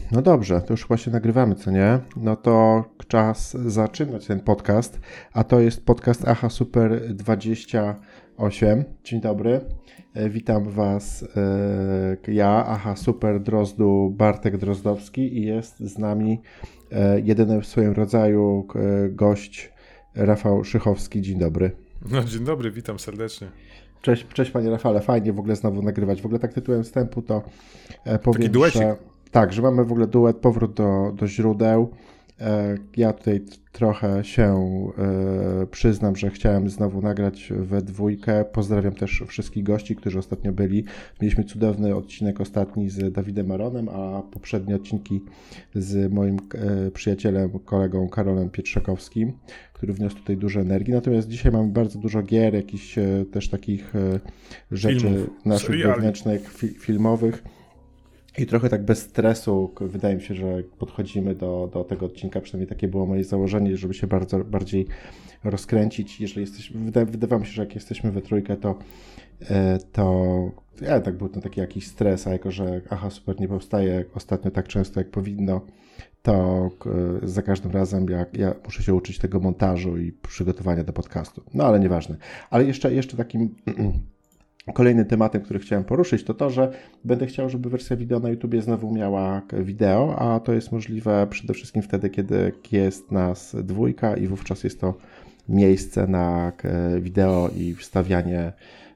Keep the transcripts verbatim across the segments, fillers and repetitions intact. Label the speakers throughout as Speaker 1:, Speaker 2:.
Speaker 1: No dobrze, to już chyba się nagrywamy, co nie? No to czas zaczynać ten podcast, a to jest podcast Aha Super dwadzieścia osiem. Dzień dobry, e, witam Was, e, ja, Aha Super Drozdu, Bartek Drozdowski i jest z nami e, jedyny w swoim rodzaju e, gość Rafał Szychowski. Dzień dobry.
Speaker 2: No dzień dobry, witam serdecznie.
Speaker 1: Cześć, cześć Panie Rafale, fajnie w ogóle znowu nagrywać. W ogóle tak tytułem wstępu to e, powiem,
Speaker 2: Taki duecik.
Speaker 1: że... Tak, że mamy w ogóle duet, powrót do, do źródeł. E, ja tutaj t- trochę się e, przyznam, że chciałem znowu nagrać we dwójkę. Pozdrawiam też wszystkich gości, którzy ostatnio byli. Mieliśmy cudowny odcinek ostatni z Dawidem Maronem, a poprzednie odcinki z moim e, przyjacielem, kolegą Karolem Pietrzakowskim, który wniósł tutaj dużo energii. Natomiast dzisiaj mamy bardzo dużo gier, jakichś e, też takich e, rzeczy
Speaker 2: Filmów,
Speaker 1: naszych
Speaker 2: seriali.
Speaker 1: wewnętrznych, fi- filmowych. I trochę tak bez stresu, wydaje mi się, że podchodzimy do, do tego odcinka, przynajmniej takie było moje założenie, żeby się bardzo bardziej rozkręcić. Jeżeli jesteśmy, wyda, wydawało mi się, że jak jesteśmy we trójkę, to, to ja, tak był to taki jakiś stres, a jako, że Aha Super nie powstaje ostatnio tak często, jak powinno, to za każdym razem jak ja muszę się uczyć tego montażu i przygotowania do podcastu. No ale nieważne. Ale jeszcze, jeszcze takim... Kolejnym tematem, który chciałem poruszyć, to to, że będę chciał, żeby wersja wideo na YouTubie znowu miała wideo, a to jest możliwe przede wszystkim wtedy, kiedy jest nas dwójka i wówczas jest to miejsce na wideo i wstawianie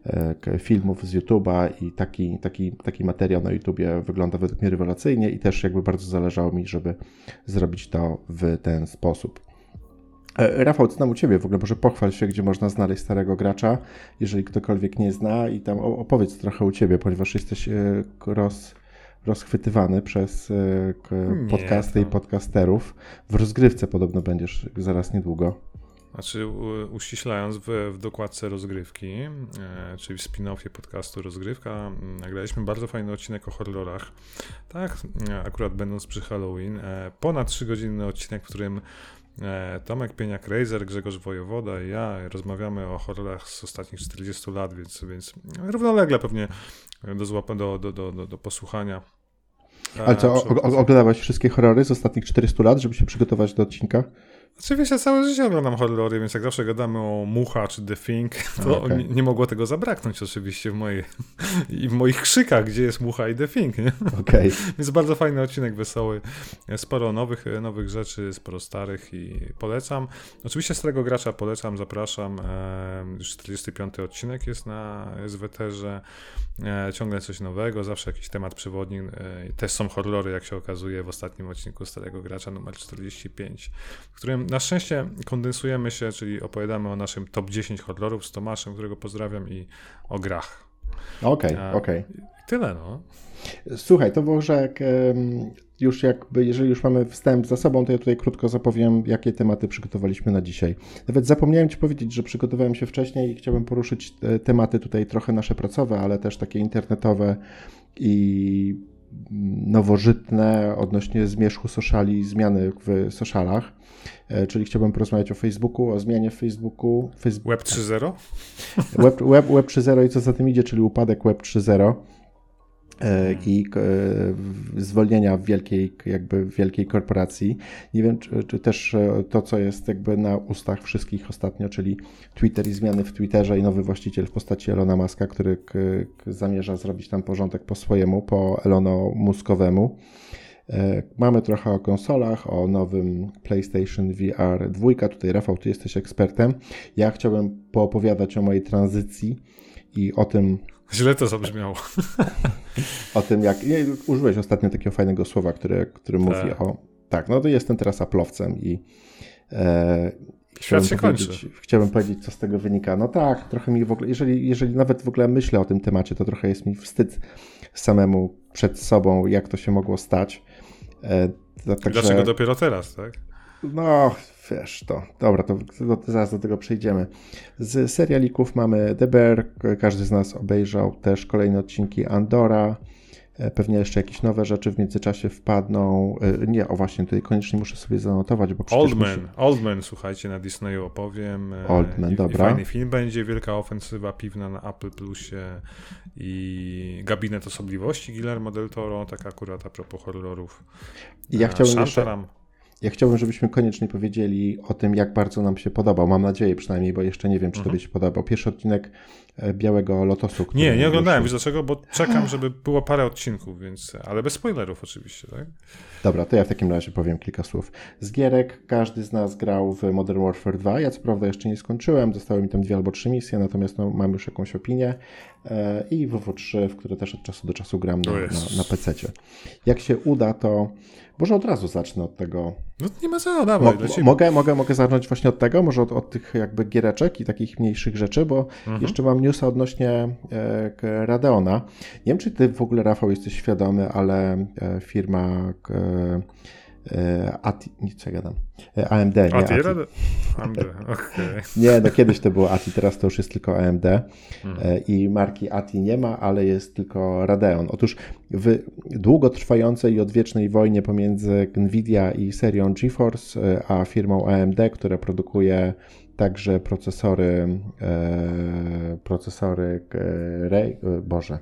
Speaker 1: filmów z YouTube'a i taki, taki, taki materiał na YouTubie wygląda według mnie rewelacyjnie i też jakby bardzo zależało mi, żeby zrobić to w ten sposób. Rafał, co tam u Ciebie? W ogóle może pochwal się, gdzie można znaleźć starego gracza, jeżeli ktokolwiek nie zna i tam opowiedz trochę u Ciebie, ponieważ jesteś roz, rozchwytywany przez podcasty nie, to... i podcasterów. W rozgrywce podobno będziesz zaraz niedługo.
Speaker 2: Znaczy u, uściślając w, w dokładce rozgrywki, e, czyli w spin-offie podcastu Rozgrywka, nagraliśmy bardzo fajny odcinek o horrorach. Tak, akurat będąc przy Halloween, e, ponad trzygodzinny odcinek, w którym Tomek Pieniak-Rejzer, Grzegorz Wojewoda i ja rozmawiamy o horrorach z ostatnich czterdziestu lat, więc, więc równolegle pewnie do, złapa, do, do, do, do, do posłuchania.
Speaker 1: Ale co, o, o, oglądałeś wszystkie horrory z ostatnich czterystu lat, żeby się przygotować do odcinka?
Speaker 2: Oczywiście całe życie oglądam horrory, więc jak zawsze gadamy o Mucha czy The Thing, to okay. nie, nie mogło tego zabraknąć oczywiście w mojej i w moich krzykach, gdzie jest Mucha i The Thing, nie?
Speaker 1: Okay.
Speaker 2: Więc bardzo fajny odcinek, wesoły, sporo nowych, nowych rzeczy, sporo starych i polecam. Oczywiście starego gracza polecam, zapraszam, już czterdziesty piąty odcinek jest na S W T-że, ciągle coś nowego, zawsze jakiś temat przewodni, też są horrory, jak się okazuje w ostatnim odcinku starego gracza numer czterdzieści pięć, w którym na szczęście kondensujemy się, czyli opowiadamy o naszym top dziesięć horrorów z Tomaszem, którego pozdrawiam, i o grach.
Speaker 1: Okej, okay, okej. Okay.
Speaker 2: I tyle, no.
Speaker 1: Słuchaj, to może jak już jakby, jeżeli już mamy wstęp za sobą, to ja tutaj krótko zapowiem, jakie tematy przygotowaliśmy na dzisiaj. Nawet zapomniałem Ci powiedzieć, że przygotowałem się wcześniej i chciałbym poruszyć tematy tutaj trochę nasze pracowe, ale też takie internetowe i nowożytne odnośnie zmierzchu sociali, zmiany w socialach. Czyli chciałbym porozmawiać o Facebooku, o zmianie w Facebooku. Facebook...
Speaker 2: Web trzy zero?
Speaker 1: Web, web, web trzy zero i co za tym idzie, czyli upadek Web trzy zero i zwolnienia w wielkiej, jakby wielkiej korporacji. Nie wiem, czy, czy też to, co jest jakby na ustach wszystkich ostatnio, czyli Twitter i zmiany w Twitterze i nowy właściciel w postaci Elona Muska, który k, k, zamierza zrobić tam porządek po swojemu, po Elono-Muskowemu. Mamy trochę o konsolach, o nowym PlayStation V R dwa. Tutaj Rafał, ty jesteś ekspertem. Ja chciałbym poopowiadać o mojej tranzycji i o tym...
Speaker 2: Źle to zabrzmiało.
Speaker 1: O tym, jak... Nie, użyłeś ostatnio takiego fajnego słowa, które, które mówi o... Tak, no to jestem teraz aplowcem i... E,
Speaker 2: Świat się kończy.
Speaker 1: Chciałbym powiedzieć, co z tego wynika. No tak, trochę mi w ogóle... Jeżeli, jeżeli nawet w ogóle myślę o tym temacie, to trochę jest mi wstyd samemu przed sobą, jak to się mogło stać. E, to,
Speaker 2: także, dlaczego dopiero teraz, tak?
Speaker 1: No, wiesz, to dobra, to, to, to zaraz do tego przejdziemy. Z serialików mamy The Bear, każdy z nas obejrzał też kolejne odcinki Andora, Pewnie jeszcze jakieś nowe rzeczy w międzyczasie wpadną. Nie, o właśnie, tutaj koniecznie muszę sobie zanotować, bo przecież...
Speaker 2: Oldman,
Speaker 1: musi...
Speaker 2: Oldman, słuchajcie, na Disneyu opowiem.
Speaker 1: Oldman,
Speaker 2: I,
Speaker 1: dobra.
Speaker 2: I fajny film będzie, Wielka ofensywa piwna na Apple Plusie i Gabinet Osobliwości Guillermo del Toro, tak akurat a propos horrorów.
Speaker 1: I ja chciałbym
Speaker 2: Shantaram.
Speaker 1: jeszcze... Ja chciałbym, żebyśmy koniecznie powiedzieli o tym, jak bardzo nam się podobał. Mam nadzieję przynajmniej, bo jeszcze nie wiem, czy
Speaker 2: mhm.
Speaker 1: tobie się podobał. Pierwszy odcinek Białego Lotosu.
Speaker 2: Nie, nie oglądałem. Wiesz dlaczego? Bo czekam, żeby było parę odcinków, więc... ale bez spoilerów oczywiście, tak?
Speaker 1: Dobra, to ja w takim razie powiem kilka słów. Z gierek każdy z nas grał w Modern Warfare dwa. Ja co prawda jeszcze nie skończyłem, zostały mi tam dwie albo trzy misje, natomiast no, mam już jakąś opinię. E, I W W trzy, w które też od czasu do czasu gram na, na, na pececie. Jak się uda, to może od razu zacznę od tego.
Speaker 2: No nie ma co, dawaj,
Speaker 1: Mo- mogę, mogę, mogę zacząć właśnie od tego, może od, od tych jakby giereczek i takich mniejszych rzeczy, bo mhm. jeszcze mam newsa odnośnie e, Radeona. Nie wiem, czy ty w ogóle, Rafał, jesteś świadomy, ale e, firma e, e, ATI, nic co ja gadam, e, A M D, nie
Speaker 2: ATI?
Speaker 1: ATI.
Speaker 2: A M D, okej.
Speaker 1: Nie, no kiedyś to było ATI, teraz to już jest tylko A M D
Speaker 2: mhm.
Speaker 1: e, i marki ATI nie ma, ale jest tylko Radeon. Otóż w długotrwającej i odwiecznej wojnie pomiędzy Nvidia i serią GeForce, a firmą A M D, która produkuje także procesory, e, procesory e, Ray, e, Boże,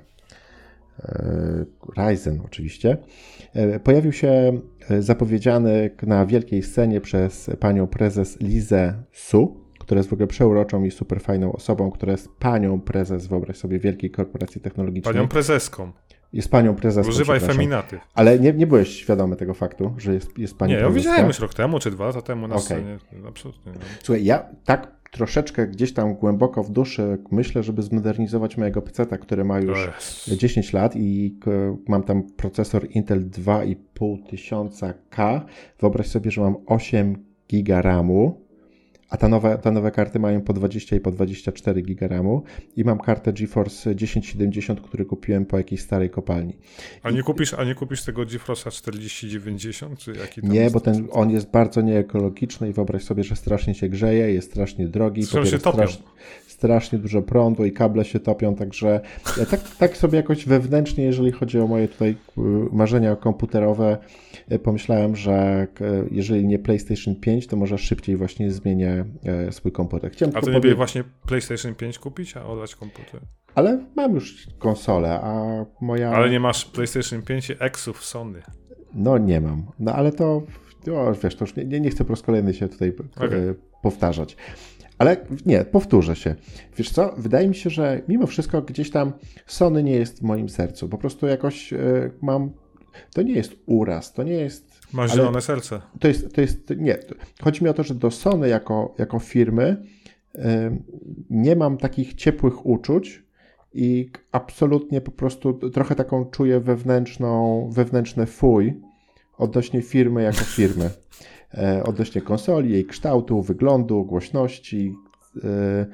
Speaker 1: e, Ryzen oczywiście, e, pojawił się zapowiedziany na wielkiej scenie przez panią prezes Lizę Su, która jest w ogóle przeuroczą i super fajną osobą, która jest panią prezes, wyobraź sobie, wielkiej korporacji technologicznej.
Speaker 2: Panią prezeską.
Speaker 1: Jest panią prezeską.
Speaker 2: Używaj feminatyw.
Speaker 1: Ale nie, nie byłeś świadomy tego faktu, że jest, jest pani
Speaker 2: nie,
Speaker 1: prezeska?
Speaker 2: Nie, ja widziałem już rok temu, czy dwa lata temu na
Speaker 1: okay.
Speaker 2: scenie. Absolutnie. No.
Speaker 1: Słuchaj, ja tak troszeczkę gdzieś tam głęboko w duszy myślę, żeby zmodernizować mojego peceta, który ma już yes. dziesięć lat i mam tam procesor Intel dwa i pół tysiąca K. Wyobraź sobie, że mam osiem giga ramu. A ta nowe, te nowe karty mają po dwadzieścia i po dwadzieścia cztery giga ramu i mam kartę GeForce tysiąc siedemdziesiąt, który kupiłem po jakiejś starej kopalni.
Speaker 2: A nie kupisz, a nie kupisz tego GeForce'a czterdzieści dziewięćdziesiąt? Czy jaki tam
Speaker 1: nie,
Speaker 2: jest
Speaker 1: bo ten, on jest bardzo nieekologiczny i wyobraź sobie, że strasznie się grzeje, jest strasznie drogi.
Speaker 2: Zresztą się topią.
Speaker 1: Strasz, strasznie dużo prądu i kable się topią, także ja tak, tak sobie jakoś wewnętrznie, jeżeli chodzi o moje tutaj marzenia komputerowe, pomyślałem, że jeżeli nie PlayStation pięć, to może szybciej właśnie zmienię swój komputer. Chciałem
Speaker 2: a to nie by właśnie PlayStation pięć kupić, a oddać komputer?
Speaker 1: Ale mam już konsolę, a moja...
Speaker 2: Ale nie masz PlayStation pięć i Exów Sony.
Speaker 1: No nie mam, no ale to, o, wiesz, to już nie, nie chcę po raz kolejny się tutaj okay. powtarzać. Ale nie, powtórzę się. Wiesz co, wydaje mi się, że mimo wszystko gdzieś tam Sony nie jest w moim sercu. Po prostu jakoś y, mam... To nie jest uraz, to nie jest...
Speaker 2: Masz zielone serce.
Speaker 1: To jest, to jest... Nie, chodzi mi o to, że do Sony jako, jako firmy y, nie mam takich ciepłych uczuć i absolutnie po prostu trochę taką czuję wewnętrzną, wewnętrzny fuj odnośnie firmy jako firmy. E, odnośnie konsoli, jej kształtu, wyglądu, głośności e,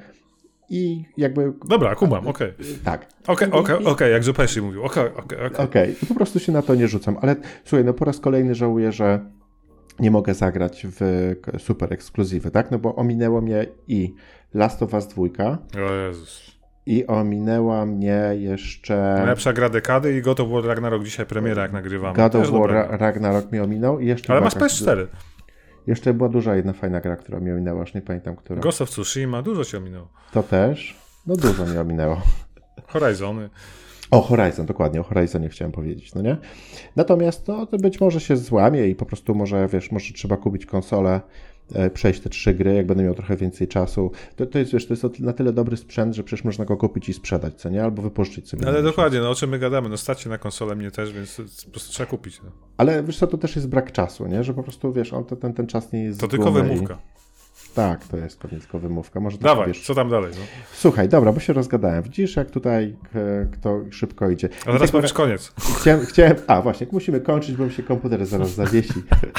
Speaker 1: i jakby...
Speaker 2: Dobra, kumam, okej. Okay.
Speaker 1: Tak.
Speaker 2: Okej, okay, okej, okay, okay, jak Zupełnie mówił, okej, okay, okej.
Speaker 1: Okay, okay. okay. Po prostu się na to nie rzucam, ale słuchaj, no po raz kolejny żałuję, że nie mogę zagrać w super ekskluzywy, tak? No bo ominęło mnie i Last of Us dwa.
Speaker 2: O Jezus.
Speaker 1: I ominęła mnie jeszcze...
Speaker 2: Najlepsza gra dekady i God of War Ragnarok dzisiaj premiera, jak nagrywamy.
Speaker 1: God of War Ra- Ragnarok mi ominął i jeszcze...
Speaker 2: Ale masz P S cztery.
Speaker 1: Jeszcze była duża jedna fajna gra, która mi ominęła, już nie pamiętam, która.
Speaker 2: Ghost of Tsushima, dużo ci ominęło.
Speaker 1: To też? No dużo mi ominęło.
Speaker 2: Horizony.
Speaker 1: O, Horizon, dokładnie, o Horizonie chciałem powiedzieć, no nie? Natomiast no, to być może się złamie i po prostu może, wiesz, może trzeba kupić konsolę, e, przejść te trzy gry, jak będę miał trochę więcej czasu. To, to jest, wiesz, to jest na tyle dobry sprzęt, że przecież można go kupić i sprzedać, co nie? Albo wypuszczyć sobie.
Speaker 2: Ale dokładnie, no o czym my gadamy? No stać na konsolę mnie też, więc po prostu trzeba kupić. No.
Speaker 1: Ale wiesz co, to też jest brak czasu, nie? Że po prostu, wiesz, on, to, ten, ten czas nie jest...
Speaker 2: To tylko wymówka.
Speaker 1: I... Tak, to jest pewnie tylko wymówka. Może
Speaker 2: Dawaj,
Speaker 1: wiesz...
Speaker 2: co tam dalej? No?
Speaker 1: Słuchaj, dobra, bo się rozgadałem. Widzisz, jak tutaj kto szybko idzie.
Speaker 2: A teraz powiesz koniec.
Speaker 1: Chciałem, chciałem... A, właśnie, musimy kończyć, bo mi się komputer zaraz zawiesi.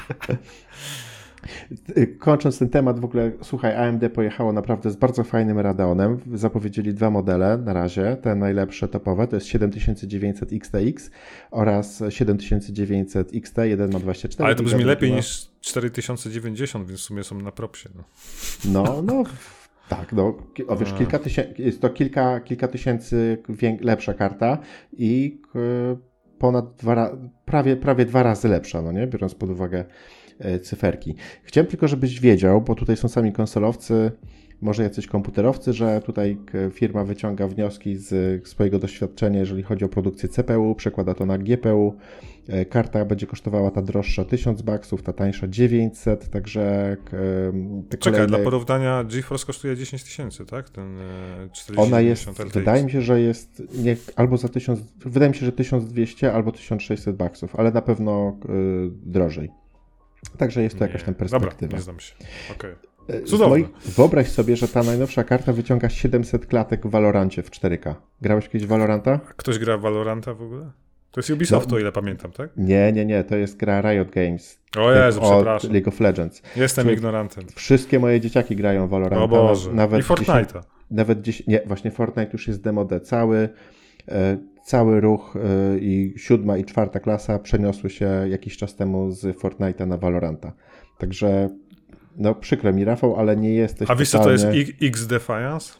Speaker 1: Kończąc ten temat, w ogóle, słuchaj, A M D pojechało naprawdę z bardzo fajnym Radeonem. Zapowiedzieli dwa modele na razie. Te najlepsze, topowe, to jest siedem tysięcy dziewięćset X T X oraz siedem tysięcy dziewięćset X T. Jeden ma dwadzieścia cztery.
Speaker 2: Ale to brzmi lepiej ma... niż cztery tysiące dziewięćdziesiąt, więc w sumie są na propsie. No,
Speaker 1: no, no tak, no, o, wiesz, kilka tysięcy, jest to kilka, kilka tysięcy wiek, lepsza karta i ponad dwa, ra- prawie, prawie dwa razy lepsza, no nie? Biorąc pod uwagę cyferki. Chciałem tylko, żebyś wiedział, bo tutaj są sami konsolowcy, może jacyś komputerowcy, że tutaj firma wyciąga wnioski z swojego doświadczenia, jeżeli chodzi o produkcję C P U, przekłada to na G P U. Karta będzie kosztowała ta droższa tysiąc baksów, ta tańsza dziewięćset, także te
Speaker 2: Czekaj,
Speaker 1: kolejne...
Speaker 2: dla porównania GeForce kosztuje dziesięć tysięcy, tak? Ten czterdzieści
Speaker 1: Ona jest,
Speaker 2: R T X.
Speaker 1: wydaje mi się, że jest nie, albo za tysiąc, wydaje mi się, że tysiąc dwieście albo tysiąc sześćset baksów, ale na pewno y, drożej. Także jest to jakaś tam perspektywa.
Speaker 2: Dobra, nie znam się. Okay.
Speaker 1: Moich, wyobraź sobie, że ta najnowsza karta wyciąga siedemset klatek w Valorancie w cztery K. Grałeś kiedyś w Valoranta?
Speaker 2: Ktoś gra w Valoranta w ogóle? To jest Ubisoft, no, o ile pamiętam, tak?
Speaker 1: Nie, nie, nie, to jest gra Riot Games.
Speaker 2: O Jezu, przepraszam.
Speaker 1: League of Legends.
Speaker 2: Jestem Czyli ignorantem.
Speaker 1: Wszystkie moje dzieciaki grają w Valoranta.
Speaker 2: O Boże,
Speaker 1: nawet
Speaker 2: i Fortnite'a.
Speaker 1: dziesięć, nawet dziesięć, nie, właśnie Fortnite już jest demo D. Cały, e, cały ruch e, i siódma i czwarta klasa przeniosły się jakiś czas temu z Fortnite'a na Valoranta. Także no przykro mi, Rafał, ale nie jesteś
Speaker 2: A wiesz
Speaker 1: totalnie...
Speaker 2: co to jest X Defiance?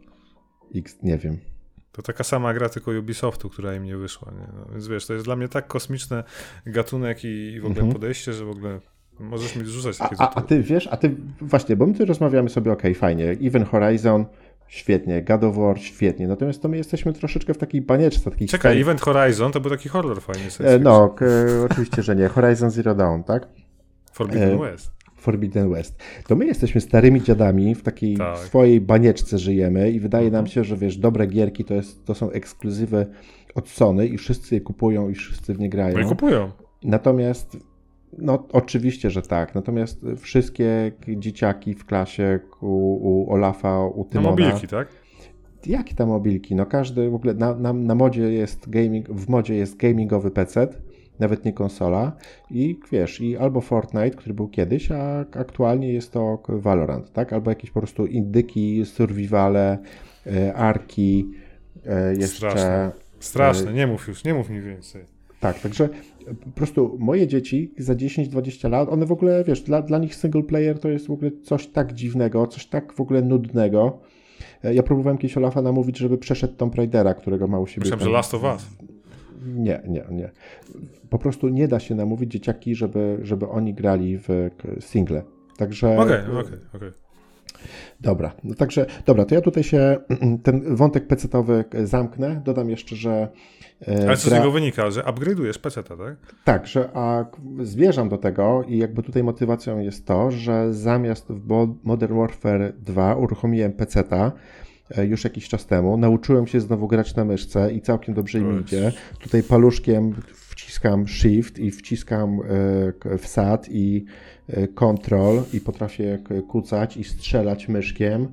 Speaker 1: X, nie wiem.
Speaker 2: To taka sama gra, tylko Ubisoftu, która im nie wyszła. Nie? No, więc wiesz, to jest dla mnie tak kosmiczny gatunek i, i w ogóle mhm. podejście, że w ogóle możesz mi rzucać takie
Speaker 1: a, a, a ty wiesz, a ty właśnie, bo my tu rozmawiamy sobie, okej, okay, fajnie, Event Horizon, świetnie, God of War, świetnie, natomiast to my jesteśmy troszeczkę w takiej banieczce. Takiej
Speaker 2: Czekaj,
Speaker 1: scen...
Speaker 2: Event Horizon to był taki horror fajnie.
Speaker 1: E, no, k- oczywiście, że nie. Horizon Zero Dawn, tak?
Speaker 2: Forbidden e, West.
Speaker 1: Forbidden West. To my jesteśmy starymi dziadami, w takiej tak. swojej banieczce żyjemy i wydaje mhm. nam się, że wiesz, dobre gierki to, jest, to są ekskluzywy od Sony i wszyscy je kupują i wszyscy w nie grają.
Speaker 2: No i kupują.
Speaker 1: Natomiast, no oczywiście, że tak, natomiast wszystkie dzieciaki w klasie u, u Olafa, u Tymona...
Speaker 2: No mobilki, tak?
Speaker 1: Jakie tam mobilki? No każdy, w ogóle na, na, na modzie jest gaming, w modzie jest gamingowy P C, nawet nie konsola i wiesz, i albo Fortnite, który był kiedyś, a aktualnie jest to Valorant, tak? Albo jakieś po prostu indyki, survivale, e, arki, e, jeszcze...
Speaker 2: Straszne, straszne, nie mów już, nie mów mi więcej.
Speaker 1: Tak, także po prostu moje dzieci za dziesięć dwadzieścia lat, one w ogóle, wiesz, dla, dla nich single player to jest w ogóle coś tak dziwnego, coś tak w ogóle nudnego. Ja próbowałem kiedyś Olafa namówić, żeby przeszedł Tomb Raidera, którego ma u siebie...
Speaker 2: Myślałem,
Speaker 1: tam...
Speaker 2: że Last of Us.
Speaker 1: Nie, nie, nie. Po prostu nie da się namówić dzieciaki, żeby, żeby oni grali w single. Także...
Speaker 2: Okej, okej, okej.
Speaker 1: Dobra, no także, dobra, to ja tutaj się ten wątek pecetowy zamknę. Dodam jeszcze, że...
Speaker 2: E, Ale co gra... z niego wynika, że upgrade'ujesz peceta, tak?
Speaker 1: Tak, że a zmierzam do tego i jakby tutaj motywacją jest to, że zamiast w Modern Warfare dwa uruchomiłem peceta już jakiś czas temu, nauczyłem się znowu grać na myszce i całkiem dobrze mi idzie. Tutaj paluszkiem wciskam Shift i wciskam wsad i Control i potrafię kucać i strzelać myszkiem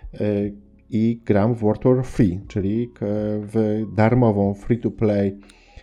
Speaker 1: i gram w World War Free, czyli w darmową free-to-play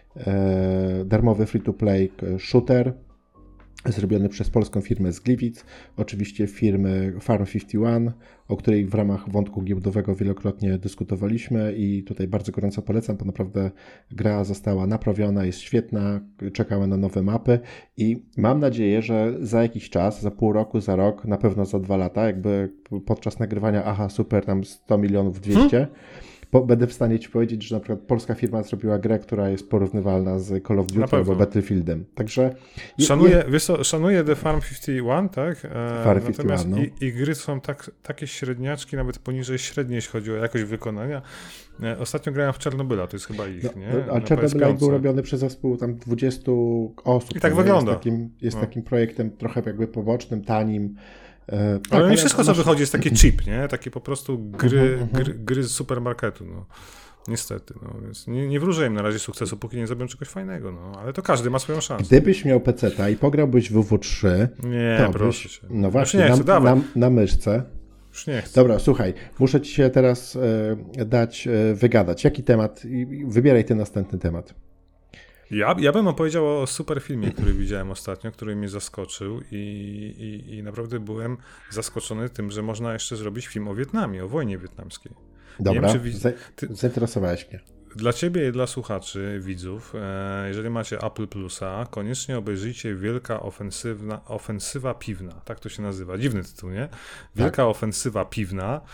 Speaker 1: darmowy free-to-play shooter zrobiony przez polską firmę z Gliwic, oczywiście firmy Farm pięćdziesiąt jeden, o której w ramach wątku giełdowego wielokrotnie dyskutowaliśmy i tutaj bardzo gorąco polecam, bo naprawdę gra została naprawiona, jest świetna, czekamy na nowe mapy i mam nadzieję, że za jakiś czas, za pół roku, za rok, na pewno za dwa lata, jakby podczas nagrywania aha, super, tam sto milionów dwieście, hmm? Bo będę w stanie ci powiedzieć, że na przykład polska firma zrobiła grę, która jest porównywalna z Call of Duty albo Battlefieldem. Także...
Speaker 2: Szanuję, je... wiesz co, szanuję The Farm pięćdziesiąt jeden, tak? E,
Speaker 1: Farm
Speaker 2: natomiast
Speaker 1: pięćdziesiąt jeden, no.
Speaker 2: i, i gry są tak, takie średniaczki, nawet poniżej średniej, jeśli chodzi o jakość wykonania. E, ostatnio grałem w Czarnobyla, to jest chyba ich,
Speaker 1: no,
Speaker 2: nie?
Speaker 1: No, ale Czarnobyl był robiony przez zespół tam dwudziestu osób.
Speaker 2: I tak wygląda.
Speaker 1: Jest takim, jest no. takim projektem trochę jakby pobocznym, tanim.
Speaker 2: E, tak, ale nie wszystko, co masz... wychodzi, jest takie cheap, nie? Takie po prostu gry, uh-huh, uh-huh. gry, gry z supermarketu, no. Niestety, no, więc nie, nie wróżę im na razie sukcesu, póki nie zrobią czegoś fajnego, no, ale to każdy ma swoją szansę.
Speaker 1: Gdybyś miał peceta i pograłbyś w W W trzy,
Speaker 2: nie,
Speaker 1: to
Speaker 2: proszę
Speaker 1: byś,
Speaker 2: się.
Speaker 1: no właśnie, nie chcę, na, na, na myszce.
Speaker 2: Już nie chcę.
Speaker 1: Dobra, słuchaj, muszę ci się teraz e, dać, e, wygadać. Jaki temat? Wybieraj ty następny temat.
Speaker 2: Ja, ja bym opowiedział o super filmie, który widziałem ostatnio, który mnie zaskoczył i, i, i naprawdę byłem zaskoczony tym, że można jeszcze zrobić film o Wietnamie, o wojnie wietnamskiej.
Speaker 1: Dobra, wiem, wi- ty... zainteresowałeś mnie.
Speaker 2: Dla ciebie i dla słuchaczy, widzów, e, jeżeli macie Apple Plusa, koniecznie obejrzyjcie Wielka ofensywna, ofensywa piwna, tak to się nazywa, dziwny tytuł, nie? Wielka tak. ofensywa piwna.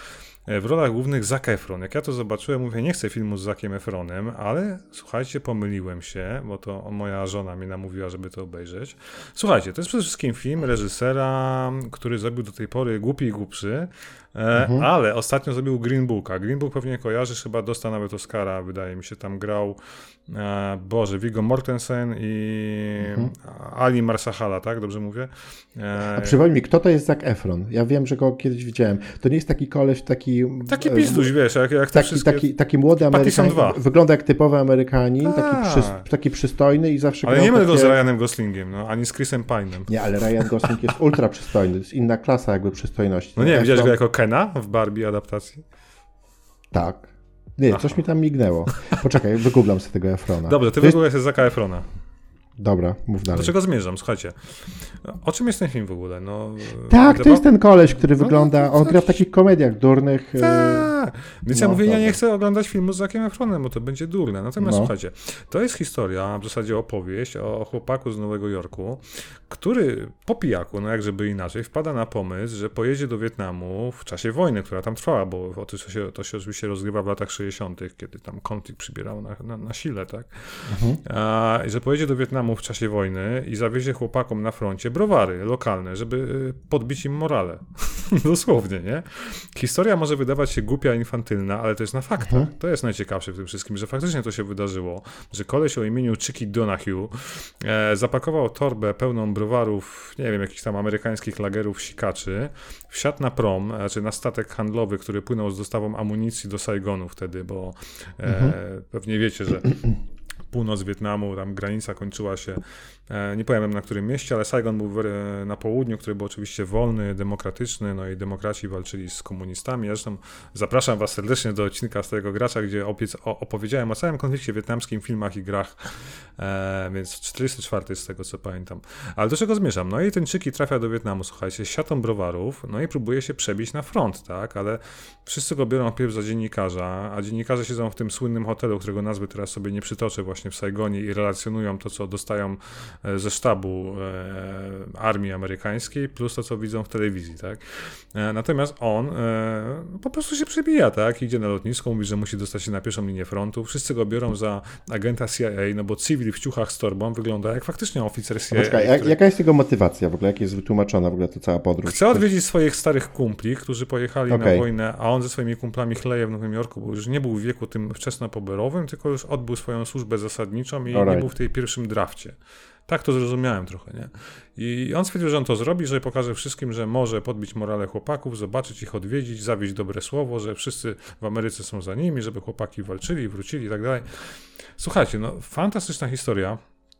Speaker 2: w rolach głównych Zac Efron. Jak ja to zobaczyłem, mówię, nie chcę filmu z Zaciem Efronem, ale słuchajcie, pomyliłem się, bo to moja żona mnie namówiła, żeby to obejrzeć. Słuchajcie, to jest przede wszystkim film reżysera, który zrobił do tej pory Głupi i Głupszy, mhm. ale ostatnio zrobił Green Booka. Green Book pewnie kojarzysz, chyba dostał nawet Oscara, wydaje mi się, tam grał e, Boże, Viggo Mortensen i mhm. Ali Marsahala, tak? Dobrze mówię?
Speaker 1: E... A przypomnij mi, kto to jest Zac Efron? Ja wiem, że go kiedyś widziałem. To nie jest taki koleś, taki...
Speaker 2: Taki pizduś, wiesz, jak, jak te
Speaker 1: taki,
Speaker 2: wszystkie...
Speaker 1: taki, taki młody Amerykanin, wygląda jak typowy Amerykanin, taki, przy, taki przystojny i zawsze...
Speaker 2: Ale nie
Speaker 1: takie...
Speaker 2: ma go z Ryanem Goslingiem, no, ani z Chrisem Pine'em.
Speaker 1: Nie, ale Ryan Gosling jest ultra przystojny, to jest inna klasa jakby przystojności.
Speaker 2: No nie wiem, widziałeś go jako Kena w Barbie adaptacji?
Speaker 1: Tak. Nie, Aha. coś mi tam mignęło. Poczekaj, wygooglam sobie tego Efrona.
Speaker 2: Dobrze, ty wygooglasz sobie Zaca Efrona.
Speaker 1: Dobra, mów dalej.
Speaker 2: Do czego zmierzam? Słuchajcie, o czym jest ten film w ogóle? No,
Speaker 1: tak, to jest ten koleś, który wygląda, on gra w takich komediach durnych.
Speaker 2: Tak, więc no, ja mówię, dobra. ja nie chcę oglądać filmu z Zaciem Efronem, bo to będzie durne. Natomiast no. słuchajcie, to jest historia, w zasadzie opowieść o chłopaku z Nowego Jorku, który po pijaku, no jak żeby inaczej, wpada na pomysł, że pojedzie do Wietnamu w czasie wojny, która tam trwała, bo to się, to się oczywiście rozgrywa w latach sześćdziesiątych, kiedy tam konflikt przybierał na, na, na sile, tak? Mhm. A, że pojedzie do Wietnamu w czasie wojny i zawiezie chłopakom na froncie browary lokalne, żeby podbić im morale. Dosłownie, nie? Historia może wydawać się głupia, infantylna, ale to jest na faktach. Mhm. To jest najciekawsze w tym wszystkim, że faktycznie to się wydarzyło, że koleś o imieniu Chicky Donahue e, zapakował torbę pełną browarów, nie wiem, jakichś tam amerykańskich lagerów sikaczy, wsiadł na prom, znaczy na statek handlowy, który płynął z dostawą amunicji do Saigonu wtedy, bo e, mhm. pewnie wiecie, że północ Wietnamu, tam granica kończyła się, e, nie powiem na którym mieście, ale Saigon był w, na południu, który był oczywiście wolny, demokratyczny, no i demokraci walczyli z komunistami. Ja zresztą zapraszam was serdecznie do odcinka Starego Gracza, gdzie opiec, o, opowiedziałem o całym konflikcie wietnamskim, filmach i grach, e, więc czterdziesty czwarty z tego, co pamiętam. Ale do czego zmierzam? No i ten Chicky trafia do Wietnamu, słuchajcie, z siatą browarów, no i próbuje się przebić na front, tak, ale wszyscy go biorą pierw za dziennikarza, a dziennikarze siedzą w tym słynnym hotelu, którego nazwy teraz sobie nie przytoczę, właśnie w Saigonie i relacjonują to, co dostają ze sztabu e, armii amerykańskiej, plus to, co widzą w telewizji, tak. E, natomiast on e, po prostu się przebija, tak, idzie na lotnisko, mówi, że musi dostać się na pierwszą linię frontu, wszyscy go biorą za agenta C I A, no bo cywil w ciuchach z torbą wygląda jak faktycznie oficer C I A.
Speaker 1: Poczekaj,
Speaker 2: który...
Speaker 1: jaka jest jego motywacja w ogóle, jak jest wytłumaczona w ogóle to cała podróż?
Speaker 2: Chce odwiedzić swoich starych kumpli, którzy pojechali okay. na wojnę, a on ze swoimi kumplami chleje w Nowym Jorku, bo już nie był w wieku tym wczesnopoborowym, tylko już odbył swoją służbę zasadniczą i Alright. nie był w tej pierwszym drafcie. Tak to zrozumiałem trochę, nie? I on stwierdził, że on to zrobi, że pokaże wszystkim, że może podbić morale chłopaków, zobaczyć ich, odwiedzić, zawieść dobre słowo, że wszyscy w Ameryce są za nimi, żeby chłopaki walczyli, wrócili i tak dalej. Słuchajcie, no fantastyczna historia,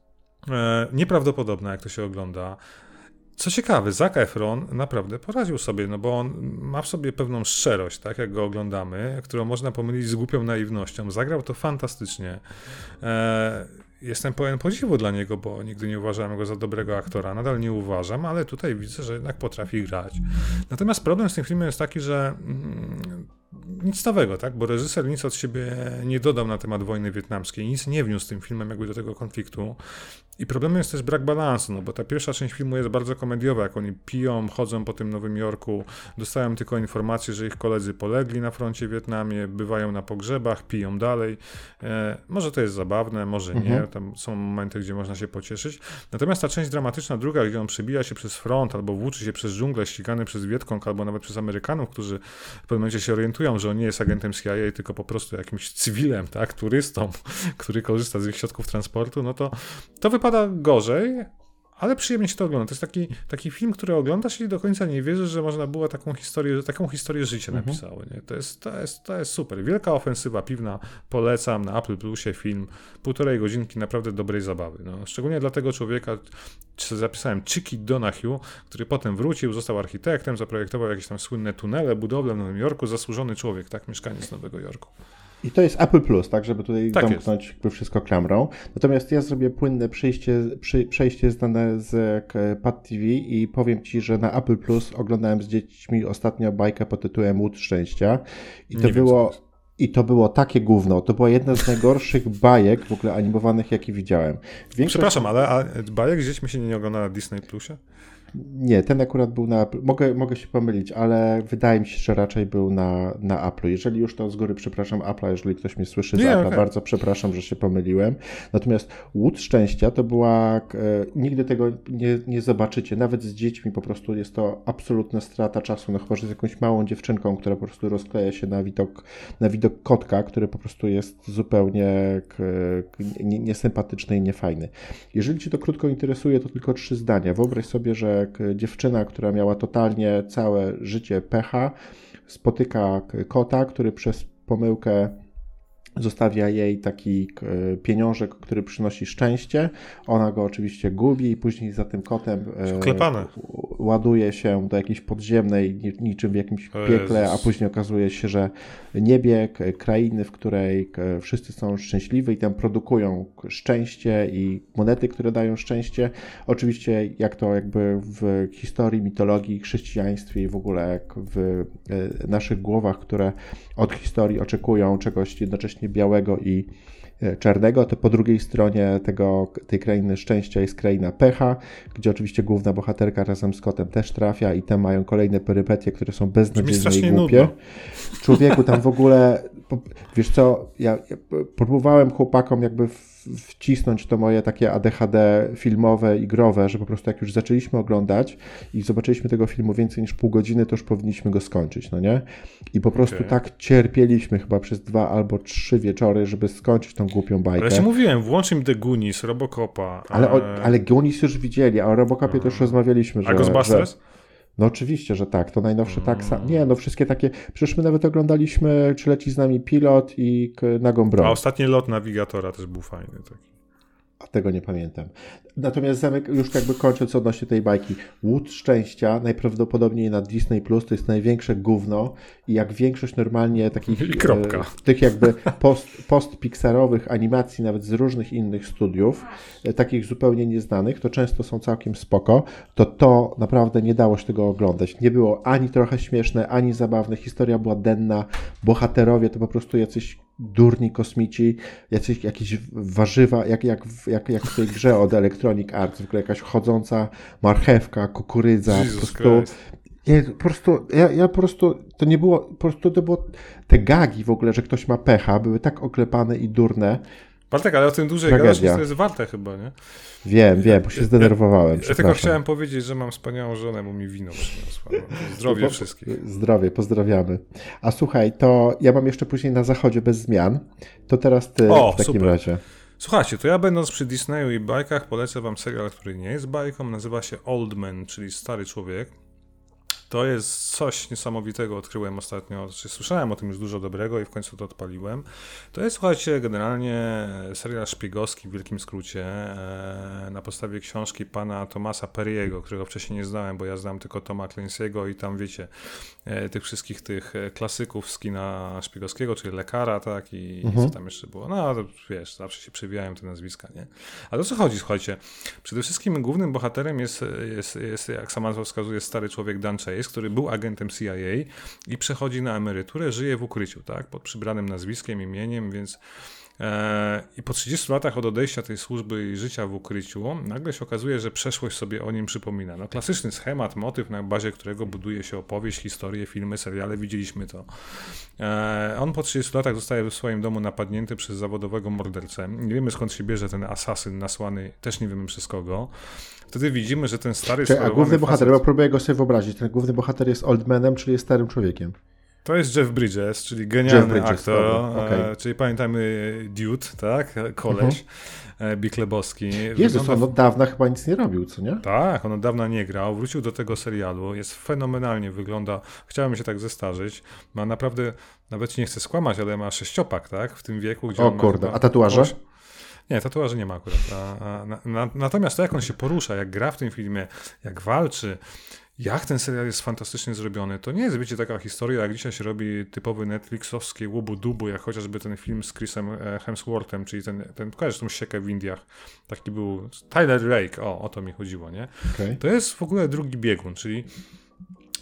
Speaker 2: e, nieprawdopodobna, jak to się ogląda. Co ciekawe, Zac Efron naprawdę poradził sobie, no bo on ma w sobie pewną szczerość, tak, jak go oglądamy, którą można pomylić z głupią naiwnością. Zagrał to fantastycznie. E, Jestem pełen podziwu dla niego, bo nigdy nie uważałem go za dobrego aktora, nadal nie uważam, ale tutaj widzę, że jednak potrafi grać. Natomiast problem z tym filmem jest taki, że mm, nic nowego, tak? Bo reżyser nic od siebie nie dodał na temat wojny wietnamskiej, nic nie wniósł tym filmem jakby do tego konfliktu. I problemem jest też brak balansu, no bo ta pierwsza część filmu jest bardzo komediowa, jak oni piją, chodzą po tym Nowym Jorku, dostają tylko informacje, że ich koledzy polegli na froncie w Wietnamie, bywają na pogrzebach, piją dalej. E, może to jest zabawne, może nie, mhm. tam są momenty, gdzie można się pocieszyć. Natomiast ta część dramatyczna druga, gdzie on przebija się przez front, albo włóczy się przez dżunglę, ścigany przez Wietkong, albo nawet przez Amerykanów, którzy w pewnym momencie się orientują, że on nie jest agentem C I A, tylko po prostu jakimś cywilem, tak, turystą, który korzysta z ich środków transportu, no to to wypada gorzej, ale przyjemnie się to ogląda. To jest taki, taki film, który oglądasz i do końca nie wierzysz, że można było taką historię, taką historię życia mhm. napisało. Nie? To, jest, to, jest, to jest super. Wielka ofensywa piwna, polecam na Apple Plusie film, półtorej godzinki naprawdę dobrej zabawy. No, szczególnie dla tego człowieka, zapisałem Chicky Donahue, który potem wrócił, został architektem, zaprojektował jakieś tam słynne tunele, budowle w Nowym Jorku, zasłużony człowiek, tak, mieszkaniec Nowego Jorku.
Speaker 1: I to jest Apple Plus, tak, żeby tutaj tak domknąć jakby wszystko klamrą. Natomiast ja zrobię płynne przejście, przy, przejście znane z Pad T V i powiem Ci, że na Apple Plus oglądałem z dziećmi ostatnio bajkę pod tytułem Łódź Szczęścia i to było... I to było takie gówno. To była jedna z najgorszych bajek w ogóle animowanych, jakie widziałem. Większość...
Speaker 2: Przepraszam, ale a bajek z dziećmi się nie ogląda na Disney Plusie?
Speaker 1: Nie, ten akurat był na Apple. Mogę, mogę się pomylić, ale wydaje mi się, że raczej był na, na Apple'u. Jeżeli już, to z góry przepraszam Apple'a, jeżeli ktoś mnie słyszy z
Speaker 2: Nie,
Speaker 1: Apple'a,
Speaker 2: okej.
Speaker 1: bardzo przepraszam, że się pomyliłem. Natomiast Łódź Szczęścia to była, e, nigdy tego nie, nie zobaczycie, nawet z dziećmi po prostu jest to absolutna strata czasu, no chyba, że z jakąś małą dziewczynką, która po prostu rozkleja się na widok, na widok kotka, który po prostu jest zupełnie k, k, nie- niesympatyczny i niefajny. Jeżeli Cię to krótko interesuje, to tylko trzy zdania. Wyobraź sobie, że k- dziewczyna, która miała totalnie całe życie pecha, spotyka k- kota, który przez pomyłkę zostawia jej taki k- pieniążek, który przynosi szczęście. Ona go oczywiście gubi i później za tym kotem e,
Speaker 2: Wklepane.
Speaker 1: ładuje się do jakiejś podziemnej, ni- niczym w jakimś
Speaker 2: O
Speaker 1: piekle, a
Speaker 2: Jezus.
Speaker 1: później okazuje się, że niebie, k- krainy, w której k- wszyscy są szczęśliwi i tam produkują k- szczęście i monety, które dają szczęście. Oczywiście jak to jakby w historii, mitologii, chrześcijaństwie i w ogóle jak w e, naszych głowach, które od historii oczekują czegoś jednocześnie białego i e, czarnego, to po drugiej stronie tego, tej krainy szczęścia jest kraina pecha, gdzie oczywiście główna bohaterka razem z kotem też trafia i tam mają kolejne perypetie, które są beznadziejne i
Speaker 2: strasznie
Speaker 1: głupie.
Speaker 2: nudno.
Speaker 1: Człowieku, tam w ogóle, po- wiesz co, ja, ja próbowałem chłopakom jakby w- wcisnąć to moje takie A D H D filmowe i growe, że po prostu jak już zaczęliśmy oglądać i zobaczyliśmy tego filmu więcej niż pół godziny, to już powinniśmy go skończyć, no nie? I po prostu
Speaker 2: Okej.
Speaker 1: tak cierpieliśmy chyba przez dwa albo trzy wieczory, żeby skończyć tą głupią bajkę.
Speaker 2: Ale ci mówiłem, włącz im The Goonies, Robocopa.
Speaker 1: Ale, o,
Speaker 2: e,
Speaker 1: ale Goonies już widzieli, a o Robocopie to już rozmawialiśmy, że...
Speaker 2: A Ghostbusters?
Speaker 1: Że, no oczywiście, że tak, to najnowsze tak samo. Nie, no wszystkie takie, przecież my nawet oglądaliśmy Czy leci z nami pilot i k- Nagą broń.
Speaker 2: A ostatni lot nawigatora też był fajny. Taki.
Speaker 1: A tego nie pamiętam. Natomiast zamek, już jakby kończąc odnośnie tej bajki, Łódź Szczęścia najprawdopodobniej na Disney Plus to jest największe gówno i jak większość normalnie takich
Speaker 2: I kropka.
Speaker 1: e, tych jakby post, post-pixarowych animacji nawet z różnych innych studiów, e, takich zupełnie nieznanych, to często są całkiem spoko, to to naprawdę nie dało się tego oglądać. Nie było ani trochę śmieszne, ani zabawne, historia była denna, bohaterowie to po prostu jacyś durni kosmici, jacyś, jakieś warzywa, jak, jak, w- jak, jak w tej grze od Electronic Arts, w ogóle jakaś chodząca marchewka, kukurydza, po
Speaker 2: Jesus
Speaker 1: prostu,
Speaker 2: Christ.
Speaker 1: nie, po prostu, ja, ja po prostu, to nie było, po prostu to było, te gagi w ogóle, że ktoś ma pecha, były tak oklepane i durne.
Speaker 2: Bartek, ale o tym dłużej
Speaker 1: Tragedia.
Speaker 2: gadasz, to jest warte chyba, nie?
Speaker 1: Wiem, wiem, bo się zdenerwowałem,
Speaker 2: Ja tylko
Speaker 1: przepraszam.
Speaker 2: chciałem powiedzieć, że mam wspaniałą żonę, bo mi wino przyniosła. No, zdrowie
Speaker 1: Po-
Speaker 2: wszystkich.
Speaker 1: Zdrowie, pozdrawiamy. A słuchaj, to ja mam jeszcze później na zachodzie bez zmian, to teraz ty
Speaker 2: O,
Speaker 1: w takim
Speaker 2: super.
Speaker 1: razie.
Speaker 2: Słuchajcie, to ja będąc przy Disneyu i bajkach, polecę wam serial, który nie jest bajką, nazywa się Old Man, czyli Stary Człowiek. To jest coś niesamowitego, odkryłem ostatnio, czy słyszałem o tym już dużo dobrego i w końcu to odpaliłem. To jest, słuchajcie, generalnie serial szpiegowski w wielkim skrócie, e, na podstawie książki pana Thomasa Perry'ego, którego wcześniej nie znałem, bo ja znam tylko Toma Clancy'ego i tam, wiecie, e, tych wszystkich tych e, klasyków z kina szpiegowskiego, czyli Lekara, tak, i,
Speaker 1: Mhm.
Speaker 2: i co tam jeszcze było. No, to wiesz, zawsze się przewijają te nazwiska, nie? Ale o co chodzi, słuchajcie? Przede wszystkim głównym bohaterem jest, jest, jest jak sama nazwa wskazuje, stary człowiek Dan Chase, który był agentem C I A i przechodzi na emeryturę, żyje w ukryciu, tak, pod przybranym nazwiskiem, imieniem, więc e, i po trzydziestu latach od odejścia tej służby i życia w ukryciu, nagle się okazuje, że przeszłość sobie o nim przypomina. No klasyczny schemat, motyw, na bazie którego buduje się opowieść, historie, filmy, seriale, widzieliśmy to. E, on po trzydziestu latach zostaje w swoim domu napadnięty przez zawodowego mordercę. Nie wiemy, skąd się bierze ten asasyn nasłany, też nie wiemy przez kogo. Wtedy widzimy, że ten stary
Speaker 1: Czyli, a
Speaker 2: skolowany
Speaker 1: główny bohater,
Speaker 2: facet-
Speaker 1: bo próbuję go sobie wyobrazić, ten główny bohater jest Oldmanem, czyli jest starym człowiekiem.
Speaker 2: To jest Jeff Bridges, czyli genialny
Speaker 1: Bridges,
Speaker 2: aktor,
Speaker 1: dobra, okej.
Speaker 2: e, czyli pamiętamy Dude, tak, koleś, mhm. Big Lebowski.
Speaker 1: Jezus,
Speaker 2: Wygląda-
Speaker 1: on od dawna chyba nic nie robił, co nie?
Speaker 2: Tak, on od dawna nie grał, wrócił do tego serialu, jest fenomenalnie, wygląda, chciałem się tak zestarzyć, ma naprawdę, nawet ci nie chcę skłamać, ale ma sześciopak, tak, w tym wieku, gdzie
Speaker 1: O
Speaker 2: on ma
Speaker 1: kurde,
Speaker 2: chyba
Speaker 1: a tatuaże?
Speaker 2: oś- Nie, tatuaży nie ma akurat. A, a, na, na, natomiast to, jak on się porusza, jak gra w tym filmie, jak walczy, jak ten serial jest fantastycznie zrobiony, to nie jest, wiecie, taka historia, jak dzisiaj się robi typowy netflixowskie łubu-dubu, jak chociażby ten film z Chrisem e, Hemsworthem, czyli ten, ten kojarzysz tą siekę w Indiach, taki był Tyler Rake, o, o to mi chodziło, nie?
Speaker 1: Okay.
Speaker 2: To jest w ogóle drugi biegun, czyli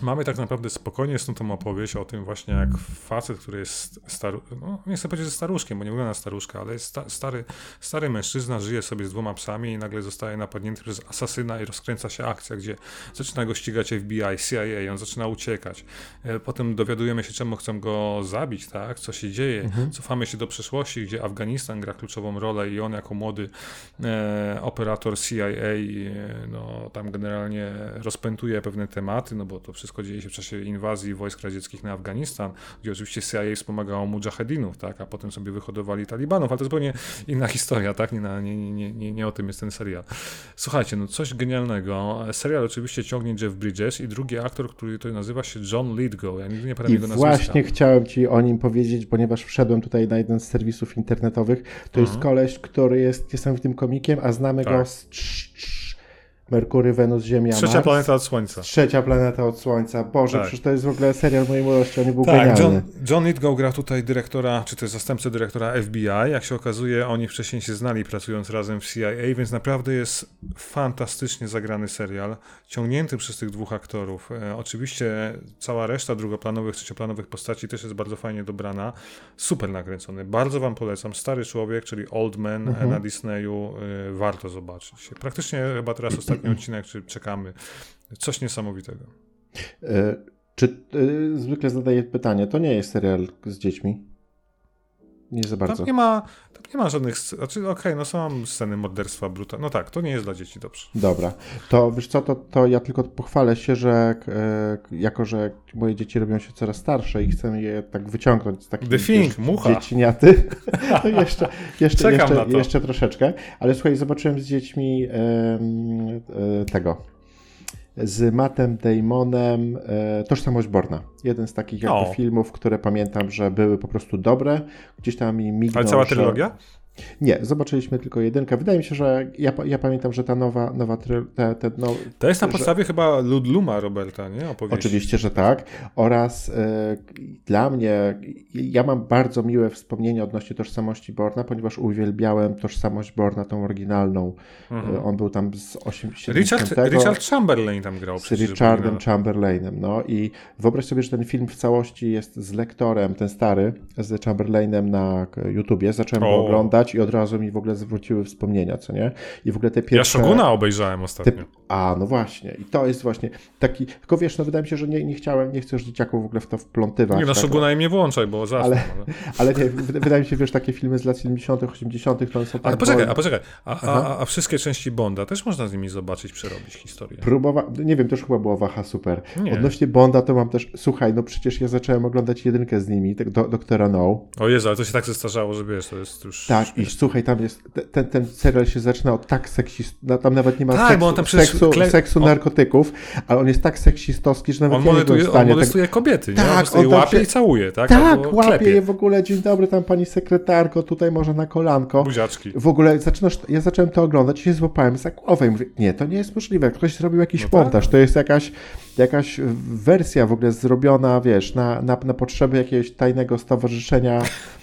Speaker 2: Mamy tak naprawdę spokojnie tą opowieść o tym właśnie, jak facet, który jest stary, no nie chcę powiedzieć, że staruszkiem, bo nie wygląda na staruszka, ale jest sta, stary, stary mężczyzna, żyje sobie z dwoma psami i nagle zostaje napadnięty przez asasyna i rozkręca się akcja, gdzie zaczyna go ścigać F B I, C I A, on zaczyna uciekać. Potem dowiadujemy się, czemu chcą go zabić, tak, co się dzieje. Mhm. Cofamy się do przeszłości, gdzie Afganistan gra kluczową rolę i on jako młody e, operator C I A e, no, tam generalnie rozpętuje pewne tematy, no bo to wszystko dzieje się w czasie inwazji wojsk radzieckich na Afganistan, gdzie oczywiście C I A wspomagało mujahedinów, tak, a potem sobie wyhodowali talibanów, ale to zupełnie inna historia, tak, nie, na, nie, nie, nie, nie o tym jest ten serial. Słuchajcie, no coś genialnego. Serial oczywiście ciągnie Jeff Bridges i drugi aktor, który to nazywa się John Lithgow. Ja nigdy nie pamiętam jego nazwiska.
Speaker 1: I właśnie chciałem ci o nim powiedzieć, ponieważ wszedłem tutaj na jeden z serwisów internetowych. To mhm. jest koleś, który jest niesamowitym komikiem, a znamy tak. go z trz, trz, Merkury, Wenus, Ziemia,
Speaker 2: Trzecia
Speaker 1: Mars.
Speaker 2: planeta od Słońca.
Speaker 1: Trzecia planeta od Słońca. Boże, tak. przecież to jest w ogóle serial mojej młodości, on nie był
Speaker 2: tak,
Speaker 1: genialny.
Speaker 2: John, John Lithgow gra tutaj dyrektora, czy też zastępcę dyrektora F B I. Jak się okazuje, oni wcześniej się znali, pracując razem w C I A, więc naprawdę jest fantastycznie zagrany serial, ciągnięty przez tych dwóch aktorów. E, oczywiście cała reszta drugoplanowych, trzecioplanowych postaci też jest bardzo fajnie dobrana. Super nakręcony. Bardzo wam polecam. Stary Człowiek, czyli Old Man mhm. na Disneyu. E, warto zobaczyć. Praktycznie chyba teraz ostatni odcinek, czy czekamy. Coś niesamowitego.
Speaker 1: E, czy e, zwykle zadaję pytanie, to nie jest serial z dziećmi? Nie za bardzo.
Speaker 2: Tam nie ma, tam nie ma żadnych, znaczy okej, okay, no są sceny morderstwa, bruta. No tak, to nie jest dla dzieci, dobrze.
Speaker 1: Dobra, to wiesz co, to, to ja tylko pochwalę się, że e, jako, że moje dzieci robią się coraz starsze i chcę je tak wyciągnąć z takich
Speaker 2: The Thing, mucha.
Speaker 1: dziecieniaty, to jeszcze, jeszcze,
Speaker 2: Czekam
Speaker 1: jeszcze,
Speaker 2: na to.
Speaker 1: jeszcze troszeczkę, ale słuchaj, zobaczyłem z dziećmi e, e, tego, z Mattem Damonem e, Tożsamość Borna. Jeden z takich jakby o. filmów, które pamiętam, że były po prostu dobre. Gdzieś tam mi mignął,
Speaker 2: ale cała
Speaker 1: że...
Speaker 2: trylogia?
Speaker 1: Nie, zobaczyliśmy tylko jedynkę. Wydaje mi się, że ja, ja pamiętam, że ta nowa, nowa try, te, te, no,
Speaker 2: to jest na
Speaker 1: że...
Speaker 2: podstawie chyba Ludluma Roberta, nie? Opowieści.
Speaker 1: Oczywiście, że tak. Oraz e, dla mnie, ja mam bardzo miłe wspomnienie odnośnie Tożsamości Borna, ponieważ uwielbiałem Tożsamość Borna, tą oryginalną. Mhm. E, on był tam z osiemdziesiątego.
Speaker 2: Richard, Richard Chamberlain tam grał.
Speaker 1: Z Richardem Chamberlainem. No i wyobraź sobie, że ten film w całości jest z lektorem, ten stary, z Chamberlainem na YouTubie. Zacząłem go oglądać i od razu mi w ogóle zwróciły wspomnienia, co nie? I w ogóle te pierwsze...
Speaker 2: Ja Shoguna obejrzałem ostatnio.
Speaker 1: Te... A, no właśnie. I to jest właśnie taki... Tylko wiesz, no wydaje mi się, że nie, nie chciałem, nie chcę już dzieciaków w ogóle w to wplątywać.
Speaker 2: Nie, no
Speaker 1: tak?
Speaker 2: Shoguna im nie włączaj, bo zasnę.
Speaker 1: Ale, ale nie, wydaje mi się, wiesz, takie filmy z lat siedemdziesiątych, osiemdziesiątych to są tak...
Speaker 2: Ale poczekaj, a poczekaj. A, a, a wszystkie części Bonda też można z nimi zobaczyć, przerobić historię.
Speaker 1: Próbowa... Nie wiem, to już chyba było Waha super.
Speaker 2: Nie.
Speaker 1: Odnośnie Bonda to mam też... Słuchaj, no przecież ja zacząłem oglądać jedynkę z nimi, do, doktora No.
Speaker 2: O Jezu, ale to się tak zestarzało, że wiesz, to jest już...
Speaker 1: Tak, śmieszne. I słuchaj, tam jest... Ten, ten serial się zaczyna od tak seksistowskiego, tam nawet nie ma
Speaker 2: tak,
Speaker 1: seksu,
Speaker 2: bo on tam
Speaker 1: seksu,
Speaker 2: kle...
Speaker 1: seksu
Speaker 2: on...
Speaker 1: narkotyków, ale on jest tak seksistowski, że nawet
Speaker 2: on
Speaker 1: ja
Speaker 2: molestuje,
Speaker 1: nie byłem w stanie.
Speaker 2: On molestuje
Speaker 1: tak...
Speaker 2: kobiety, nie?
Speaker 1: Tak,
Speaker 2: on,
Speaker 1: on
Speaker 2: łapie
Speaker 1: się...
Speaker 2: i całuje, tak?
Speaker 1: Tak,
Speaker 2: albo
Speaker 1: łapie
Speaker 2: klepie.
Speaker 1: je w ogóle, dzień dobry, tam pani sekretarko, tutaj może na kolanko.
Speaker 2: Buziaczki.
Speaker 1: W ogóle zaczynasz, ja zacząłem to oglądać i się złapałem za głowę i mówię, nie, to nie jest możliwe, ktoś zrobił jakiś
Speaker 2: no
Speaker 1: montaż, tak. To jest jakaś, jakaś wersja w ogóle zrobiona, wiesz, na, na, na potrzeby jakiegoś tajnego stowarzyszenia,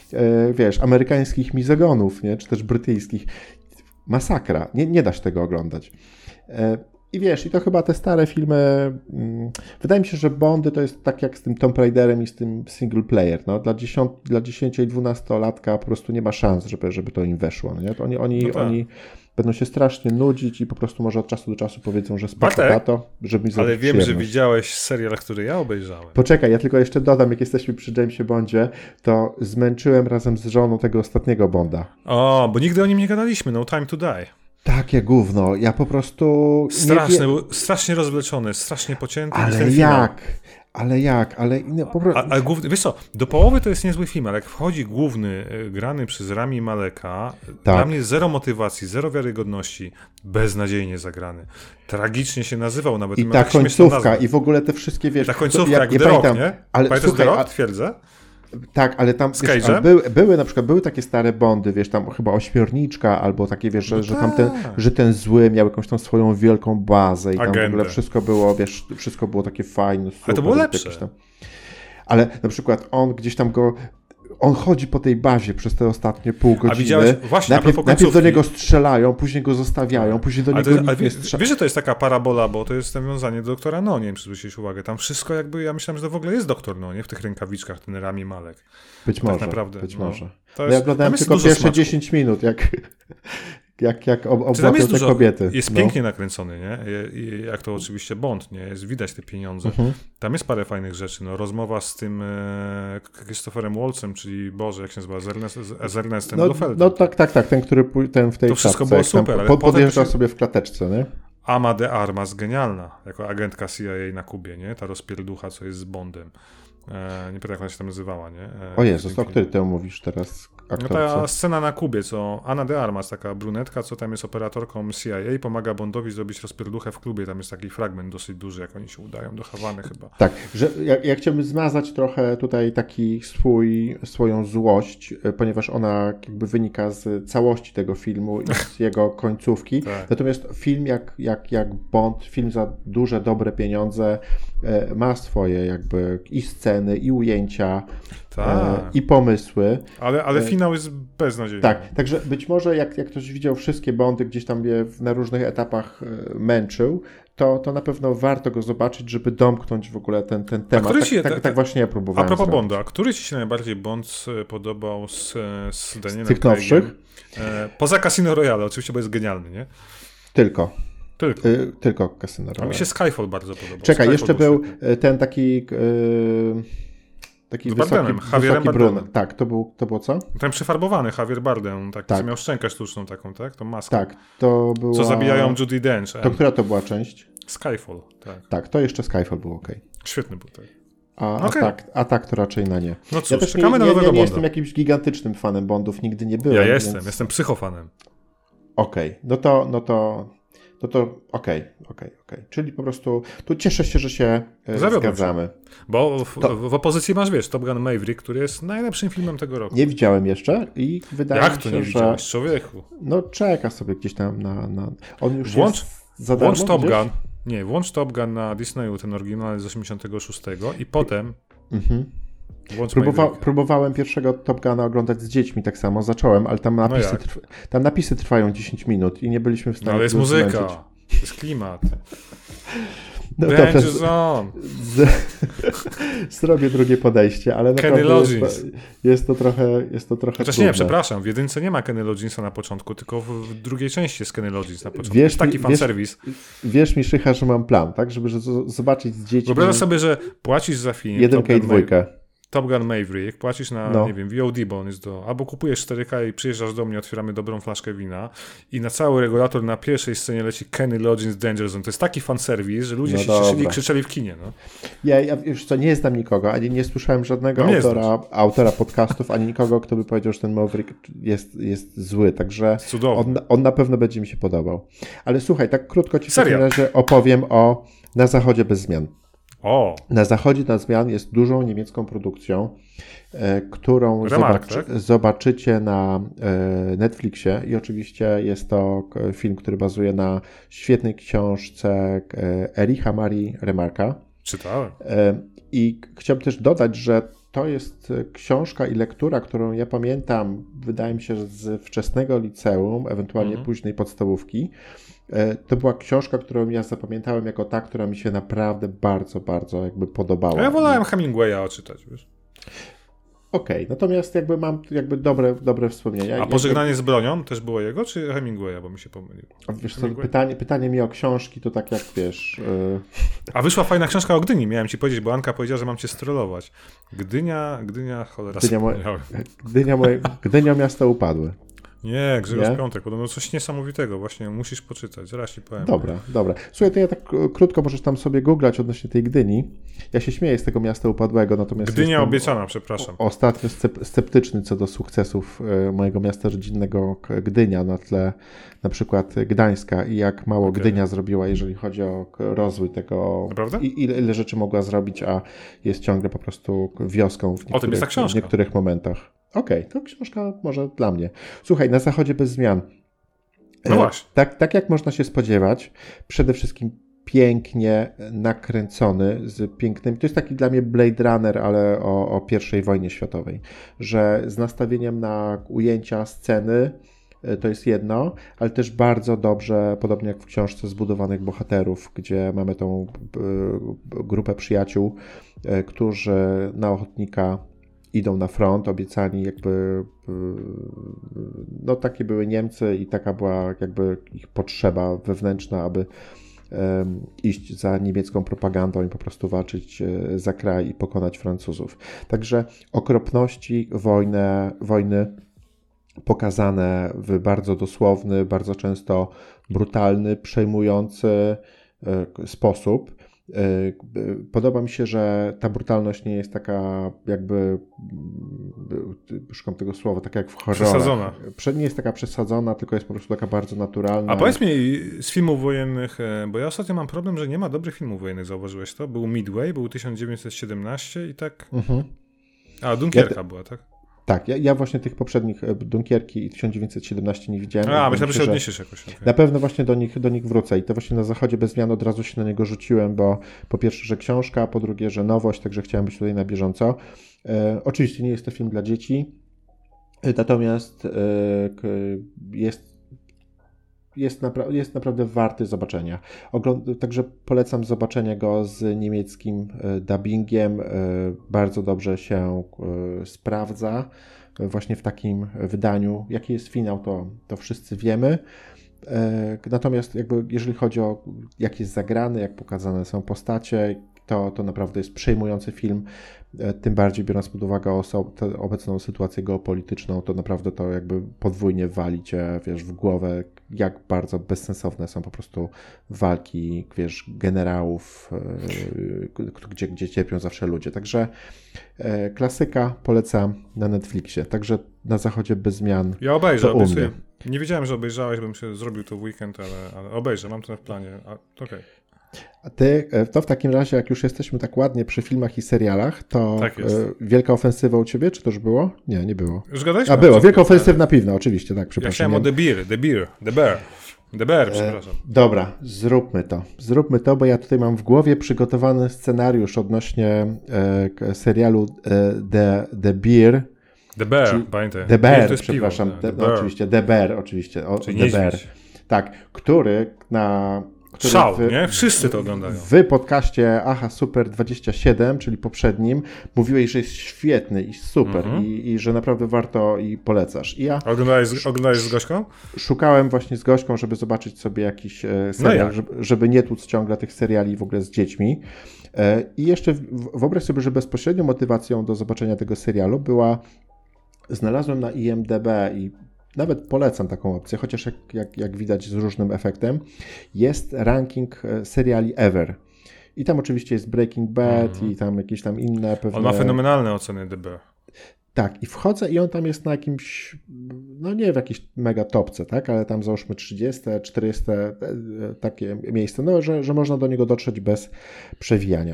Speaker 1: e, wiesz, amerykańskich mizogonów, nie, czy też brytyjskich. Masakra, nie, nie da się tego oglądać. E, I wiesz, i to chyba te stare filmy, mm, wydaje mi się, że Bondy to jest tak jak z tym Tomb Raiderem i z tym single player, no, dla, dziesiąt, dla dziesięcio- i dwunastolatka po prostu nie ma szans, żeby, żeby to im weszło, nie? To oni, oni, no tak. oni będą się strasznie nudzić i po prostu może od czasu do czasu powiedzą, że spoko tato, żeby mi zrobić
Speaker 2: ale wiem,
Speaker 1: przyjemność.
Speaker 2: że widziałeś serial, który ja obejrzałem.
Speaker 1: Poczekaj, ja tylko jeszcze dodam, jak jesteśmy przy Jamesie Bondzie, to zmęczyłem razem z żoną tego ostatniego Bonda.
Speaker 2: O, bo nigdy o nim nie gadaliśmy, No Time to Die.
Speaker 1: Takie gówno, ja po prostu...
Speaker 2: Straszny, wie... strasznie rozwleczony, strasznie pocięty.
Speaker 1: Ale jak? Ale jak? Ale no, po prostu...
Speaker 2: A, a główny, wiesz co, do połowy to jest niezły film, ale jak wchodzi główny, grany przez Rami Maleka, tak. Dla mnie zero motywacji, zero wiarygodności, beznadziejnie zagrany. Tragicznie się nazywał nawet.
Speaker 1: I ta końcówka, i w ogóle te wszystkie, wiesz...
Speaker 2: I ta końcówka,
Speaker 1: ja,
Speaker 2: jak
Speaker 1: ja
Speaker 2: The
Speaker 1: pamiętam,
Speaker 2: Rock, nie?
Speaker 1: Ale,
Speaker 2: pamiętasz
Speaker 1: słuchaj,
Speaker 2: The Rock,
Speaker 1: a...
Speaker 2: twierdzę?
Speaker 1: Tak, ale tam wiesz, ale były, były na przykład były takie stare Bondy, wiesz, tam chyba Ośmiorniczka albo takie, wiesz, że, no że tam ten, że ten zły miał jakąś tam swoją wielką bazę i tam Agendę. W ogóle wszystko było, wiesz, wszystko było takie fajne, super.
Speaker 2: Ale to było lepsze.
Speaker 1: Tam. Ale na przykład on gdzieś tam go on chodzi po tej bazie przez te ostatnie pół godziny.
Speaker 2: A widziałeś, właśnie,
Speaker 1: najpierw,
Speaker 2: a propos
Speaker 1: najpierw do
Speaker 2: końcówki.
Speaker 1: niego strzelają, później go zostawiają, później do
Speaker 2: Ale
Speaker 1: niego
Speaker 2: to, ale
Speaker 1: nikt nie
Speaker 2: wiesz,
Speaker 1: strzela.
Speaker 2: wiesz, że to jest taka parabola, bo to jest nawiązanie do doktora No, nie wiem, czy zwróciłeś uwagę. Tam wszystko jakby, ja myślałem, że to w ogóle jest doktor No, nie? W tych rękawiczkach, ten Rami Malek.
Speaker 1: Być
Speaker 2: tak
Speaker 1: może,
Speaker 2: naprawdę,
Speaker 1: być
Speaker 2: no.
Speaker 1: może.
Speaker 2: To
Speaker 1: No
Speaker 2: jest,
Speaker 1: ja oglądałem tylko
Speaker 2: dużo
Speaker 1: pierwsze
Speaker 2: smaczków.
Speaker 1: dziesięć minut, jak, jak, jak ob-
Speaker 2: Czy tam
Speaker 1: obłapią
Speaker 2: jest
Speaker 1: te
Speaker 2: dużo,
Speaker 1: kobiety.
Speaker 2: jest
Speaker 1: no.
Speaker 2: pięknie nakręcony, nie? I, i jak to oczywiście Bond, nie? Jest, widać te pieniądze.
Speaker 1: Mhm.
Speaker 2: Tam jest parę fajnych rzeczy, no. Rozmowa z tym e, Christopherem Waltzem, czyli, Boże, jak się nazywa, z, Ernest, z Ernestem
Speaker 1: No,
Speaker 2: Blofeldem.
Speaker 1: no tak, tak, tak, ten, który pój- ten w tej
Speaker 2: To wszystko
Speaker 1: czapce,
Speaker 2: było
Speaker 1: jak tam
Speaker 2: super, ale
Speaker 1: pod,
Speaker 2: potem
Speaker 1: podjeżdża
Speaker 2: to się-
Speaker 1: sobie w klateczce, nie?
Speaker 2: Ama de Armas, genialna, jako agentka C I A na Kubie, nie? Ta rozpierducha, co jest z Bondem. E, nie pamiętam, jak ona się tam nazywała, nie? E,
Speaker 1: O Jezus, o
Speaker 2: pięknie.
Speaker 1: której ty mówisz teraz
Speaker 2: No
Speaker 1: aktorce?
Speaker 2: ta scena na Kubie, co Ana de Armas, taka brunetka, co tam jest operatorką C I A, pomaga Bondowi zrobić rozpierduchę w klubie. Tam jest taki fragment dosyć duży, jak oni się udają do Hawany chyba.
Speaker 1: Tak, że ja, ja chciałbym zmazać trochę tutaj taki swój, swoją złość, ponieważ ona jakby wynika z całości tego filmu i z jego końcówki.
Speaker 2: Tak.
Speaker 1: Natomiast film jak, jak, jak Bond, film za duże, dobre pieniądze e, ma swoje jakby i sceny, i ujęcia,
Speaker 2: Tak.
Speaker 1: e, i pomysły.
Speaker 2: Ale, ale
Speaker 1: E,
Speaker 2: finał jest beznadziejny.
Speaker 1: Tak, także być może jak, jak ktoś widział wszystkie Bondy, gdzieś tam je w- na różnych etapach e, męczył, to, to na pewno warto go zobaczyć, żeby domknąć w ogóle ten, ten temat.
Speaker 2: który
Speaker 1: Tak,
Speaker 2: ci-
Speaker 1: tak,
Speaker 2: ta-
Speaker 1: tak właśnie ja
Speaker 2: A
Speaker 1: próbowałem
Speaker 2: propos
Speaker 1: zrobić.
Speaker 2: Bonda, a który ci się najbardziej Bond e, podobał z, e, z Danielem
Speaker 1: tych
Speaker 2: Craigiem?
Speaker 1: nowszych?
Speaker 2: E, poza Casino Royale, oczywiście, bo jest genialny, nie?
Speaker 1: Tylko.
Speaker 2: Tylko.
Speaker 1: Y, tylko Casino
Speaker 2: A
Speaker 1: Royale.
Speaker 2: mi się Skyfall bardzo podobał.
Speaker 1: Czekaj,
Speaker 2: Skyfall
Speaker 1: jeszcze był
Speaker 2: świetny.
Speaker 1: y, ten taki y, taki
Speaker 2: Z
Speaker 1: wysoki,
Speaker 2: Bardemem, Javierem
Speaker 1: wysoki
Speaker 2: Bardemem.
Speaker 1: brun. Tak, to, był, to było co?
Speaker 2: Ten przefarbowany Javier Bardem, taki,
Speaker 1: Tak.
Speaker 2: co miał szczękę sztuczną taką, tak? Tą maskę.
Speaker 1: Tak, to było...
Speaker 2: Co zabijają Judi Dench.
Speaker 1: To która to była część?
Speaker 2: Skyfall, tak.
Speaker 1: Tak, to jeszcze Skyfall był ok.
Speaker 2: Świetny był, tak.
Speaker 1: A, a,
Speaker 2: Okej.
Speaker 1: tak, a tak to raczej na nie.
Speaker 2: No cóż,
Speaker 1: Ja też nie,
Speaker 2: czekamy na
Speaker 1: nie,
Speaker 2: nowego
Speaker 1: nie, nie
Speaker 2: Bonda.
Speaker 1: jestem jakimś gigantycznym fanem Bondów, nigdy nie byłem.
Speaker 2: Ja jestem,
Speaker 1: więc...
Speaker 2: jestem psychofanem.
Speaker 1: Okej, no to, no to, no to okej, okej, okej. Czyli po prostu tu cieszę się, że się e,
Speaker 2: Zawiodłem
Speaker 1: zgadzamy.
Speaker 2: Bo w,
Speaker 1: To-
Speaker 2: w opozycji masz, wiesz, Top Gun Maverick, który jest najlepszym filmem tego roku.
Speaker 1: Nie widziałem jeszcze i wydaje
Speaker 2: Jak
Speaker 1: mi
Speaker 2: to
Speaker 1: się,
Speaker 2: nie
Speaker 1: że
Speaker 2: widziałeś, człowieku?
Speaker 1: no czeka sobie gdzieś tam na... na... On już
Speaker 2: Włącz-
Speaker 1: jest za darmo,
Speaker 2: Włącz Top
Speaker 1: gdzieś?
Speaker 2: Gun. Nie, włącz Top Gun na Disneyu, ten oryginalny z osiemdziesiątego szóstego i potem
Speaker 1: Mhm.
Speaker 2: włącz
Speaker 1: Próbowa-
Speaker 2: Mavericka.
Speaker 1: próbowałem pierwszego Top Guna oglądać z dziećmi, tak samo zacząłem, ale tam napisy,
Speaker 2: jak?
Speaker 1: trw- tam napisy trwają dziesięć minut i nie byliśmy w
Speaker 2: No
Speaker 1: stanie
Speaker 2: ale jest
Speaker 1: tego
Speaker 2: muzyka,
Speaker 1: zmęczyć.
Speaker 2: to jest klimat.
Speaker 1: No
Speaker 2: Danger
Speaker 1: dobrze, z-
Speaker 2: Zone.
Speaker 1: z- zrobię drugie podejście, ale
Speaker 2: Kenny
Speaker 1: naprawdę jest
Speaker 2: Loggins.
Speaker 1: to, jest to trochę jest to trochę
Speaker 2: Chociaż
Speaker 1: trudne.
Speaker 2: nie, przepraszam, w jedynce nie ma Kenny Logginsa na początku, tylko w, w drugiej części jest Kenny Loggins na początku.
Speaker 1: Wiesz
Speaker 2: jest taki
Speaker 1: mi-
Speaker 2: fanserwis.
Speaker 1: Wierz mi, Szycha, że mam plan, tak? Żeby z- zobaczyć z dziećmi
Speaker 2: Wyobrażasz sobie, że płacisz za film
Speaker 1: jedynkę i
Speaker 2: Top Gun, Ma-
Speaker 1: dwójkę.
Speaker 2: Top Gun Maverick, płacisz na,
Speaker 1: No.
Speaker 2: nie wiem, V O D, bo on jest do... Albo kupujesz cztery K i przyjeżdżasz do mnie, otwieramy dobrą flaszkę wina i na cały regulator na pierwszej scenie leci Kenny Loggins Danger Zone. To jest taki fanserwis, że ludzie
Speaker 1: No
Speaker 2: się cieszyli i
Speaker 1: dobra.
Speaker 2: krzyczeli w kinie, no.
Speaker 1: Ja, ja już co, nie znam nikogo, ani nie słyszałem żadnego
Speaker 2: No nie
Speaker 1: autora, autora podcastów, ani nikogo, kto by powiedział, że ten Maverick jest, jest zły, także
Speaker 2: Cudowny.
Speaker 1: on, on na pewno będzie mi się podobał. Ale słuchaj, tak krótko ci w takim
Speaker 2: Serial.
Speaker 1: razie opowiem o Na Zachodzie bez zmian.
Speaker 2: O,
Speaker 1: Na Zachodzie bez zmian jest dużą niemiecką produkcją, e, którą
Speaker 2: Remark,
Speaker 1: zobaczy,
Speaker 2: tak?
Speaker 1: zobaczycie na e, Netflixie i oczywiście jest to k- film, który bazuje na świetnej książce e, Ericha Marii Remarka.
Speaker 2: czytałem.
Speaker 1: E, I k- chciałbym też dodać, że to jest e, książka i lektura, którą ja pamiętam, wydaje mi się, że z wczesnego liceum, ewentualnie
Speaker 2: Mhm.
Speaker 1: późnej podstawówki. E, To była książka, którą ja zapamiętałem jako ta, która mi się naprawdę bardzo, bardzo jakby podobała.
Speaker 2: A ja wolałem Hemingwaya odczytać, wiesz.
Speaker 1: Okej, natomiast jakby mam jakby dobre, dobre wspomnienia.
Speaker 2: A
Speaker 1: Jakby-
Speaker 2: Pożegnanie z bronią też było jego, czy Hemingwaya, bo mi się pomylił.
Speaker 1: Wiesz co,
Speaker 2: Hemingway?
Speaker 1: pytanie, pytanie mi o książki to tak jak wiesz... Yy...
Speaker 2: A wyszła fajna książka o Gdyni, miałem ci powiedzieć, bo Anka powiedziała, że mam cię strollować. Gdynia, Gdynia, cholera,
Speaker 1: Gdynia, moje,
Speaker 2: zapomniałem.
Speaker 1: Gdynia, moje, Gdynia miasta upadły.
Speaker 2: Nie, Grzegorz
Speaker 1: Nie?
Speaker 2: Piątek, podobno coś niesamowitego, właśnie musisz poczytać, zaraz ci powiem.
Speaker 1: Dobra, dobra. Słuchaj, to ja tak k- krótko możesz tam sobie googlać odnośnie tej Gdyni. Ja się śmieję z tego miasta upadłego, natomiast
Speaker 2: Gdynia
Speaker 1: jestem
Speaker 2: obiecana, przepraszam.
Speaker 1: o- ostatnio scep- sceptyczny co do sukcesów e, mojego miasta rodzinnego k- Gdynia na tle na przykład Gdańska i jak mało
Speaker 2: Okej.
Speaker 1: Gdynia zrobiła, jeżeli chodzi o k- rozwój tego
Speaker 2: Naprawdę?
Speaker 1: i ile, ile rzeczy mogła zrobić, a jest ciągle po prostu k- wioską w niektórych,
Speaker 2: jest ta książka.
Speaker 1: w niektórych momentach. Okej, to książka może dla mnie. Słuchaj, Na Zachodzie bez zmian.
Speaker 2: No
Speaker 1: E,
Speaker 2: właśnie.
Speaker 1: Tak, tak jak można się spodziewać, przede wszystkim pięknie nakręcony, z pięknymi, to jest taki dla mnie Blade Runner, ale o, o pierwszej wojnie światowej, że z nastawieniem na ujęcia, sceny, to jest jedno, ale też bardzo dobrze, podobnie jak w książce, zbudowanych bohaterów, gdzie mamy tą grupę przyjaciół, którzy na ochotnika idą na front, obiecani jakby, no takie były Niemcy i taka była jakby ich potrzeba wewnętrzna, aby um, iść za niemiecką propagandą i po prostu walczyć za kraj i pokonać Francuzów. Także okropności wojny, wojny pokazane w bardzo dosłowny, bardzo często brutalny, przejmujący sposób. Podoba mi się, że ta brutalność nie jest taka jakby, szukam tego słowa, taka jak w horrorach.
Speaker 2: Przesadzona.
Speaker 1: Nie jest taka przesadzona, tylko jest po prostu taka bardzo naturalna.
Speaker 2: A powiedz mi z filmów wojennych, bo ja ostatnio mam problem, że nie ma dobrych filmów wojennych, zauważyłeś to? Był Midway, był tysiąc dziewięćset siedemnaście i tak... Mhm. A, Dunkierka ja te... była, tak?
Speaker 1: Tak, ja, ja właśnie tych poprzednich Dunkierki i tysiąc dziewięćset siedemnaście nie widziałem.
Speaker 2: A, myślałem, że się odniesiesz jakoś. Okay.
Speaker 1: Na pewno właśnie do nich, do nich wrócę i to właśnie na Zachodzie bez zmian od razu się na niego rzuciłem, bo po pierwsze, że książka, po drugie, że nowość, także chciałem być tutaj na bieżąco. E, oczywiście nie jest to film dla dzieci, natomiast e, jest Jest, napra- jest naprawdę warty zobaczenia. Ogląd- także polecam zobaczenie go z niemieckim e, dubbingiem. E, bardzo dobrze się e, sprawdza e, właśnie w takim wydaniu. Jaki jest finał, to, to wszyscy wiemy. E, natomiast jakby jeżeli chodzi o jak jest zagrany, jak pokazane są postacie, to, to naprawdę jest przejmujący film. Tym bardziej biorąc pod uwagę oso- tę obecną sytuację geopolityczną, to naprawdę to jakby podwójnie wali cię, wiesz, w głowę, jak bardzo bezsensowne są po prostu walki, wiesz, generałów, yy, gdzie, gdzie cierpią zawsze ludzie. Także yy, klasyka, polecam na Netflixie. Także na Zachodzie bez zmian.
Speaker 2: Ja obejrzę, obiecuję. Nie wiedziałem, że obejrzałeś, bym się zrobił to w weekend, ale, ale obejrzę, mam to w planie. Okej. Okay.
Speaker 1: A ty, to w takim razie, jak już jesteśmy tak ładnie przy filmach i serialach, to tak Wielka Ofensywa u ciebie, czy to już było? Nie, nie było.
Speaker 2: Już gadaliśmy?
Speaker 1: A było, Wielka Ofensywna Piwna, oczywiście, tak, przepraszam.
Speaker 2: Ja chciałem o The Bear, The Bear, The Bear, The Bear, przepraszam.
Speaker 1: E, dobra, zróbmy to. Zróbmy to, bo ja tutaj mam w głowie przygotowany scenariusz odnośnie e, serialu e, The, The Bear.
Speaker 2: The Bear, pamiętaj.
Speaker 1: The Bear, przepraszam, piwo, The, The no, oczywiście, The Bear, oczywiście, o, The Bear. Tak, który na...
Speaker 2: Szał, wy, nie? Wszyscy to oglądają.
Speaker 1: Wy podcaście Aha Super dwadzieścia siedem, czyli poprzednim, mówiłeś, że jest świetny i super mm-hmm. i, i że naprawdę warto i polecasz. I ja
Speaker 2: oglądałeś, oglądałeś z Gośką?
Speaker 1: Szukałem właśnie z Gośką, żeby zobaczyć sobie jakiś e, serial, no żeby, żeby nie tłuc ciągle tych seriali w ogóle z dziećmi. E, I jeszcze w, wyobraź sobie, że bezpośrednią motywacją do zobaczenia tego serialu była, znalazłem na I M D B i nawet polecam taką opcję, chociaż jak, jak, jak widać z różnym efektem, jest ranking seriali ever. I tam oczywiście jest Breaking Bad mm. i tam jakieś tam inne pewne...
Speaker 2: On ma fenomenalne oceny D B.
Speaker 1: Tak, i wchodzę i on tam jest na jakimś, no nie w jakiejś mega topce, tak, ale tam załóżmy trzydzieste, czterdzieste takie miejsce, no że, że można do niego dotrzeć bez przewijania.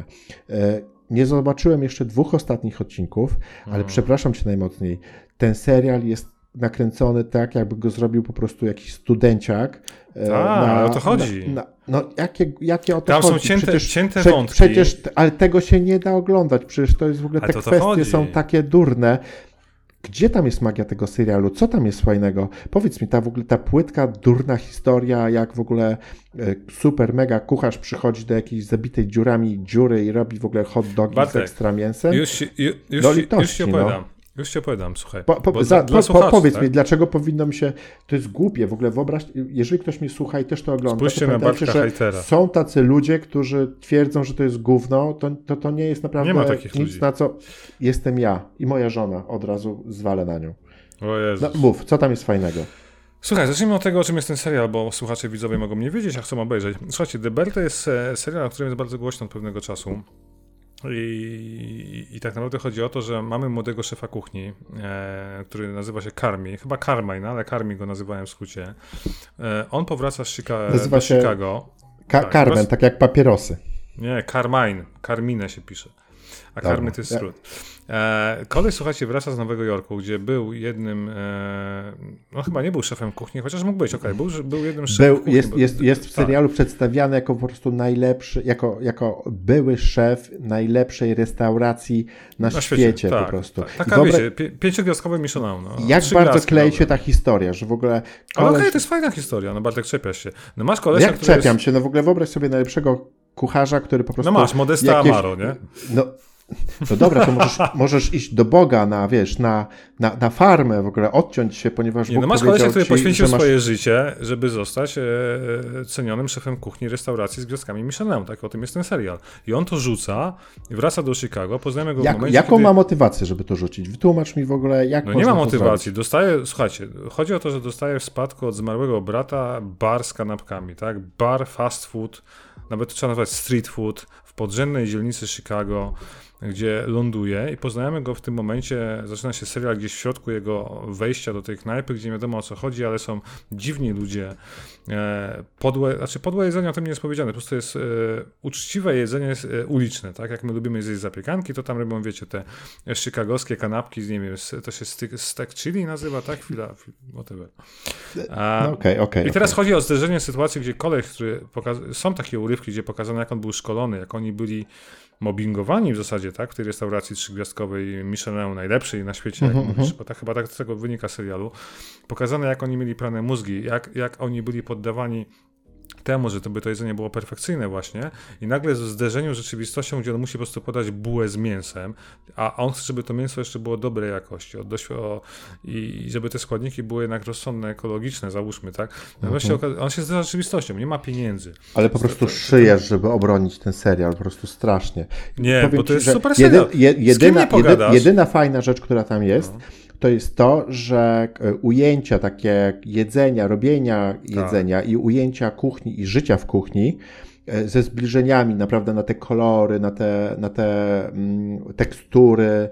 Speaker 1: Nie zobaczyłem jeszcze dwóch ostatnich odcinków, ale mm. przepraszam cię najmocniej, ten serial jest nakręcony tak, jakby go zrobił po prostu jakiś studenciak.
Speaker 2: A, na, o to chodzi.
Speaker 1: Na, na, no jakie, jakie o to
Speaker 2: Tam
Speaker 1: chodzi?
Speaker 2: Tam są cięte,
Speaker 1: przecież,
Speaker 2: cięte
Speaker 1: prze,
Speaker 2: wątki.
Speaker 1: Przecież, ale tego się nie da oglądać, przecież to jest w ogóle, te
Speaker 2: to
Speaker 1: kwestie
Speaker 2: to
Speaker 1: są takie durne. Gdzie tam jest magia tego serialu? Co tam jest fajnego? Powiedz mi, ta w ogóle ta płytka, durna historia, jak w ogóle super, mega kucharz przychodzi do jakiejś zabitej dziurami dziury i robi w ogóle hot dogi Bartek, z ekstra mięsem?
Speaker 2: Już, już, już,
Speaker 1: do litości,
Speaker 2: już ci opowiadam.
Speaker 1: No.
Speaker 2: Już ci opowiadam, słuchaj.
Speaker 1: Po, po, za, dla, po, po, powiedz tak? mi, dlaczego powinno mi się... To jest głupie, w ogóle wyobraź, jeżeli ktoś mnie słucha i też to ogląda,
Speaker 2: Spójrzcie
Speaker 1: to
Speaker 2: na Bartka
Speaker 1: że
Speaker 2: hejtera.
Speaker 1: Są tacy ludzie, którzy twierdzą, że to jest gówno, to, to, to nie jest naprawdę
Speaker 2: nie ma takich
Speaker 1: nic,
Speaker 2: ludzi.
Speaker 1: Na co jestem ja i moja żona, od razu zwalę na nią.
Speaker 2: O Jezus.
Speaker 1: No, mów, co tam jest fajnego?
Speaker 2: Słuchaj, zacznijmy od tego, o czym jest ten serial, bo słuchacze, widzowie mogą nie wiedzieć, a chcą obejrzeć. Słuchajcie, The Bear to jest serial, o którym jest bardzo głośno od pewnego czasu. I, I tak naprawdę chodzi o to, że mamy młodego szefa kuchni, e, który nazywa się Carmi, chyba Carmine, ale Carmi go nazywają w skrócie. E, on powraca z Chica-
Speaker 1: nazywa
Speaker 2: do
Speaker 1: się
Speaker 2: Chicago.
Speaker 1: Ka- tak, Carmen, tak jak papierosy.
Speaker 2: Nie, Carmine, Carmine się pisze. a karmy to jest
Speaker 1: ja...
Speaker 2: trud. E, kolej, słuchajcie, wraca z Nowego Jorku, gdzie był jednym, e, no chyba nie był szefem kuchni, chociaż mógł być, okej, okay, był, był jednym szefem
Speaker 1: był,
Speaker 2: kuchni.
Speaker 1: Jest,
Speaker 2: bo,
Speaker 1: jest, jest w serialu
Speaker 2: tak.
Speaker 1: przedstawiany jako po prostu najlepszy, jako, jako były szef najlepszej restauracji na, na świecie, świecie tak, po prostu.
Speaker 2: Tak, taka wyobraź... wiecie, pi- pięciogwiazdkowy Michelin. No,
Speaker 1: jak bardzo klei się ta historia, że w ogóle... Koleś...
Speaker 2: Ale okej, okay, to jest fajna historia, no Bartek, czepiasz się. No masz kolesia,
Speaker 1: Jak
Speaker 2: który
Speaker 1: czepiam
Speaker 2: jest...
Speaker 1: się, no w ogóle wyobraź sobie najlepszego kucharza, który po prostu...
Speaker 2: No masz, Modesta jakieś... Amaro, nie?
Speaker 1: No, no dobra, to możesz, możesz iść do Boga na, wiesz, na, na, na farmę, w ogóle odciąć się, ponieważ
Speaker 2: nie,
Speaker 1: Bóg
Speaker 2: no masz
Speaker 1: powiedział
Speaker 2: kolesia, który
Speaker 1: ci,
Speaker 2: poświęcił
Speaker 1: masz...
Speaker 2: swoje życie, żeby zostać e, cenionym szefem kuchni restauracji z gwiazdkami Michelin, tak? O tym jest ten serial. I on to rzuca i wraca do Chicago, poznajemy go w
Speaker 1: Jak,
Speaker 2: momencie,
Speaker 1: Jaką
Speaker 2: kiedy...
Speaker 1: ma motywację, żeby to rzucić? Wytłumacz mi w ogóle, jak
Speaker 2: No
Speaker 1: można
Speaker 2: nie ma
Speaker 1: to
Speaker 2: motywacji.
Speaker 1: zrobić?
Speaker 2: Dostaje, słuchajcie, chodzi o to, że dostaje w spadku od zmarłego brata bar z kanapkami, tak? Bar, fast food, nawet to trzeba nazwać street food w podrzędnej dzielnicy Chicago, gdzie ląduje i poznajemy go w tym momencie, zaczyna się serial gdzieś w środku jego wejścia do tej knajpy, gdzie nie wiadomo o co chodzi, ale są dziwni ludzie, e, podłe, znaczy podłe jedzenie o tym nie jest powiedziane, po prostu jest e, uczciwe jedzenie jest, e, uliczne, tak, jak my lubimy zjeść zapiekanki, to tam robią, wiecie, te chicagowskie kanapki, nie wiem, to się steak, steak chili nazywa, tak, chwila, whatever. A,
Speaker 1: no okay, okay,
Speaker 2: I teraz
Speaker 1: okay.
Speaker 2: chodzi o zderzenie sytuacji, gdzie koleś, który pokaz- są takie urywki, gdzie pokazano, jak on był szkolony, jak oni byli mobbingowani w zasadzie, tak, w tej restauracji trzygwiazdkowej Michelin, najlepszej na świecie, jak mm-hmm. mówisz, bo tak, chyba tak z tego wynika serialu. Pokazane, jak oni mieli prane mózgi, jak, jak oni byli poddawani temu, że to by to jedzenie było perfekcyjne właśnie i nagle w zderzeniu z rzeczywistością, gdzie on musi po prostu podać bułę z mięsem, a on chce, żeby to mięso jeszcze było dobrej jakości od dość, o, i, i żeby te składniki były jednak rozsądne, ekologiczne, załóżmy, tak? No właśnie mm-hmm. on się zderza z rzeczywistością, nie ma pieniędzy.
Speaker 1: Ale po prostu szyjesz, żeby obronić ten serial, po prostu strasznie.
Speaker 2: Nie,
Speaker 1: Powiem
Speaker 2: bo to
Speaker 1: ci,
Speaker 2: jest super serial.
Speaker 1: Jedy, je, jedyna,
Speaker 2: nie
Speaker 1: jedy, jedyna fajna rzecz, która tam jest, no. to jest to, że ujęcia takie jedzenia, robienia jedzenia tak. i ujęcia kuchni i życia w kuchni ze zbliżeniami naprawdę na te kolory, na te, na te mm, tekstury,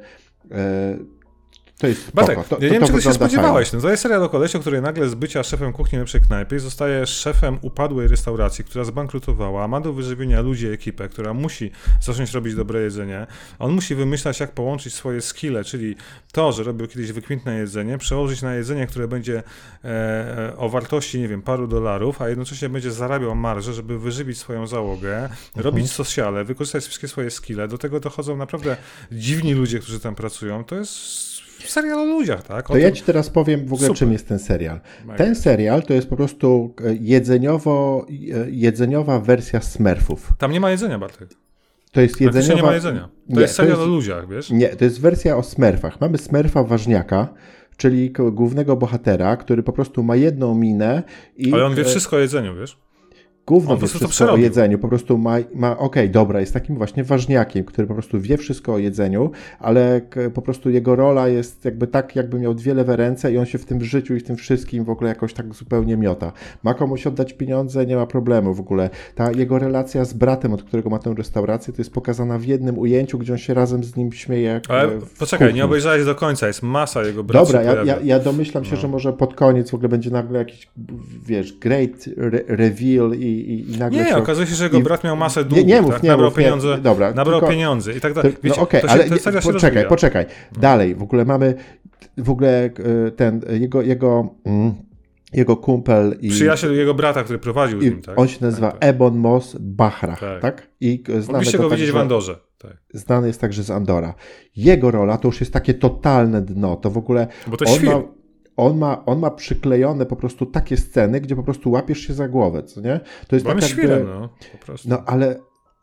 Speaker 1: to jest spoko.
Speaker 2: Bartek,
Speaker 1: to,
Speaker 2: ja nie
Speaker 1: to,
Speaker 2: wiem,
Speaker 1: to
Speaker 2: czego się spodziewałeś.
Speaker 1: fajnie.
Speaker 2: No to jest serial o kolesiu, który nagle z bycia szefem kuchni lepszej knajpy zostaje szefem upadłej restauracji, która zbankrutowała, ma do wyżywienia ludzi, ekipę, która musi zacząć robić dobre jedzenie. On musi wymyślać, jak połączyć swoje skille, czyli to, że robił kiedyś wykwintne jedzenie, przełożyć na jedzenie, które będzie e, o wartości, nie wiem, paru dolarów, a jednocześnie będzie zarabiał marżę, żeby wyżywić swoją załogę, mhm. robić sociale, wykorzystać wszystkie swoje skille. Do tego dochodzą naprawdę dziwni ludzie, którzy tam pracują. To jest serial o ludziach, tak? O
Speaker 1: to
Speaker 2: tym...
Speaker 1: ja ci teraz powiem w ogóle, Super. czym jest ten serial. Ten serial to jest po prostu jedzeniowo, jedzeniowa wersja Smurfów.
Speaker 2: Tam nie ma jedzenia, Bartek.
Speaker 1: To jest jedzeniowa...
Speaker 2: nie ma jedzenia. To nie, jest serial to jest... o ludziach, wiesz?
Speaker 1: Nie, to jest wersja o Smurfach. Mamy Smurfa ważniaka, czyli głównego bohatera, który po prostu ma jedną minę i...
Speaker 2: Ale on wie wszystko o jedzeniu, wiesz?
Speaker 1: Gówno wie wszystko o jedzeniu, po prostu ma, ma okej, okay, dobra, jest takim właśnie ważniakiem, który po prostu wie wszystko o jedzeniu, ale k- po prostu jego rola jest jakby tak, jakby miał dwie lewe ręce i on się w tym życiu i w tym wszystkim w ogóle jakoś tak zupełnie miota. Ma komuś oddać pieniądze, nie ma problemu w ogóle. Ta jego relacja z bratem, od którego ma tę restaurację, to jest pokazana w jednym ujęciu, gdzie on się razem z nim śmieje.
Speaker 2: Ale poczekaj,
Speaker 1: kuchni.
Speaker 2: Nie obejrzałeś do końca, jest masa jego braci.
Speaker 1: Dobra, ja, ja, ja domyślam się, no. że może pod koniec w ogóle będzie nagle jakiś, wiesz, great re- reveal i I, i nagle
Speaker 2: nie,
Speaker 1: się...
Speaker 2: okazuje się, że jego brat miał masę długów,
Speaker 1: nie, nie mów,
Speaker 2: tak?
Speaker 1: nie
Speaker 2: nabrał
Speaker 1: mów,
Speaker 2: pieniądze,
Speaker 1: nie, dobra,
Speaker 2: nabrał
Speaker 1: tylko,
Speaker 2: pieniądze i tak dalej. Wiecie,
Speaker 1: no okej, okay, ale nie, poczekaj, poczekaj. Dalej, w ogóle mamy w ogóle ten, jego, jego, mm, jego kumpel i...
Speaker 2: Przyjaciel jego brata, który prowadził z nim, tak?
Speaker 1: On się nazywa
Speaker 2: tak, tak.
Speaker 1: Ebon Moss Bachrach, tak? tak? I
Speaker 2: mogliście go widzieć w Andorze.
Speaker 1: Tak. Znany jest także z Andora. Jego rola to już jest takie totalne dno, to w ogóle...
Speaker 2: Bo to jest świr.
Speaker 1: On ma, on ma przyklejone po prostu takie sceny, gdzie po prostu łapiesz się za głowę, co nie? To jest
Speaker 2: tak
Speaker 1: jakby...
Speaker 2: świrem, no, po prostu.
Speaker 1: No, ale...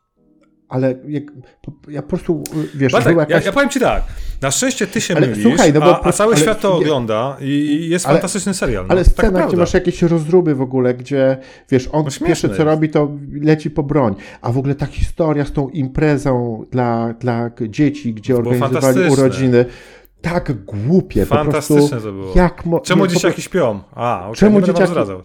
Speaker 1: Ale jak, ja po prostu, wiesz...
Speaker 2: Bartek,
Speaker 1: jakaś...
Speaker 2: ja, ja powiem ci tak, na szczęście ty się
Speaker 1: ale,
Speaker 2: mylisz,
Speaker 1: słuchaj, no bo,
Speaker 2: a, a cały
Speaker 1: ale,
Speaker 2: świat to
Speaker 1: nie,
Speaker 2: ogląda i jest
Speaker 1: ale,
Speaker 2: fantastyczny serial. No,
Speaker 1: ale scena,
Speaker 2: tak
Speaker 1: gdzie masz jakieś rozruby w ogóle, gdzie, wiesz, on
Speaker 2: no
Speaker 1: pierwsze co
Speaker 2: jest.
Speaker 1: robi, to leci po broń. A w ogóle ta historia z tą imprezą dla, dla dzieci, gdzie organizowali urodziny... Tak głupie, po prostu.
Speaker 2: Fantastyczne to było.
Speaker 1: Jak mo-
Speaker 2: Czemu
Speaker 1: nie,
Speaker 2: dzieciaki śpią? A, okay,
Speaker 1: czemu
Speaker 2: nie
Speaker 1: dzieciaki...
Speaker 2: zdradzał.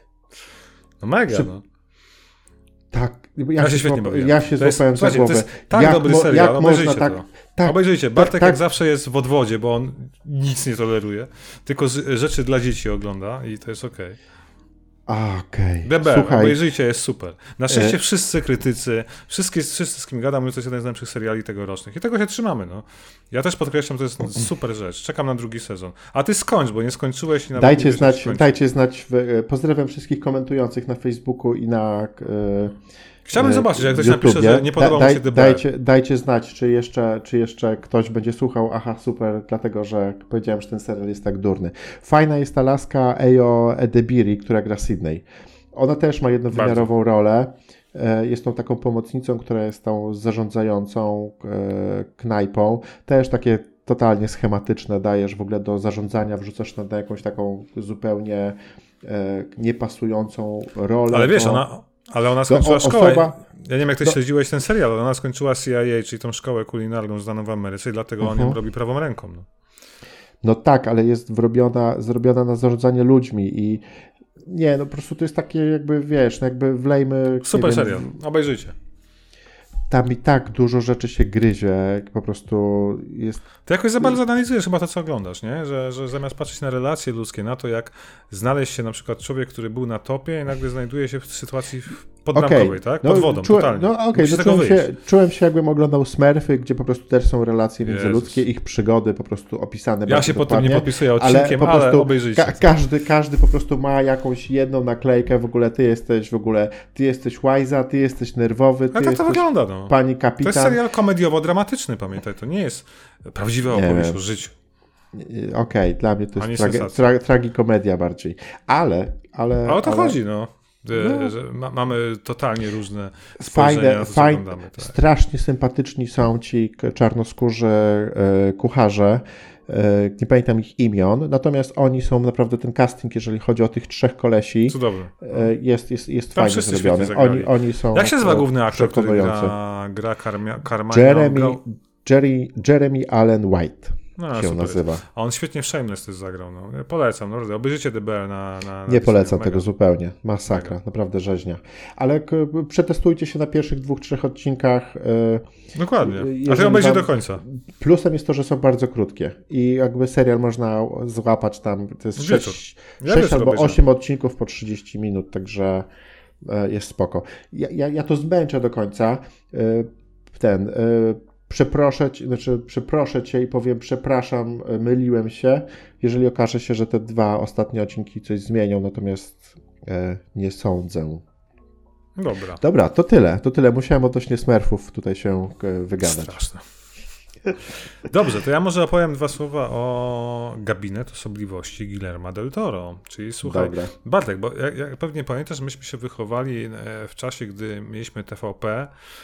Speaker 2: No mega, Przy... no.
Speaker 1: Tak. Ja,
Speaker 2: ja się świetnie bawiłem.
Speaker 1: Ja się złapałem za głowę.
Speaker 2: To jest tak
Speaker 1: jak
Speaker 2: dobry
Speaker 1: mo-
Speaker 2: serial,
Speaker 1: jak
Speaker 2: obejrzyjcie
Speaker 1: można
Speaker 2: to.
Speaker 1: Tak, tak,
Speaker 2: obejrzyjcie. Bartek
Speaker 1: tak, tak.
Speaker 2: jak zawsze jest w odwodzie, bo on nic nie toleruje, tylko z, rzeczy dla dzieci ogląda i to jest okej. Okay.
Speaker 1: Okej.
Speaker 2: D B,
Speaker 1: Słuchaj.
Speaker 2: obejrzyjcie, jest super. Na szczęście
Speaker 1: E...
Speaker 2: wszyscy krytycy, wszyscy, wszyscy z kim gadam, mówią, to jest jeden z najlepszych seriali tegorocznych. I tego się trzymamy, no. Ja też podkreślam, to jest super rzecz. Czekam na drugi sezon. A ty skończ, bo nie skończyłeś i nawet
Speaker 1: dajcie
Speaker 2: nie
Speaker 1: znać,
Speaker 2: skończy.
Speaker 1: Dajcie znać. W, pozdrawiam wszystkich komentujących na Facebooku i na e,
Speaker 2: Chciałbym e, zobaczyć, jak ktoś
Speaker 1: YouTubie.
Speaker 2: napisze, że nie podoba
Speaker 1: da,
Speaker 2: mu się D B.
Speaker 1: Dajcie, dajcie znać, czy jeszcze, czy jeszcze ktoś będzie słuchał. Aha, super, dlatego, że jak powiedziałem, że ten serial jest tak durny. Fajna jest ta laska Ayo Edebiri, która gra Sydney. Ona też ma jednowymiarową Bardzo. rolę. Jest tą taką pomocnicą, która jest tą zarządzającą knajpą. Też takie totalnie schematyczne dajesz w ogóle do zarządzania, wrzucasz na jakąś taką zupełnie niepasującą rolę.
Speaker 2: Ale wiesz,
Speaker 1: to...
Speaker 2: ona, ale ona skończyła
Speaker 1: o,
Speaker 2: szkołę.
Speaker 1: Osoba...
Speaker 2: Ja nie wiem, jak ty
Speaker 1: no.
Speaker 2: śledziłeś ten serial, ale ona skończyła C I A, czyli tą szkołę kulinarną znaną w Ameryce i dlatego uh-huh. on ją robi prawą ręką. No.
Speaker 1: no tak, ale jest wrobiona, zrobiona na zarządzanie ludźmi i nie, no po prostu to jest takie jakby, wiesz, no jakby wlejmy...
Speaker 2: Super serial, obejrzyjcie.
Speaker 1: Tam i tak dużo rzeczy się gryzie, po prostu jest...
Speaker 2: Ty jakoś za bardzo analizujesz chyba to, co oglądasz, nie? Że, że zamiast patrzeć na relacje ludzkie, na to, jak znaleźć się na przykład człowiek, który był na topie i nagle znajduje się w sytuacji podbramkowej, okay. tak? Pod no, wodą,
Speaker 1: czułem,
Speaker 2: totalnie.
Speaker 1: No okej, okay, no, czułem, się, czułem się jakbym oglądał Smurfy, gdzie po prostu też są relacje międzyludzkie, ich przygody po prostu opisane
Speaker 2: Ja się pod tym nie podpisuję odcinkiem, ale, ale obejrzyjcie.
Speaker 1: Ka- każdy, każdy po prostu ma jakąś jedną naklejkę, w ogóle ty jesteś w ogóle, ty jesteś łajza, ty jesteś nerwowy, ty
Speaker 2: A tak
Speaker 1: jesteś
Speaker 2: to wygląda, no.
Speaker 1: pani kapitan.
Speaker 2: To jest serial komediowo-dramatyczny, pamiętaj, to nie jest prawdziwa opowieść o życiu.
Speaker 1: Okej, okay, dla mnie to jest tragi- tra- tragikomedia bardziej, ale... ale
Speaker 2: a o to
Speaker 1: ale...
Speaker 2: chodzi, no. No. Że ma, mamy totalnie różne
Speaker 1: fajne, fajne, tak. Strasznie sympatyczni są ci czarnoskórzy e, kucharze, e, nie pamiętam ich imion, natomiast oni są naprawdę, ten casting, jeżeli chodzi o tych trzech kolesi,
Speaker 2: Cudowny.
Speaker 1: E, jest, jest, jest fajnie zrobiony. Oni, oni są
Speaker 2: Jak się nazywa główny aktor, który gra, gra Carmania?
Speaker 1: Jeremy, Jerry, Jeremy Allen White. No, się nazywa.
Speaker 2: Jest. A on świetnie w Shameless też zagrał. No. Polecam, no, obejrzyjcie D B na, na, na
Speaker 1: Nie polecam tego mega. zupełnie. Masakra, mega. Naprawdę rzeźnia. Ale k- przetestujcie się na pierwszych dwóch, trzech odcinkach.
Speaker 2: Dokładnie. A ty obejrzyj do końca.
Speaker 1: Plusem jest to, że są bardzo krótkie. I jakby serial można złapać tam, to jest sześć ja albo osiem odcinków po trzydzieści minut, także jest spoko. Ja, ja, ja to zmęczę do końca. Ten... Przeproszę, znaczy przeproszę cię i powiem przepraszam, myliłem się, jeżeli okaże się, że te dwa ostatnie odcinki coś zmienią, natomiast e, nie sądzę.
Speaker 2: Dobra.
Speaker 1: Dobra, to tyle, to tyle. Musiałem odnośnie Smurfów tutaj się e, wygadać.
Speaker 2: Straszne. Dobrze, to ja może opowiem dwa słowa o Gabinet Osobliwości Guillerma del Toro. Czyli słuchaj,
Speaker 1: Dobra.
Speaker 2: Bartek, bo jak, jak pewnie pamiętasz, myśmy się wychowali w czasie, gdy mieliśmy T V P.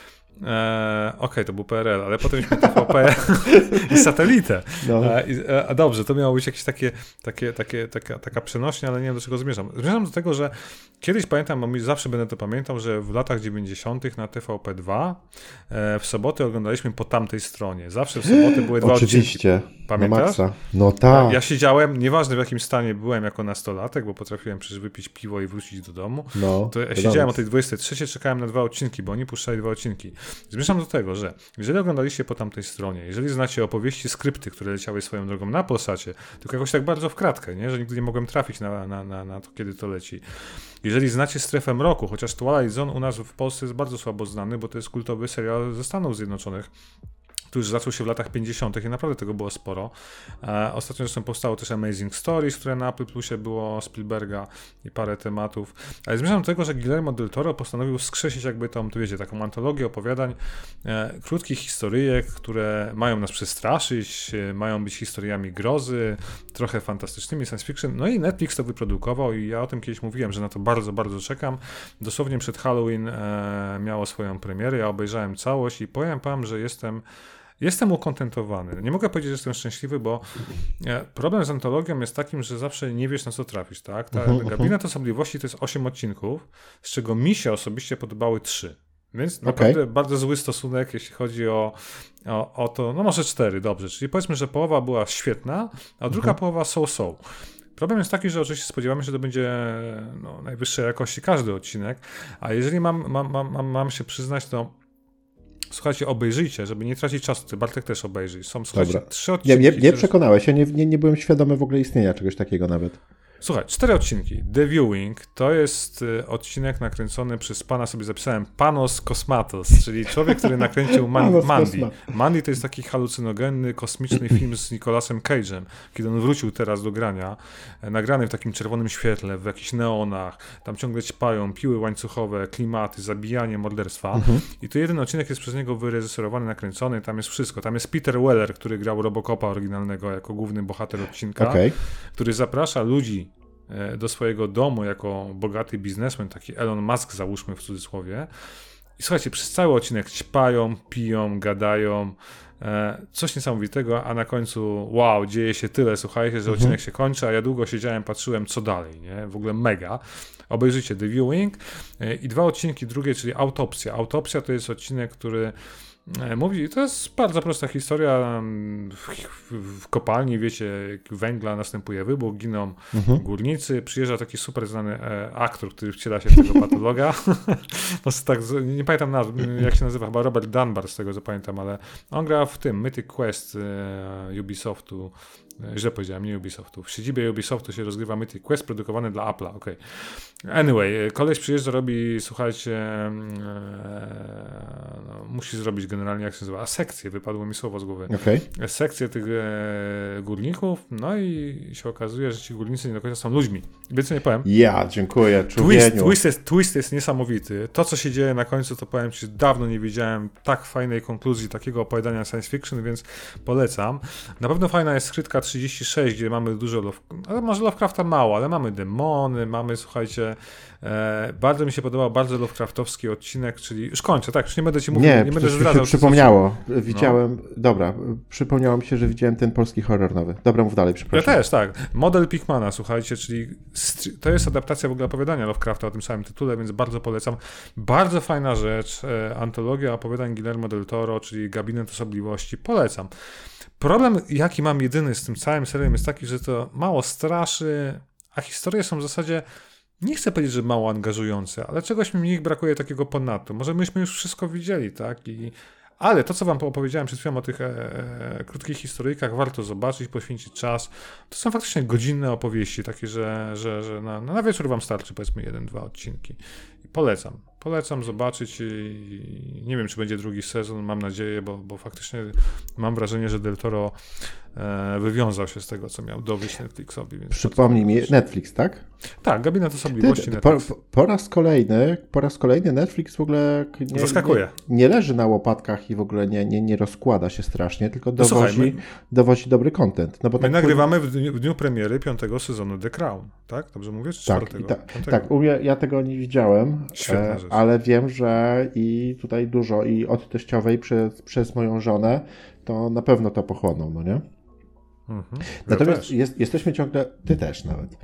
Speaker 2: Eee, Okej, okay, to był P R L, ale potem mieliśmy T V P i satelitę. No. Eee, e, dobrze, to miało być jakieś takie, takie, takie, taka, taka przenośnia, ale nie wiem, do czego zmierzam. Zmierzam do tego, że kiedyś pamiętam, bo zawsze będę to pamiętał, że w latach dziewięćdziesiątych na T V P dwa e, w soboty oglądaliśmy po tamtej stronie. Zawsze w soboty były dwa
Speaker 1: Oczywiście.
Speaker 2: odcinki. Pamiętasz?
Speaker 1: No, no tak.
Speaker 2: Ja, ja siedziałem, nieważne w jakim stanie byłem jako nastolatek, bo potrafiłem przecież wypić piwo i wrócić do domu,
Speaker 1: no,
Speaker 2: to ja siedziałem o tej dwudziestej trzeciej, czekałem na dwa odcinki, bo oni puszczali dwa odcinki. Zmierzam do tego, że jeżeli oglądaliście po tamtej stronie, jeżeli znacie opowieści, skrypty, które leciały swoją drogą na Polsacie, tylko jakoś tak bardzo w kratkę, nie? Że nigdy nie mogłem trafić na, na, na, na to, kiedy to leci. Jeżeli znacie Strefę Mroku, chociaż Twilight Zone u nas w Polsce jest bardzo słabo znany, bo to jest kultowy serial ze Stanów Zjednoczonych, który już zaczął się w latach pięćdziesiątych i naprawdę tego było sporo. E, ostatnio zresztą powstało też Amazing Stories, które na Apple Plusie było Spielberga i parę tematów. Ale zmierzam do tego, że Guillermo del Toro postanowił skrzesić jakby tą, tu wiecie, taką antologię opowiadań, e, krótkich historyjek, które mają nas przestraszyć, e, mają być historiami grozy, trochę fantastycznymi, science fiction. No i Netflix to wyprodukował i ja o tym kiedyś mówiłem, że na to bardzo, bardzo czekam. Dosłownie przed Halloween e, miało swoją premierę, ja obejrzałem całość i powiem wam, że jestem Jestem ukontentowany. Nie mogę powiedzieć, że jestem szczęśliwy, bo problem z antologią jest takim, że zawsze nie wiesz, na co trafisz, tak? Ta uh-huh, Gabinet Osobliwości to jest osiem odcinków, z czego mi się osobiście podobały trzy. Więc okay. naprawdę bardzo zły stosunek, jeśli chodzi o, o, o to, no może cztery, dobrze. Czyli powiedzmy, że połowa była świetna, a druga uh-huh. połowa so-so. Problem jest taki, że oczywiście spodziewamy się, że to będzie no, najwyższej jakości każdy odcinek, a jeżeli mam, mam, mam, mam się przyznać, to słuchajcie, obejrzyjcie, żeby nie tracić czasu. Ty, Bartek, też obejrzyj. Są, słuchajcie,
Speaker 1: Dobra.
Speaker 2: trzy odcinki.
Speaker 1: Nie, nie, nie przekonałeś, ja nie, nie, nie byłem świadomy w ogóle istnienia czegoś takiego nawet.
Speaker 2: Słuchaj, cztery odcinki. The Viewing to jest y, odcinek nakręcony przez pana, sobie zapisałem, Panos Kosmatos, czyli człowiek, który nakręcił Man- Mandy. Mandy to jest taki halucynogenny, kosmiczny film z Nicolasem Cage'em, kiedy on wrócił teraz do grania, e, nagrany w takim czerwonym świetle, w jakichś neonach, tam ciągle ćpają, piły łańcuchowe, klimaty, zabijanie, morderstwa. Mhm. I to jeden odcinek jest przez niego wyreżyserowany, nakręcony, tam jest wszystko. Tam jest Peter Weller, który grał Robocopa oryginalnego jako główny bohater odcinka, okay. który zaprasza ludzi do swojego domu jako bogaty biznesmen, taki Elon Musk załóżmy w cudzysłowie. I słuchajcie, przez cały odcinek ćpają, piją, gadają, e, coś niesamowitego, a na końcu wow, dzieje się tyle, słuchajcie, że mhm. odcinek się kończy, a ja długo siedziałem, patrzyłem co dalej, nie? W ogóle mega. Obejrzyjcie The Viewing e, i dwa odcinki drugie, czyli Autopsja. Autopsja to jest odcinek, który mówi, to jest bardzo prosta historia. W, w, w kopalni, wiecie, węgla następuje wybuch, giną mhm. górnicy, przyjeżdża taki super znany e, aktor, który wciela się w tego patologa. tak, nie pamiętam nazwy, jak się nazywa, chyba Robert Dunbar, z tego co pamiętam, ale on gra w tym Mythic Quest e, Ubisoftu. Źle powiedziałem, nie Ubisoftu. W siedzibie Ubisoftu się rozgrywa Mythic Quest produkowany dla Apple'a. Okay. Anyway, koleś przyjeżdża, robi, słuchajcie, e, no, musi zrobić generalnie, jak się nazywa, a sekcję, wypadło mi słowo z głowy. Okay. Sekcję tych e, górników, no i się okazuje, że ci górnicy nie do końca są ludźmi. Więc nie powiem.
Speaker 1: Ja, dziękuję,
Speaker 2: twist, twist, jest, twist jest niesamowity. To, co się dzieje na końcu, to powiem ci, dawno nie widziałem tak fajnej konkluzji takiego opowiadania science fiction, więc polecam. Na pewno fajna jest skrytka trzydzieści sześć, gdzie mamy dużo love, ale może Lovecrafta mało, ale mamy demony, mamy, słuchajcie, e, bardzo mi się podobał, bardzo Lovecraftowski odcinek, czyli już kończę, tak, już nie będę ci mówił, nie, nie będę zdradzał.
Speaker 1: Nie, przypomniało, widziałem, no. dobra, przypomniało mi się, że widziałem ten polski horror nowy. Dobra, mów dalej, przepraszam.
Speaker 2: Ja też, tak. Model Pickmana, słuchajcie, czyli to jest adaptacja w ogóle opowiadania Lovecrafta o tym samym tytule, więc bardzo polecam. Bardzo fajna rzecz, e, antologia opowiadań Guillermo del Toro, czyli Gabinet Osobliwości, polecam. Problem, jaki mam jedyny z tym całym serialem, jest taki, że to mało straszy, a historie są w zasadzie, nie chcę powiedzieć, że mało angażujące, ale czegoś mi w nich brakuje takiego ponadto. Może myśmy już wszystko widzieli, tak? I, ale to, co wam opowiedziałem przed chwilą o tych e, e, krótkich historyjkach, warto zobaczyć, poświęcić czas. To są faktycznie godzinne opowieści, takie, że, że, że na, na wieczór wam starczy, powiedzmy, jeden, dwa odcinki. I polecam. Polecam zobaczyć i nie wiem, czy będzie drugi sezon, mam nadzieję, bo, bo faktycznie mam wrażenie, że Del Toro e, wywiązał się z tego, co miał dowieść Netflixowi. Więc
Speaker 1: przypomnij mi, Netflix, tak?
Speaker 2: Tak, Gabinet Osobliwości
Speaker 1: Ty,
Speaker 2: Netflix.
Speaker 1: Po, po raz kolejny, po raz kolejny Netflix w ogóle nie,
Speaker 2: Zaskakuje.
Speaker 1: Nie, nie leży na łopatkach i w ogóle nie, nie, nie rozkłada się strasznie, tylko dowozi, no słuchaj, my, dowozi dobry content. No bo
Speaker 2: my
Speaker 1: tak
Speaker 2: nagrywamy w dniu, w dniu premiery piątego sezonu The Crown, tak? Dobrze mówię? Czy
Speaker 1: tak,
Speaker 2: czwartego?
Speaker 1: Ta, tak, u mnie, ja tego nie widziałem, e, ale wiem, że i tutaj dużo i od teściowej przez, przez moją żonę, to na pewno to pochłoną, no nie? Mhm, Natomiast ja jest, jesteśmy ciągle, ty też nawet.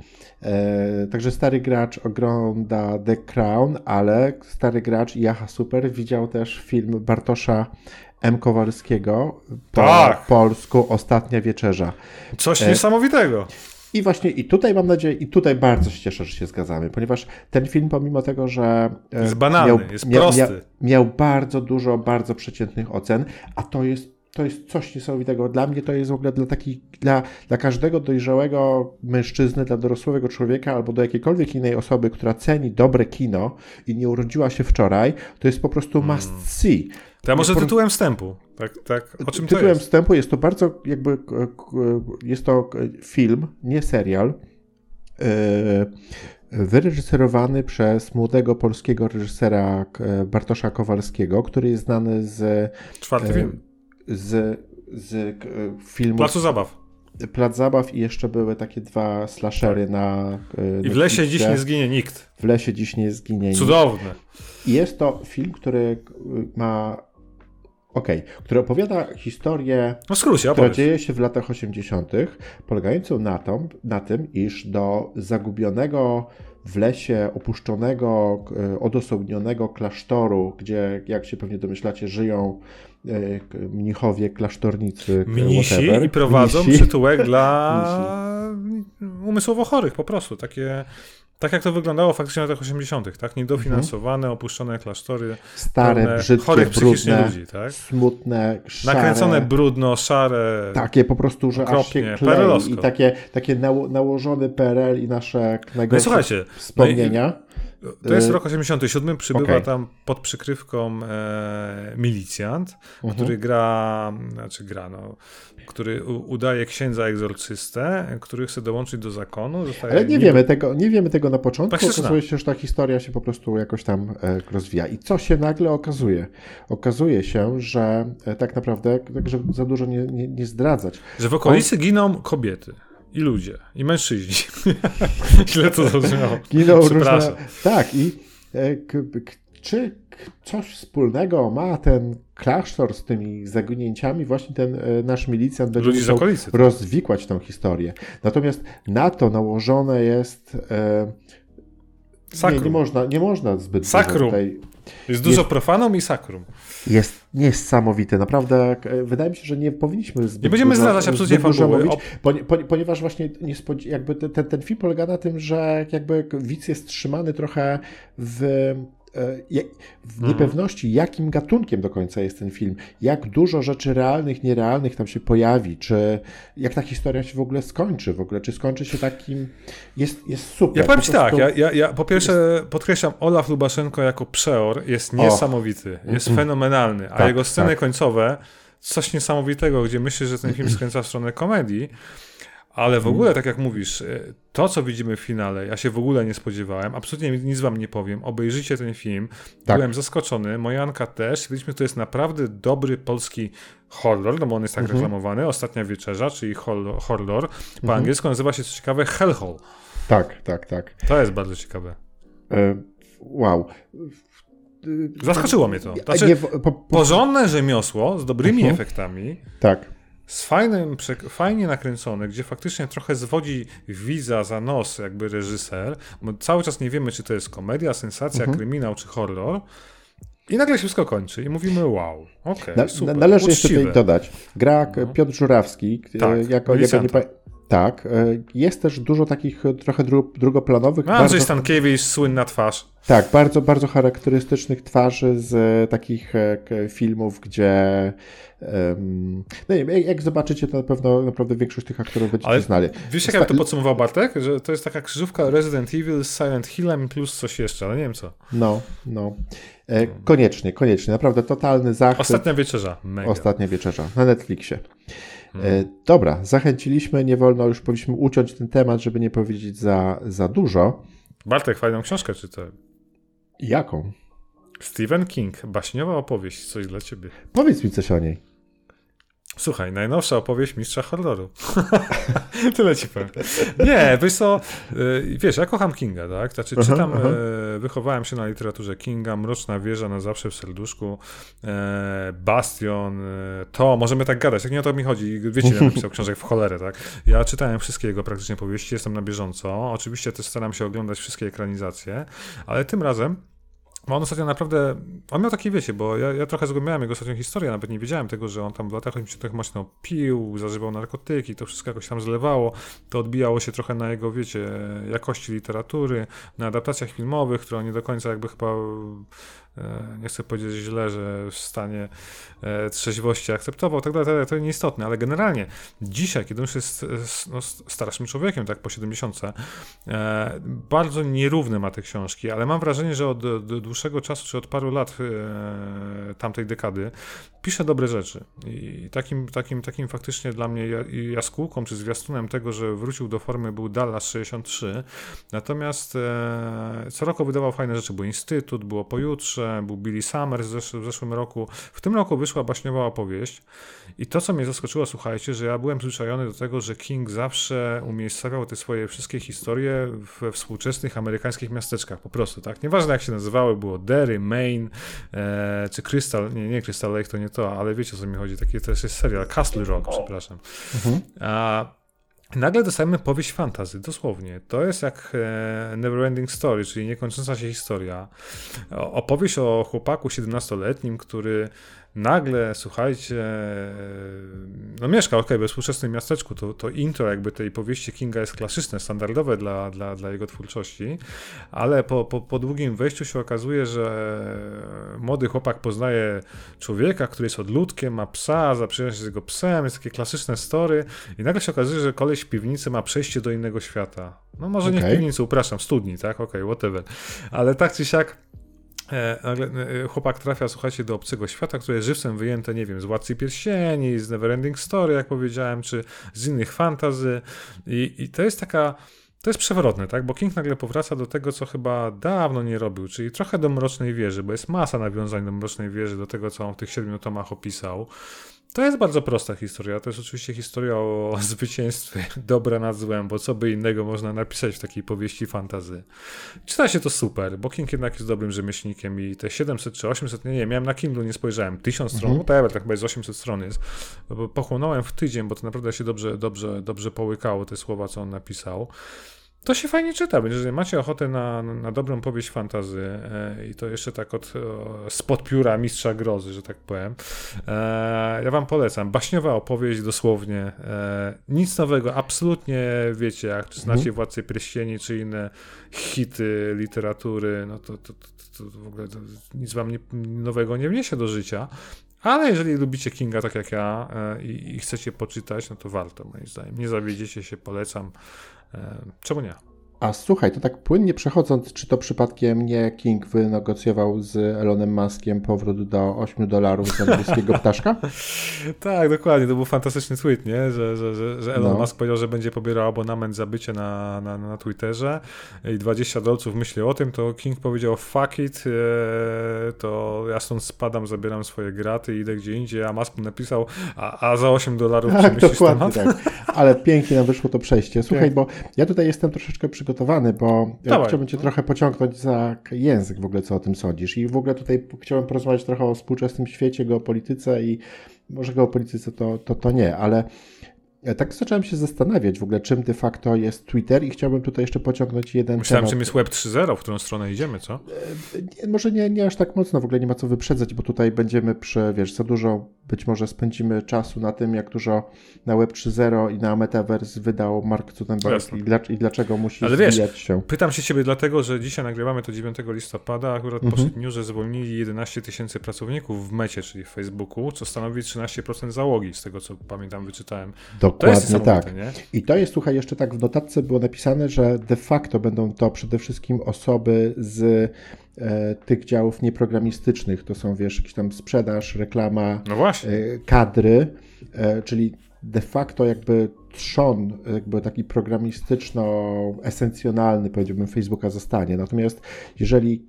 Speaker 1: E, także stary gracz ogląda The Crown, ale stary gracz Jaha Super widział też film Bartosza M. Kowalskiego po tak. polsku Ostatnia Wieczerza.
Speaker 2: Coś e, niesamowitego.
Speaker 1: I właśnie i tutaj mam nadzieję, i tutaj bardzo się cieszę, że się zgadzamy, ponieważ ten film, pomimo tego, że
Speaker 2: jest banalny, miał, jest
Speaker 1: miał,
Speaker 2: prosty.
Speaker 1: Miał, miał bardzo dużo, bardzo przeciętnych ocen, a to jest To jest coś niesamowitego. Dla mnie to jest w ogóle dla takich, dla, dla każdego dojrzałego mężczyzny, dla dorosłego człowieka albo do jakiejkolwiek innej osoby, która ceni dobre kino i nie urodziła się wczoraj, to jest po prostu must hmm. see.
Speaker 2: To ja może tytułem wstępu. Tak, tak. O czym
Speaker 1: tytułem
Speaker 2: to jest?
Speaker 1: wstępu jest to bardzo jakby, jest to film, nie serial, wyreżyserowany przez młodego polskiego reżysera Bartosza Kowalskiego, który jest znany z...
Speaker 2: Czwarty film.
Speaker 1: Z, z filmów...
Speaker 2: Placu Zabaw.
Speaker 1: Plac Zabaw i jeszcze były takie dwa slashery tak. na...
Speaker 2: I w lesie dziś nie zginie nikt.
Speaker 1: W lesie dziś nie zginie nikt.
Speaker 2: Cudowne.
Speaker 1: I jest to film, który ma... Okej, okay, który opowiada historię,
Speaker 2: no skrócie,
Speaker 1: która dzieje się w latach osiemdziesiątych, polegającą na, to, na tym, iż do zagubionego w lesie, opuszczonego, odosobnionego klasztoru, gdzie, jak się pewnie domyślacie, żyją mnichowie, klasztornicy,
Speaker 2: mnisi
Speaker 1: whatever,
Speaker 2: i prowadzą mnisi. Przytułek dla umysłowo chorych po prostu. Takie, Tak jak to wyglądało faktycznie w latach osiemdziesiątych, tak? Niedofinansowane, mhm. opuszczone klasztory.
Speaker 1: Stare,
Speaker 2: pełne
Speaker 1: brzydkie,
Speaker 2: chorych psychicznie
Speaker 1: brudne,
Speaker 2: ludzi, tak?
Speaker 1: smutne, szare.
Speaker 2: Nakręcone brudno, szare.
Speaker 1: Takie po prostu, że
Speaker 2: okropnie,
Speaker 1: aż się klei i takie, takie nało, nałożony P R L i nasze najgorsze no wspomnienia.
Speaker 2: No i, to jest rok osiemdziesiąty siódmy, przybywa
Speaker 1: okay.
Speaker 2: tam pod przykrywką e, milicjant, mhm. który gra, znaczy gra, no, który u, udaje księdza egzorcystę, który chce dołączyć do zakonu.
Speaker 1: Ale nie, niby... wiemy tego, nie wiemy tego na początku,
Speaker 2: tak
Speaker 1: okazuje się, że ta historia się po prostu jakoś tam e, rozwija. I co się nagle okazuje? Okazuje się, że e, tak naprawdę, tak, że za dużo nie, nie, nie zdradzać.
Speaker 2: Że w okolicy On... giną kobiety. I ludzie, i mężczyźni. Źle to zabrzmiało.
Speaker 1: Giną różne... Tak, i e, k, k, czy coś wspólnego ma ten klasztor z tymi zaginięciami? Właśnie ten e, nasz milicjant będzie musiał rozwikłać tą historię. Natomiast na to nałożone jest... E, nie, nie, można, nie można zbyt
Speaker 2: sakrum.
Speaker 1: dużo tutaj...
Speaker 2: Jest dużo jest, profanum i sakrum.
Speaker 1: Jest niesamowite. Naprawdę wydaje mi się, że nie powinniśmy zbyt
Speaker 2: Nie będziemy zdradzać absolutnie fabuły. Mówić,
Speaker 1: o... ponieważ właśnie nie spodzi- jakby ten, ten film polega na tym, że jakby widz jest trzymany trochę w... w niepewności, jakim gatunkiem do końca jest ten film, jak dużo rzeczy realnych, nierealnych tam się pojawi, czy jak ta historia się w ogóle skończy, w ogóle, czy skończy się takim, jest, jest super.
Speaker 2: Ja powiem Ci tak, ja, ja, ja po pierwsze jest... podkreślam, Olaf Lubaszenko jako przeor jest niesamowity, o. jest mm. fenomenalny, a tak, jego sceny tak. końcowe, coś niesamowitego, gdzie myślę, że ten film skręca w stronę komedii. Ale w ogóle, tak jak mówisz, to, co widzimy w finale, ja się w ogóle nie spodziewałem, absolutnie nic wam nie powiem, obejrzyjcie ten film, tak. byłem zaskoczony, moja Anka też, stwierdziliśmy, że to jest naprawdę dobry polski horror, no bo on jest tak mhm. reklamowany, Ostatnia Wieczerza, czyli horror, po mhm. angielsku nazywa się, co ciekawe, Hellhole.
Speaker 1: Tak, tak, tak.
Speaker 2: To jest bardzo ciekawe.
Speaker 1: E, wow.
Speaker 2: Zaskoczyło mnie to. Znaczy, nie, po, po... porządne rzemiosło z dobrymi mhm. efektami.
Speaker 1: Tak.
Speaker 2: Z fajnym, fajnie nakręcony, gdzie faktycznie trochę zwodzi widza za nos jakby reżyser, bo cały czas nie wiemy, czy to jest komedia, sensacja, mhm. kryminał czy horror. I nagle się wszystko kończy i mówimy wow, okej, okay, super.
Speaker 1: Należy
Speaker 2: uczciwe.
Speaker 1: jeszcze tutaj dodać. Gra no. Piotr Żurawski,
Speaker 2: tak,
Speaker 1: jako, jako nie pa... Tak, jest też dużo takich trochę dru, drugoplanowych.
Speaker 2: No, Andrzej bardzo... Stankiewicz, słynna twarz.
Speaker 1: Tak, bardzo, bardzo charakterystycznych twarzy z takich filmów, gdzie um, no nie wiem, jak zobaczycie, to na pewno naprawdę większość tych aktorów będziecie Ale znali.
Speaker 2: Wiesz, jak ja to podsumował Bartek? Że to jest taka krzyżówka Resident Evil z Silent Hillem plus coś jeszcze, ale nie wiem co.
Speaker 1: No, no. E, koniecznie, koniecznie. Naprawdę totalny zachwyt.
Speaker 2: Ostatnia Wieczerza. Mega.
Speaker 1: Ostatnia Wieczerza na Netflixie. Hmm. Dobra, zachęciliśmy, nie wolno, już powinniśmy uciąć ten temat, żeby nie powiedzieć za, za dużo.
Speaker 2: Bartek, fajną książkę czytałem.
Speaker 1: Jaką?
Speaker 2: Stephen King, baśniowa opowieść, coś dla ciebie.
Speaker 1: Powiedz mi coś o niej.
Speaker 2: Słuchaj, najnowsza opowieść mistrza horroru. Tyle ci powiem. Nie, wiesz co, wiesz, ja kocham Kinga, tak? Znaczy aha, czytam, aha. wychowałem się na literaturze Kinga, Mroczna Wieża na zawsze w serduszku, Bastion, to, możemy tak gadać, tak nie o to mi chodzi, wiecie, ja napisał książek w cholerę, tak? Ja czytałem wszystkie jego praktycznie powieści, jestem na bieżąco, oczywiście też staram się oglądać wszystkie ekranizacje, ale tym razem bo on ostatnio naprawdę, on miał takie, wiecie, bo ja, ja trochę zgłębiałem jego ostatnią historię, nawet nie wiedziałem tego, że on tam w latach osiemdziesiątych mocno pił, zażywał narkotyki, to wszystko jakoś tam zlewało, to odbijało się trochę na jego, wiecie, jakości literatury, na adaptacjach filmowych, które nie do końca jakby chyba, nie chcę powiedzieć źle, że w stanie trzeźwości akceptował, tak dalej, to nieistotne, ale generalnie dzisiaj, kiedy już jest no, starszym człowiekiem, tak po siedemdziesiątce, bardzo nierówne ma te książki, ale mam wrażenie, że od, od dłuższego czasu, czy od paru lat tamtej dekady, pisze dobre rzeczy. I takim, takim, takim faktycznie dla mnie jaskółką, czy zwiastunem tego, że wrócił do formy, był Dallas sześćdziesiąt trzy, natomiast co roku wydawał fajne rzeczy, był Instytut, było Pojutrze, był Billy Summers w, zesz- w zeszłym roku. W tym roku wyszła baśniowa opowieść i to, co mnie zaskoczyło, słuchajcie, że ja byłem przyzwyczajony do tego, że King zawsze umiejscowiał te swoje wszystkie historie we współczesnych amerykańskich miasteczkach, po prostu, tak? Nieważne jak się nazywały, było Derry, Maine, e, czy Crystal, nie, nie Crystal Lake to nie to, ale wiecie o co mi chodzi, taki też jest serial, Castle Rock, przepraszam. Mhm. A Nagle dostajemy powieść fantasy, dosłownie. To jest jak e, Neverending Story, czyli niekończąca się historia. O, opowieść o chłopaku siedemnastoletnim, który nagle, słuchajcie, no mieszka, okej, okay, we współczesnym miasteczku, to, to intro jakby tej powieści Kinga jest klasyczne, standardowe dla, dla, dla jego twórczości, ale po, po, po długim wejściu się okazuje, że młody chłopak poznaje człowieka, który jest odludkiem, ma psa, zaprzyjaźnia się z jego psem, jest takie klasyczne story i nagle się okazuje, że koleś w piwnicy ma przejście do innego świata. No może okay. nie w piwnicy, upraszczam, w studni, tak, okej, okay, whatever, ale tak czy siak E, nagle, e, chłopak trafia, słuchajcie, do obcego świata, które jest żywcem wyjęte, nie wiem, z Władcy Pierścieni, z Neverending Story, jak powiedziałem, czy z innych fantasy i, i to jest taka, to jest przewrotne, tak, bo King nagle powraca do tego, co chyba dawno nie robił, czyli trochę do Mrocznej Wieży, bo jest masa nawiązań do Mrocznej Wieży, do tego, co on w tych siedmiu tomach opisał. To jest bardzo prosta historia, to jest oczywiście historia o zwycięstwie dobra nad złem, bo co by innego można napisać w takiej powieści fantasy. Czyta się to super, bo King jednak jest dobrym rzemieślnikiem i te siedemset czy osiemset, nie, nie, miałem na Kindle, nie spojrzałem, tysiąc stron, mm-hmm. whatever, tak chyba jest osiemset stron jest. Pochłonąłem w tydzień, bo to naprawdę się dobrze, dobrze, dobrze połykało te słowa, co on napisał. To się fajnie czyta, jeżeli macie ochotę na, na dobrą powieść fantasy e, i to jeszcze tak od e, spod pióra mistrza grozy, że tak powiem, e, ja wam polecam. Baśniowa opowieść dosłownie, e, nic nowego, absolutnie wiecie, jak czy znacie mhm. Władcę Pierścieni, czy inne hity literatury, no to, to, to, to, to w ogóle to nic wam nie, nowego nie wniesie do życia. Ale jeżeli lubicie Kinga tak jak ja e, i, i chcecie poczytać, no to warto, moim zdaniem. Nie zawiedziecie się, polecam. E, czemu nie?
Speaker 1: A słuchaj, to tak płynnie przechodząc, czy to przypadkiem nie King wynegocjował z Elonem Muskiem powrót do ośmiu dolarów za niebieskiego ptaszka?
Speaker 2: Tak, dokładnie, to był fantastyczny tweet, nie? Że, że, że, że Elon
Speaker 1: no.
Speaker 2: Musk powiedział, że będzie pobierał abonament za bycie na, na, na Twitterze i dwadzieścia dolców myśli o tym, to King powiedział fuck it, e, to ja stąd spadam, zabieram swoje graty i idę gdzie indziej, a Musk mu napisał, a, a za osiem dolarów
Speaker 1: tak,
Speaker 2: przemyślisz
Speaker 1: dokładnie
Speaker 2: temat?
Speaker 1: Tak. Ale pięknie nam wyszło to przejście. Słuchaj, bo ja tutaj jestem troszeczkę przygotowany, bo ja chciałbym cię trochę pociągnąć za język w ogóle, co o tym sądzisz. I w ogóle tutaj chciałem porozmawiać trochę o współczesnym świecie, geopolityce i może geopolityce to, to, to nie, ale tak zacząłem się zastanawiać w ogóle, czym de facto jest Twitter i chciałbym tutaj jeszcze pociągnąć jeden
Speaker 2: Myślałem,
Speaker 1: temat.
Speaker 2: czym jest Web trzy zero, w którą stronę idziemy, co?
Speaker 1: Nie, może nie, nie aż tak mocno, w ogóle nie ma co wyprzedzać, bo tutaj będziemy przy, wiesz, za dużo, być może spędzimy czasu na tym, jak dużo na Web trzy zero i na Metaverse wydał Mark Zuckerberg i, dla, i dlaczego musi
Speaker 2: Ale wiesz,
Speaker 1: zbijać się.
Speaker 2: Pytam się ciebie dlatego, że dzisiaj nagrywamy to dziewiątego listopada, a akurat
Speaker 1: Mhm.
Speaker 2: poszedł news, że zwolnili jedenaście tysięcy pracowników w Mecie, czyli w Facebooku, co stanowi trzynaście procent załogi, z tego co pamiętam, wyczytałem.
Speaker 1: Dokładnie
Speaker 2: to jest
Speaker 1: tak.
Speaker 2: Nie?
Speaker 1: I to jest, słuchaj, jeszcze tak w notatce było napisane, że de facto będą to przede wszystkim osoby z e, tych działów nieprogramistycznych. To są, wiesz, jakiś tam sprzedaż, reklama,
Speaker 2: no właśnie.
Speaker 1: e, kadry, e, czyli de facto jakby trzon jakby taki programistyczno-esencjonalny, powiedziałbym, Facebooka zostanie. Natomiast jeżeli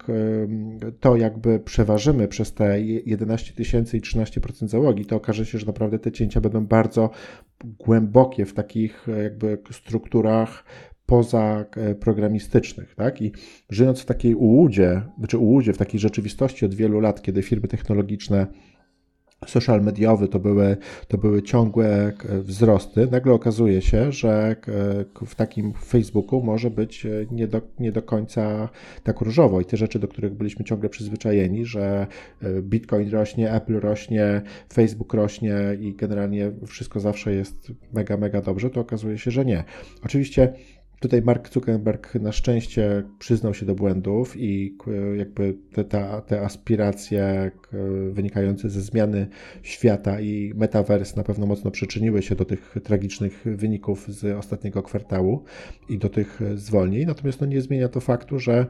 Speaker 1: to jakby przeważymy przez te jedenaście tysięcy i trzynaście procent załogi, to okaże się, że naprawdę te cięcia będą bardzo głębokie w takich jakby strukturach poza programistycznych, tak? I żyjąc w takiej ułudzie, czy ułudzie, w takiej rzeczywistości od wielu lat, kiedy firmy technologiczne, social mediowy to były, to były ciągłe wzrosty, nagle okazuje się, że w takim Facebooku może być nie do, nie do końca tak różowo i te rzeczy, do których byliśmy ciągle przyzwyczajeni, że Bitcoin rośnie, Apple rośnie, Facebook rośnie i generalnie wszystko zawsze jest mega, mega dobrze, to okazuje się, że nie. Oczywiście tutaj Mark Zuckerberg na szczęście przyznał się do błędów i jakby te, te, te aspiracje wynikające ze zmiany świata i Metaverse na pewno mocno przyczyniły się do tych tragicznych wyników z ostatniego kwartału i do tych zwolnień. Natomiast no nie zmienia to faktu, że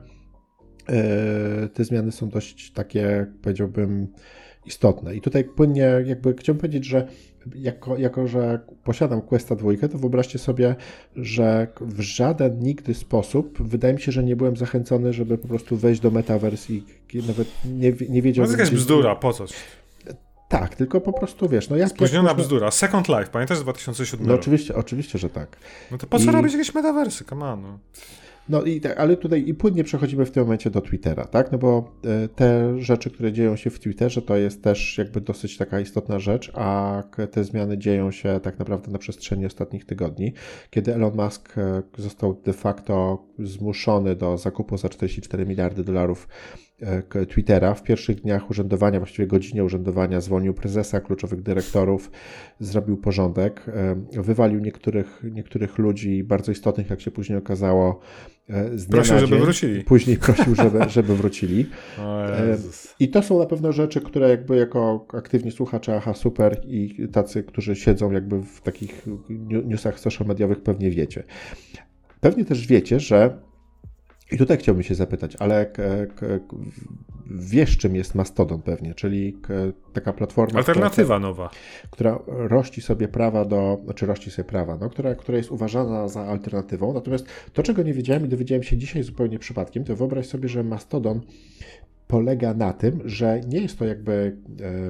Speaker 1: te zmiany są dość takie, powiedziałbym, istotne. I tutaj płynnie jakby chciałbym powiedzieć, że jako, jako że posiadam Questa dwa, to wyobraźcie sobie, że w żaden nigdy sposób wydaje mi się, że nie byłem zachęcony, żeby po prostu wejść do Metaverse i nawet nie, nie wiedział...
Speaker 2: No to jakaś bzdura, po co?
Speaker 1: Tak, tylko po prostu wiesz, no jak...
Speaker 2: Spóźniona
Speaker 1: jak można...
Speaker 2: bzdura. Second Life, pamiętasz z dwa tysiące siódmego
Speaker 1: No
Speaker 2: rok?
Speaker 1: oczywiście, oczywiście, że tak.
Speaker 2: No to po co
Speaker 1: I...
Speaker 2: robić jakieś metaversy, come on, no.
Speaker 1: No i tak, ale tutaj i płynnie przechodzimy w tym momencie do Twittera, tak? No bo te rzeczy, które dzieją się w Twitterze, to jest też jakby dosyć taka istotna rzecz, a te zmiany dzieją się tak naprawdę na przestrzeni ostatnich tygodni, kiedy Elon Musk został de facto zmuszony do zakupu za czterdzieści cztery miliardy dolarów Twittera. W pierwszych dniach urzędowania, właściwie godzinie urzędowania, zwolnił prezesa, kluczowych dyrektorów, zrobił porządek, wywalił niektórych, niektórych ludzi bardzo istotnych, jak się później okazało, z dnia
Speaker 2: prosił,
Speaker 1: na
Speaker 2: żeby
Speaker 1: dzień.
Speaker 2: wrócili.
Speaker 1: Później prosił, żeby, żeby wrócili.
Speaker 2: O Jezus.
Speaker 1: I to są na pewno rzeczy, które jakby jako aktywni słuchacze Aha Super i tacy, którzy siedzą jakby w takich newsach social mediowych, pewnie wiecie. Pewnie też wiecie, że i tutaj chciałbym się zapytać, ale k, k, wiesz, czym jest Mastodon pewnie, czyli k, taka platforma,
Speaker 2: alternatywa
Speaker 1: która,
Speaker 2: nowa,
Speaker 1: która rości sobie prawa do, znaczy rości sobie prawa, no, która, która jest uważana za alternatywą. Natomiast to, czego nie wiedziałem i dowiedziałem się dzisiaj zupełnie przypadkiem, to wyobraź sobie, że Mastodon polega na tym, że nie jest to jakby e,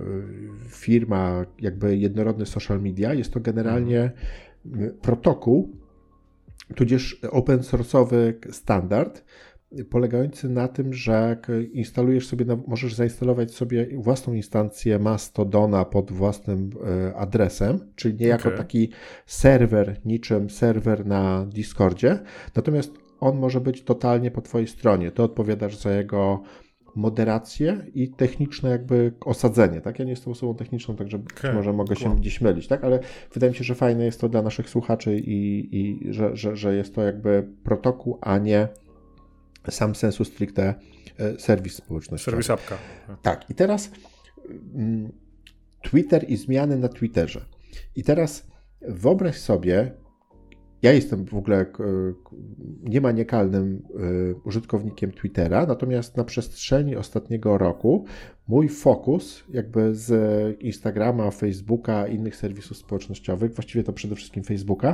Speaker 1: firma, jakby jednorodny social media, jest to generalnie protokół, tudzież open source'owy standard polegający na tym, że instalujesz sobie, możesz zainstalować sobie własną instancję Mastodona pod własnym adresem, czyli niejako
Speaker 2: okay.
Speaker 1: taki serwer, niczym serwer na Discordzie, natomiast on może być totalnie po twojej stronie. Ty odpowiadasz za jego moderację i techniczne jakby osadzenie, tak? Ja nie jestem osobą techniczną, także okay. może mogę się wow. gdzieś mylić, tak? Ale wydaje mi się, że fajne jest to dla naszych słuchaczy i, i że, że, że jest to jakby protokół, a nie sam sensu stricte serwis społecznościowy.
Speaker 2: Serwis apka.
Speaker 1: Tak. I teraz mm, Twitter i zmiany na Twitterze. I teraz wyobraź sobie, ja jestem w ogóle niemaniakalnym użytkownikiem Twittera, natomiast na przestrzeni ostatniego roku mój fokus jakby z Instagrama, Facebooka, innych serwisów społecznościowych, właściwie to przede wszystkim Facebooka,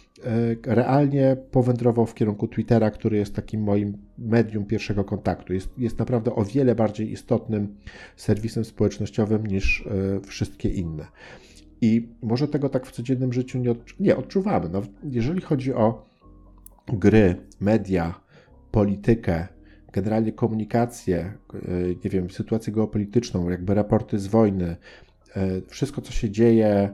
Speaker 1: realnie powędrował w kierunku Twittera, który jest takim moim medium pierwszego kontaktu. Jest, jest naprawdę o wiele bardziej istotnym serwisem społecznościowym niż wszystkie inne. I może tego tak w codziennym życiu nie, odczu- nie odczuwamy. No, jeżeli chodzi o gry, media, politykę, generalnie komunikację, nie wiem, sytuację geopolityczną, jakby raporty z wojny, wszystko, co się dzieje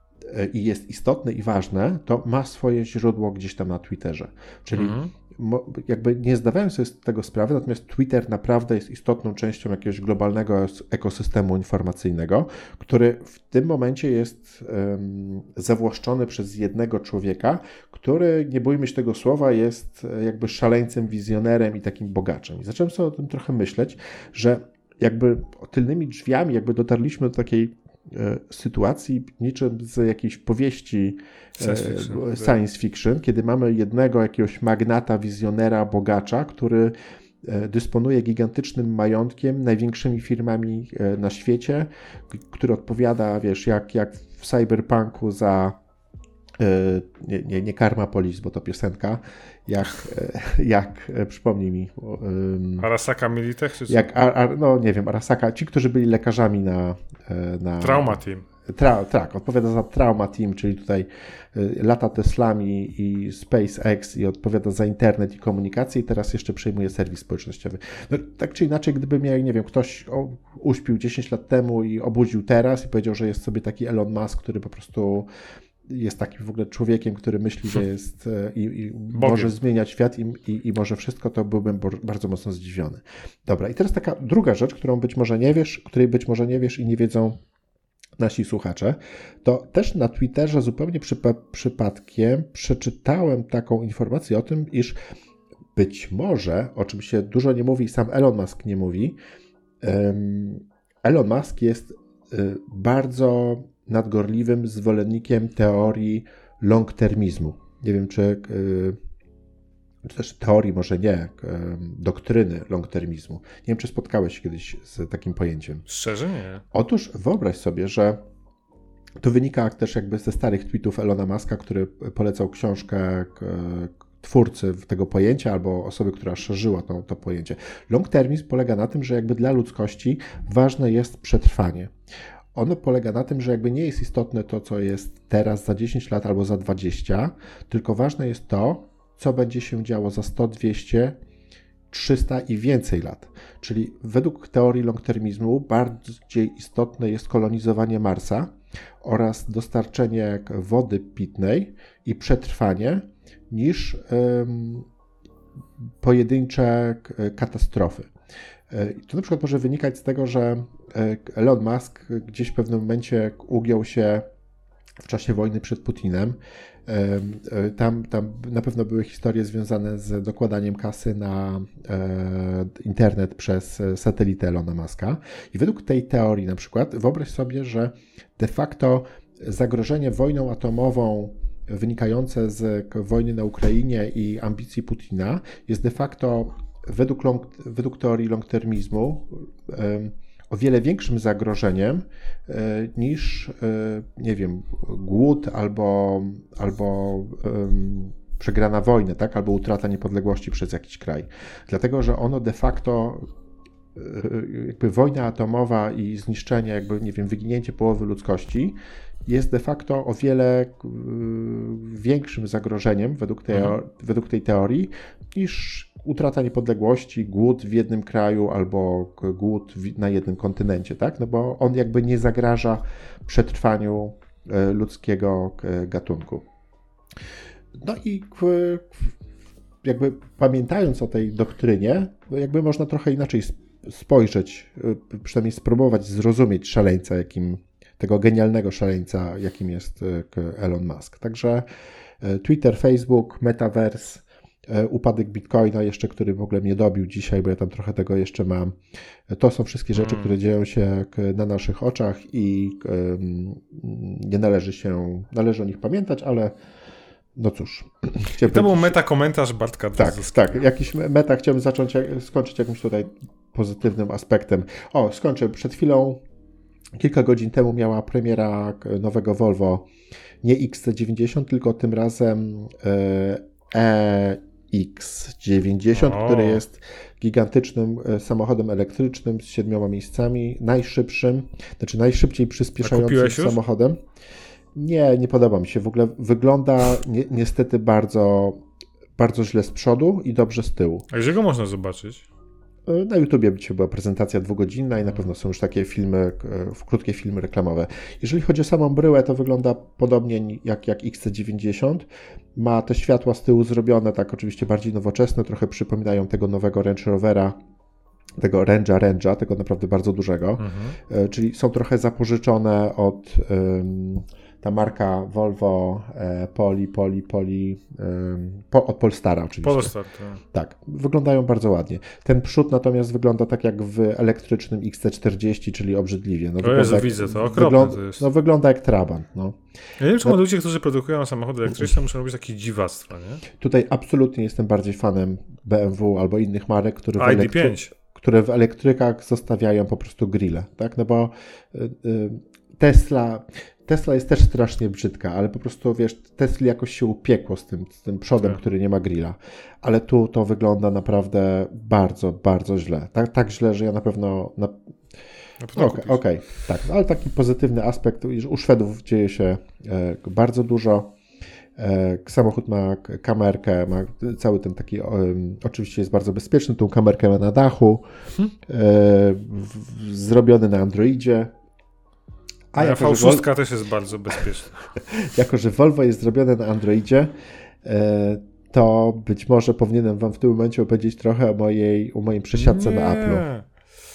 Speaker 1: i jest istotne i ważne, to ma swoje źródło gdzieś tam na Twitterze. Czyli mhm. jakby nie zdawałem sobie z tego sprawy, natomiast Twitter naprawdę jest istotną częścią jakiegoś globalnego ekosystemu informacyjnego, który w tym momencie jest um, zawłaszczony przez jednego człowieka, który, nie bójmy się tego słowa, jest jakby szaleńcem, wizjonerem i takim bogaczem. I zacząłem sobie o tym trochę myśleć, że jakby tylnymi drzwiami jakby dotarliśmy do takiej sytuacji niczym z jakiejś powieści science fiction, science fiction, kiedy mamy jednego jakiegoś magnata, wizjonera, bogacza, który dysponuje gigantycznym majątkiem, największymi firmami na świecie, który odpowiada, wiesz, jak, jak w Cyberpunku za nie, nie, nie Karma Police, bo to piosenka, jak, jak przypomnij mi. Um,
Speaker 2: Arasaka Militech? Czy co?
Speaker 1: Jak, ar, ar, no nie wiem, Arasaka, ci, którzy byli lekarzami na... na
Speaker 2: Trauma Team.
Speaker 1: Tra, tak, odpowiada za Trauma Team, czyli tutaj lata Teslami i SpaceX i odpowiada za internet i komunikację i teraz jeszcze przejmuje serwis społecznościowy. No, tak czy inaczej, gdyby mnie, nie wiem, ktoś o, uśpił dziesięć lat temu i obudził teraz i powiedział, że jest sobie taki Elon Musk, który po prostu jest takim w ogóle człowiekiem, który myśli, że jest i, i może zmieniać świat i, i, i może wszystko, to byłbym bardzo mocno zdziwiony. Dobra, i teraz taka druga rzecz, którą być może nie wiesz, której być może nie wiesz i nie wiedzą nasi słuchacze, to też na Twitterze zupełnie przypa- przypadkiem przeczytałem taką informację o tym, iż być może, o czym się dużo nie mówi, sam Elon Musk nie mówi, um, Elon Musk jest y, bardzo nadgorliwym zwolennikiem teorii long-termizmu. Nie wiem, czy, czy też teorii, może nie, doktryny long-termizmu. Nie wiem, czy spotkałeś się kiedyś z takim pojęciem.
Speaker 2: Szczerze nie.
Speaker 1: Otóż wyobraź sobie, że to wynika też jakby ze starych tweetów Elona Muska, który polecał książkę twórcy tego pojęcia albo osoby, która szerzyła to, to pojęcie. Long-termizm polega na tym, że jakby dla ludzkości ważne jest przetrwanie. Ono polega na tym, że jakby nie jest istotne to, co jest teraz za dziesięć lat albo za dwadzieścia, tylko ważne jest to, co będzie się działo za sto, dwieście, trzysta i więcej lat. Czyli według teorii longtermizmu bardziej istotne jest kolonizowanie Marsa oraz dostarczenie wody pitnej i przetrwanie niż um, pojedyncze katastrofy. To na przykład może wynikać z tego, że Elon Musk gdzieś w pewnym momencie ugiął się w czasie wojny przed Putinem. Tam, tam na pewno były historie związane z dokładaniem kasy na e, internet przez satelitę Elona Muska. I według tej teorii na przykład wyobraź sobie, że de facto zagrożenie wojną atomową wynikające z wojny na Ukrainie i ambicji Putina jest de facto według, long, według teorii longtermizmu e, o wiele większym zagrożeniem niż, nie wiem, głód albo, albo um, przegrana wojna, tak? Albo utrata niepodległości przez jakiś kraj. Dlatego, że ono de facto, jakby wojna atomowa i zniszczenie, jakby, nie wiem, wyginięcie połowy ludzkości jest de facto o wiele większym zagrożeniem według tej, mhm. według tej teorii niż utrata niepodległości, głód w jednym kraju albo głód na jednym kontynencie, tak? No bo on jakby nie zagraża przetrwaniu ludzkiego gatunku. No i jakby pamiętając o tej doktrynie, jakby można trochę inaczej spojrzeć, przynajmniej spróbować zrozumieć szaleńca, jakim tego genialnego szaleńca, jakim jest Elon Musk. Także Twitter, Facebook, Metaverse, upadek Bitcoina jeszcze, który w ogóle mnie dobił dzisiaj, bo ja tam trochę tego jeszcze mam. To są wszystkie rzeczy, które dzieją się na naszych oczach i nie należy się, należy o nich pamiętać, ale no cóż.
Speaker 2: I to był meta komentarz Bartka
Speaker 1: Drozowskiego. Tak, tak. Jakiś meta, chciałbym zacząć, skończyć jakimś tutaj pozytywnym aspektem. O, skończę. Przed chwilą, kilka godzin temu miała premiera nowego Volvo, nie X C dziewięćdziesiąt, tylko tym razem E X dziewięćdziesiąt, o. który jest gigantycznym samochodem elektrycznym z siedmioma miejscami, najszybszym, znaczy najszybciej przyspieszającym samochodem. Nie, nie podoba mi się. W ogóle wygląda ni- niestety bardzo, bardzo źle z przodu i dobrze z tyłu.
Speaker 2: A gdzie go można zobaczyć?
Speaker 1: Na YouTubie dzisiaj była prezentacja dwugodzinna i na pewno są już takie filmy, krótkie filmy reklamowe. Jeżeli chodzi o samą bryłę, to wygląda podobnie jak, jak X C dziewięćdziesiąt. Ma te światła z tyłu zrobione, tak oczywiście bardziej nowoczesne, trochę przypominają tego nowego Range Rovera, tego Range'a Range'a, tego naprawdę bardzo dużego. Mhm. Czyli są trochę zapożyczone od... Um, ta marka Volvo, e, Poli, Poli, Poli, e, po, od Polestara oczywiście.
Speaker 2: Polestar, tak.
Speaker 1: Tak, wyglądają bardzo ładnie. Ten przód natomiast wygląda tak jak w elektrycznym X C czterdzieści, czyli obrzydliwie. No,
Speaker 2: o Jezu, jak, widzę to, okropne wygląda, to jest.
Speaker 1: No wygląda jak trabant. No.
Speaker 2: Ja nie wiem, czemu no, ludzie, którzy produkują samochody elektryczne, muszą robić takie dziwactwa, nie?
Speaker 1: Tutaj absolutnie jestem bardziej fanem B M W albo innych marek, które w,
Speaker 2: elektry-
Speaker 1: które w elektrykach zostawiają po prostu grille, tak? No bo y, y, Tesla... Tesla jest też strasznie brzydka, ale po prostu, wiesz, Tesla jakoś się upiekło z tym, z tym przodem, tak. który nie ma grilla. Ale tu to wygląda naprawdę bardzo, bardzo źle. Tak, tak źle, że ja na pewno... Na... Okej, okay, okay, tak. No, ale taki pozytywny aspekt. U Szwedów dzieje się e, bardzo dużo. E, samochód ma kamerkę, ma cały ten taki... E, oczywiście jest bardzo bezpieczny. Tą kamerkę ma na dachu. Hmm. E, w, w, zrobiony na Androidzie.
Speaker 2: A jako, V szóstka Vol... też jest bardzo bezpieczna.
Speaker 1: Jako, że Volvo jest zrobione na Androidzie, to być może powinienem wam w tym momencie opowiedzieć trochę o mojej, o mojej przesiadce nie. na Apple'u.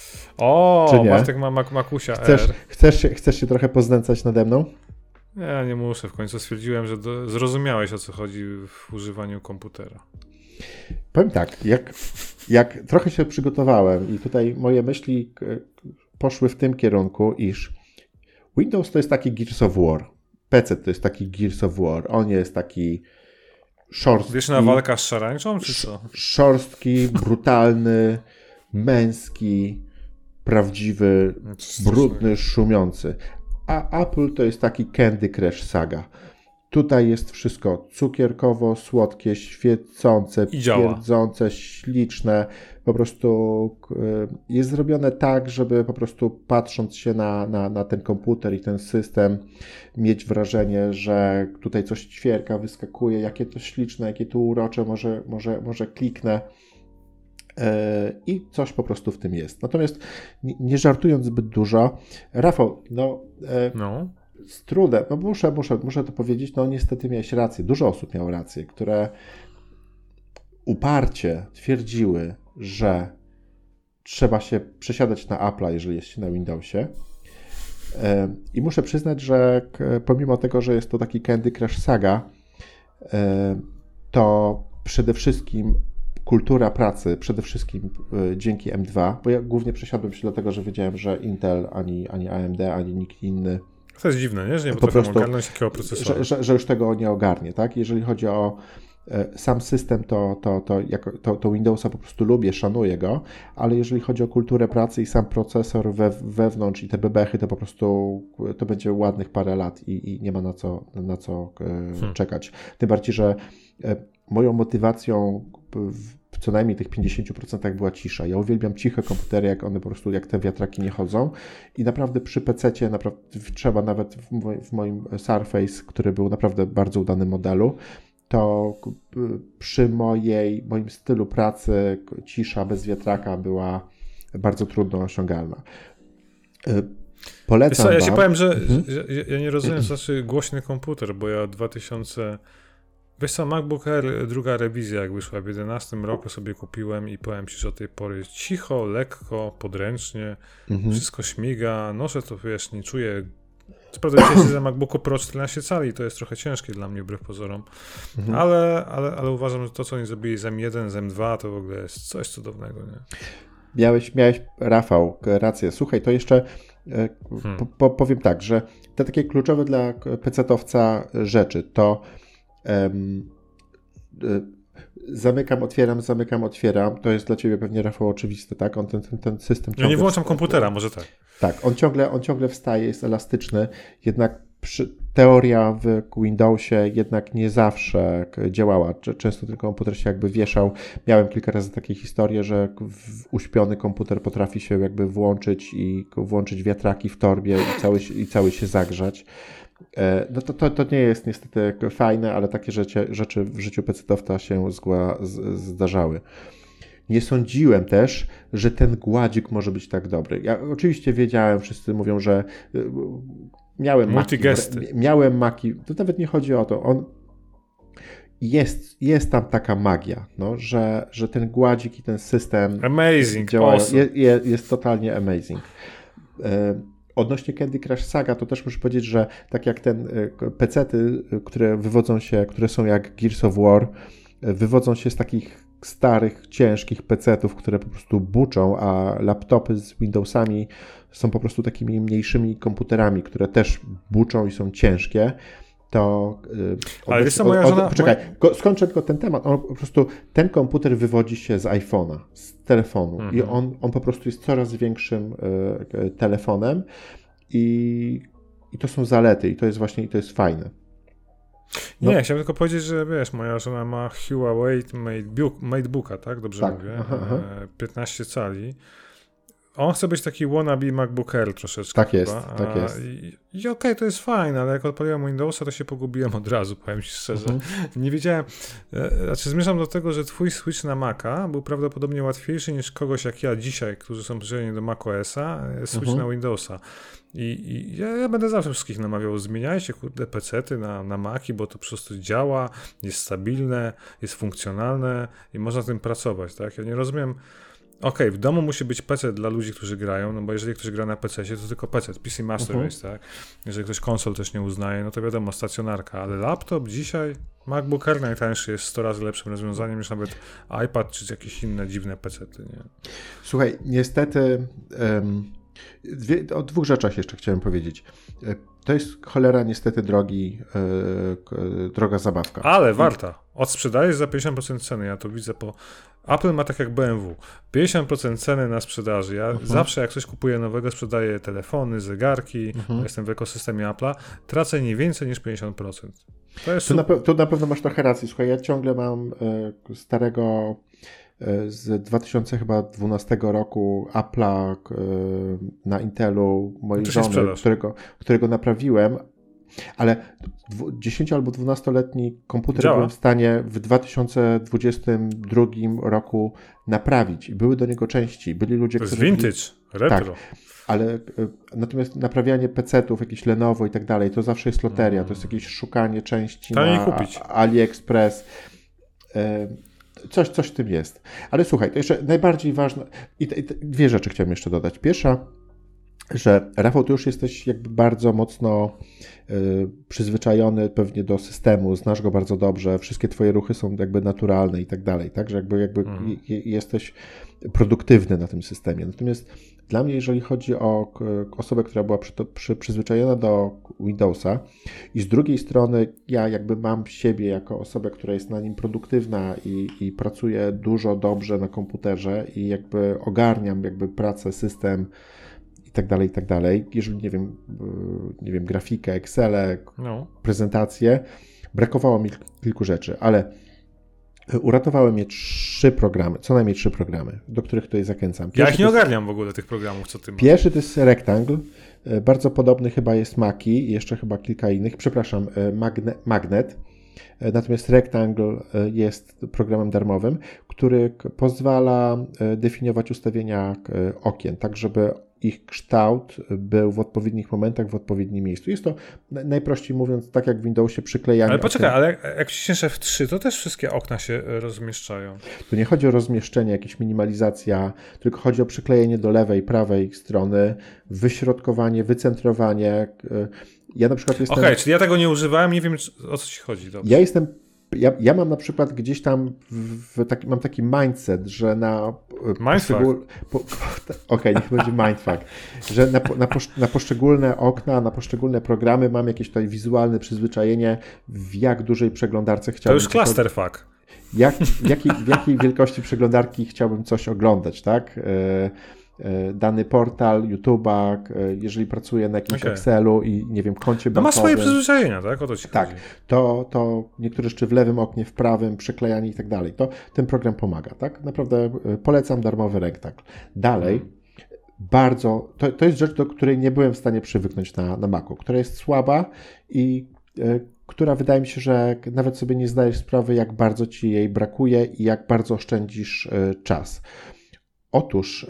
Speaker 2: O, Bartek ma Mac- Macusia
Speaker 1: chcesz,
Speaker 2: R.
Speaker 1: Chcesz się, chcesz się trochę poznęcać nade mną?
Speaker 2: Ja nie muszę. W końcu stwierdziłem, że do... zrozumiałeś, o co chodzi w używaniu komputera.
Speaker 1: Powiem tak, jak, jak trochę się przygotowałem i tutaj moje myśli poszły w tym kierunku, iż Windows to jest taki Gears of War. P C to jest taki Gears of War. On jest taki szorstki.
Speaker 2: Wiesz, na walka z szarańczą, czy co?
Speaker 1: Szorstki, brutalny, męski, prawdziwy, brudny, szumiący. A Apple to jest taki Candy Crush Saga. Tutaj jest wszystko cukierkowo, słodkie, świecące, twierdzące, śliczne. Po prostu jest zrobione tak, żeby po prostu patrząc się na, na, na ten komputer i ten system mieć wrażenie, że tutaj coś ćwierka, wyskakuje, jakie to śliczne, jakie to urocze, może, może, może kliknę. I coś po prostu w tym jest. Natomiast nie żartując zbyt dużo, Rafał, no... no. Z trudem, no muszę, muszę, muszę to powiedzieć, no niestety miałeś rację, dużo osób miało rację, które uparcie twierdziły, że trzeba się przesiadać na Apple'a, jeżeli jest się na Windowsie. I muszę przyznać, że pomimo tego, że jest to taki Candy Crush Saga, to przede wszystkim kultura pracy, przede wszystkim dzięki M dwa, bo ja głównie przesiadłem się dlatego, że wiedziałem, że Intel, ani, ani A M D, ani nikt inny.
Speaker 2: To jest dziwne, nie? Że nie potrafią ogarnąć takiego procesora.
Speaker 1: Że, że, że już tego nie ogarnie, tak? Jeżeli chodzi o e, sam system, to, to, to, jako, to, to Windowsa po prostu lubię, szanuję go, ale jeżeli chodzi o kulturę pracy i sam procesor we, wewnątrz i te bebechy, to po prostu to będzie ładnych parę lat i, i nie ma na co, na co e, hmm. czekać. Tym bardziej, że e, moją motywacją w, co najmniej tych pięćdziesiąt procent była cisza. Ja uwielbiam ciche komputery, jak one po prostu, jak te wiatraki nie chodzą i naprawdę przy pececie naprawdę trzeba nawet w, moj, w moim Surface, który był naprawdę bardzo udanym modelu, to przy mojej, moim stylu pracy cisza bez wiatraka była bardzo trudno osiągalna. Polecam
Speaker 2: co, ja
Speaker 1: wam...
Speaker 2: ci powiem, że mhm. ja, ja nie rozumiem, co znaczy głośny komputer, bo ja dwa tysiące... Wiesz co, MacBook Air, druga rewizja jak wyszła w jedenastym roku sobie kupiłem i powiem ci, że od tej pory cicho, lekko, podręcznie, mhm. wszystko śmiga, noszę to, wiesz, nie czuję. Co prawda dzisiaj siedzę za MacBooku Pro czternaście cali, to jest trochę ciężkie dla mnie wbrew pozorom, mhm. ale, ale, ale uważam, że to, co oni zrobili z M jeden, z M dwa, to w ogóle jest coś cudownego, nie?
Speaker 1: Miałeś, miałeś Rafał, rację. Słuchaj, to jeszcze hmm. po, powiem tak, że te takie kluczowe dla pecetowca rzeczy to Um, y, zamykam, otwieram, zamykam, otwieram. To jest dla ciebie pewnie, Rafał, oczywiste, tak? On ten, ten, ten system
Speaker 2: ciągle... Ja nie włączam komputera, może tak.
Speaker 1: Tak, on ciągle, on ciągle wstaje, jest elastyczny, jednak przy, teoria w Windowsie jednak nie zawsze działała. Często ten komputer się jakby wieszał. Miałem kilka razy takie historie, że uśpiony komputer potrafi się jakby włączyć i włączyć wiatraki w torbie i cały, i cały się zagrzać. No to, to, to nie jest niestety fajne, ale takie rzeczy, rzeczy w życiu pecetowca się zgła, z, zdarzały. Nie sądziłem też, że ten gładzik może być tak dobry. Ja oczywiście wiedziałem, wszyscy mówią, że miałem maki, miałem maki, to nawet nie chodzi o to, on jest, jest tam taka magia, no, że, że ten gładzik i ten system
Speaker 2: amazing,
Speaker 1: działają,
Speaker 2: awesome.
Speaker 1: jest, jest, jest totalnie amazing. Odnośnie Candy Crush Saga, to też muszę powiedzieć, że tak jak ten pecety, które wywodzą się, które są jak Gears of War, wywodzą się z takich starych, ciężkich pecetów, które po prostu buczą, a laptopy z Windowsami są po prostu takimi mniejszymi komputerami, które też buczą i są ciężkie, to...
Speaker 2: Ale wiesz co, moja żona...
Speaker 1: Poczekaj, moja... skończę tylko ten temat. On po prostu, ten komputer wywodzi się z iPhone'a, z telefonu mhm. i on, on po prostu jest coraz większym y, telefonem i, i to są zalety i to jest właśnie, i to jest fajne.
Speaker 2: No. Nie, chciałbym tylko powiedzieć, że wiesz, moja żona ma Huawei MateBooka, tak? Dobrze tak. mówię? Aha, aha. piętnaście cali. On chce być taki wannabe MacBook Air troszeczkę.
Speaker 1: Tak
Speaker 2: chyba.
Speaker 1: jest, tak jest.
Speaker 2: I, i okej, okay, to jest fajne, ale jak odpaliłem Windowsa, to się pogubiłem od razu, powiem ci szczerze. Uh-huh. Nie wiedziałem, znaczy zmierzam do tego, że twój switch na Maca był prawdopodobnie łatwiejszy niż kogoś jak ja dzisiaj, którzy są przyzwyczajeni do macOSa, switch uh-huh. na Windowsa. I, i ja, ja będę zawsze wszystkich namawiał, zmieniajcie kurde pecety na, na Maci, bo to po prostu działa, jest stabilne, jest funkcjonalne i można z tym pracować, tak? Ja nie rozumiem. Okej, okay, w domu musi być P C dla ludzi, którzy grają, no bo jeżeli ktoś gra na P C, to tylko P C, P C Master Race, uh-huh. tak? Jeżeli ktoś konsol też nie uznaje, no to wiadomo, stacjonarka, ale laptop dzisiaj, MacBook Air najtańszy jest sto razy lepszym rozwiązaniem niż nawet iPad czy jakieś inne dziwne pecety, nie?
Speaker 1: Słuchaj, niestety um, dwie, o dwóch rzeczach jeszcze chciałem powiedzieć. To jest cholera niestety drogi, yy, droga zabawka.
Speaker 2: Ale warta. odsprzedajesz za pięćdziesiąt procent ceny. Ja to widzę po... Apple ma tak jak B M W. pięćdziesiąt procent ceny na sprzedaży. Ja mhm. zawsze jak coś kupuję nowego, sprzedaję telefony, zegarki, mhm. jestem w ekosystemie Apple'a, tracę nie więcej niż pięćdziesiąt procent. To jest
Speaker 1: tu, na pe- tu na pewno masz trochę racji. Słuchaj, ja ciągle mam y, starego y, z dwa tysiące dwunastego roku Apple'a y, na Intelu mojej żony, którego, którego naprawiłem. Ale dziesięcio- albo dwunastoletni komputer
Speaker 2: Działa.
Speaker 1: byłem w stanie w dwa tysiące dwudziestym drugim roku naprawić. I były do niego części. Byli ludzie,
Speaker 2: to jest
Speaker 1: którzy...
Speaker 2: vintage, retro.
Speaker 1: Tak, ale y, natomiast naprawianie pecetów, jakieś Lenovo i tak dalej, to zawsze jest loteria. To jest jakieś szukanie części
Speaker 2: Taniej
Speaker 1: na
Speaker 2: kupić.
Speaker 1: AliExpress. Y, coś, coś w tym jest. Ale słuchaj, to jeszcze najbardziej ważne... I, te, i te, dwie rzeczy chciałem jeszcze dodać. Pierwsza, że Rafał, ty już jesteś jakby bardzo mocno y, przyzwyczajony pewnie do systemu, znasz go bardzo dobrze, wszystkie twoje ruchy są jakby naturalne i tak dalej, tak, że jakby, jakby mm. j, jesteś produktywny na tym systemie. Natomiast dla mnie, jeżeli chodzi o k, osobę, która była przy, przy, przyzwyczajona do Windowsa i z drugiej strony ja jakby mam siebie jako osobę, która jest na nim produktywna i, i pracuję dużo dobrze na komputerze i jakby ogarniam jakby pracę, system, i tak dalej, i tak dalej. Jeżeli, nie wiem, nie wiem, grafikę, Excel, no. prezentację, brakowało mi kilku rzeczy, ale uratowały mnie trzy programy, co najmniej trzy programy, do których tutaj zachęcam.
Speaker 2: Pierwszy ja ich nie jest, ogarniam w ogóle tych programów, co ty masz.
Speaker 1: Pierwszy to jest Rectangle, bardzo podobny chyba jest Maki i jeszcze chyba kilka innych, przepraszam, Magne, Magnet. Natomiast Rectangle jest programem darmowym, który pozwala definiować ustawienia okien, tak żeby ich kształt był w odpowiednich momentach, w odpowiednim miejscu. Jest to najprościej mówiąc tak jak w Windowsie przyklejanie.
Speaker 2: Ale poczekaj, ale jak wciśniesz F trzy, to też wszystkie okna się rozmieszczają.
Speaker 1: Tu nie chodzi o rozmieszczenie, jakieś minimalizacja, tylko chodzi o przyklejenie do lewej, prawej strony, wyśrodkowanie, wycentrowanie. Ja na przykład jestem...
Speaker 2: Okej, okay, czyli ja tego nie używałem, nie wiem o co ci chodzi. Dobrze.
Speaker 1: Ja jestem Ja, ja mam na przykład gdzieś tam w taki, mam taki mindset, że na
Speaker 2: poszczegól...
Speaker 1: po, Okej, okay, niech będzie mindfuck, że na, na, posz, na poszczególne okna, na poszczególne programy mam jakieś tutaj wizualne przyzwyczajenie, w jak dużej przeglądarce chciałbym...
Speaker 2: To już clusterfuck.
Speaker 1: Jak, w, jakiej, w jakiej wielkości przeglądarki chciałbym coś oglądać, tak? Yy, dany portal, YouTube'a, jeżeli pracuję na jakimś okay. Excelu i nie wiem, koncie bankowym.
Speaker 2: No ma swoje przyzwyczajenia, tak? O to ci
Speaker 1: tak,
Speaker 2: chodzi.
Speaker 1: to, to niektóre rzeczy w lewym oknie, w prawym, przyklejanie i tak dalej. To ten program pomaga, tak? Naprawdę polecam darmowy Rectangle. Dalej, hmm. bardzo, to, to jest rzecz, do której nie byłem w stanie przywyknąć na, na Macu, która jest słaba i y, która wydaje mi się, że nawet sobie nie zdajesz sprawy, jak bardzo ci jej brakuje i jak bardzo oszczędzisz y, czas. Otóż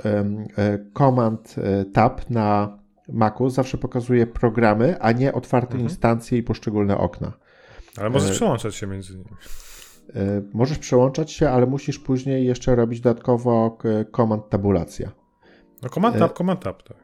Speaker 1: Command Tab na Macu zawsze pokazuje programy, a nie otwarte mhm. instancje i poszczególne okna.
Speaker 2: Ale możesz e... przełączać się między nimi.
Speaker 1: E... Możesz przełączać się, ale musisz później jeszcze robić dodatkowo Command Tabulacja.
Speaker 2: No Command Tab, e... Command Tab. Tak.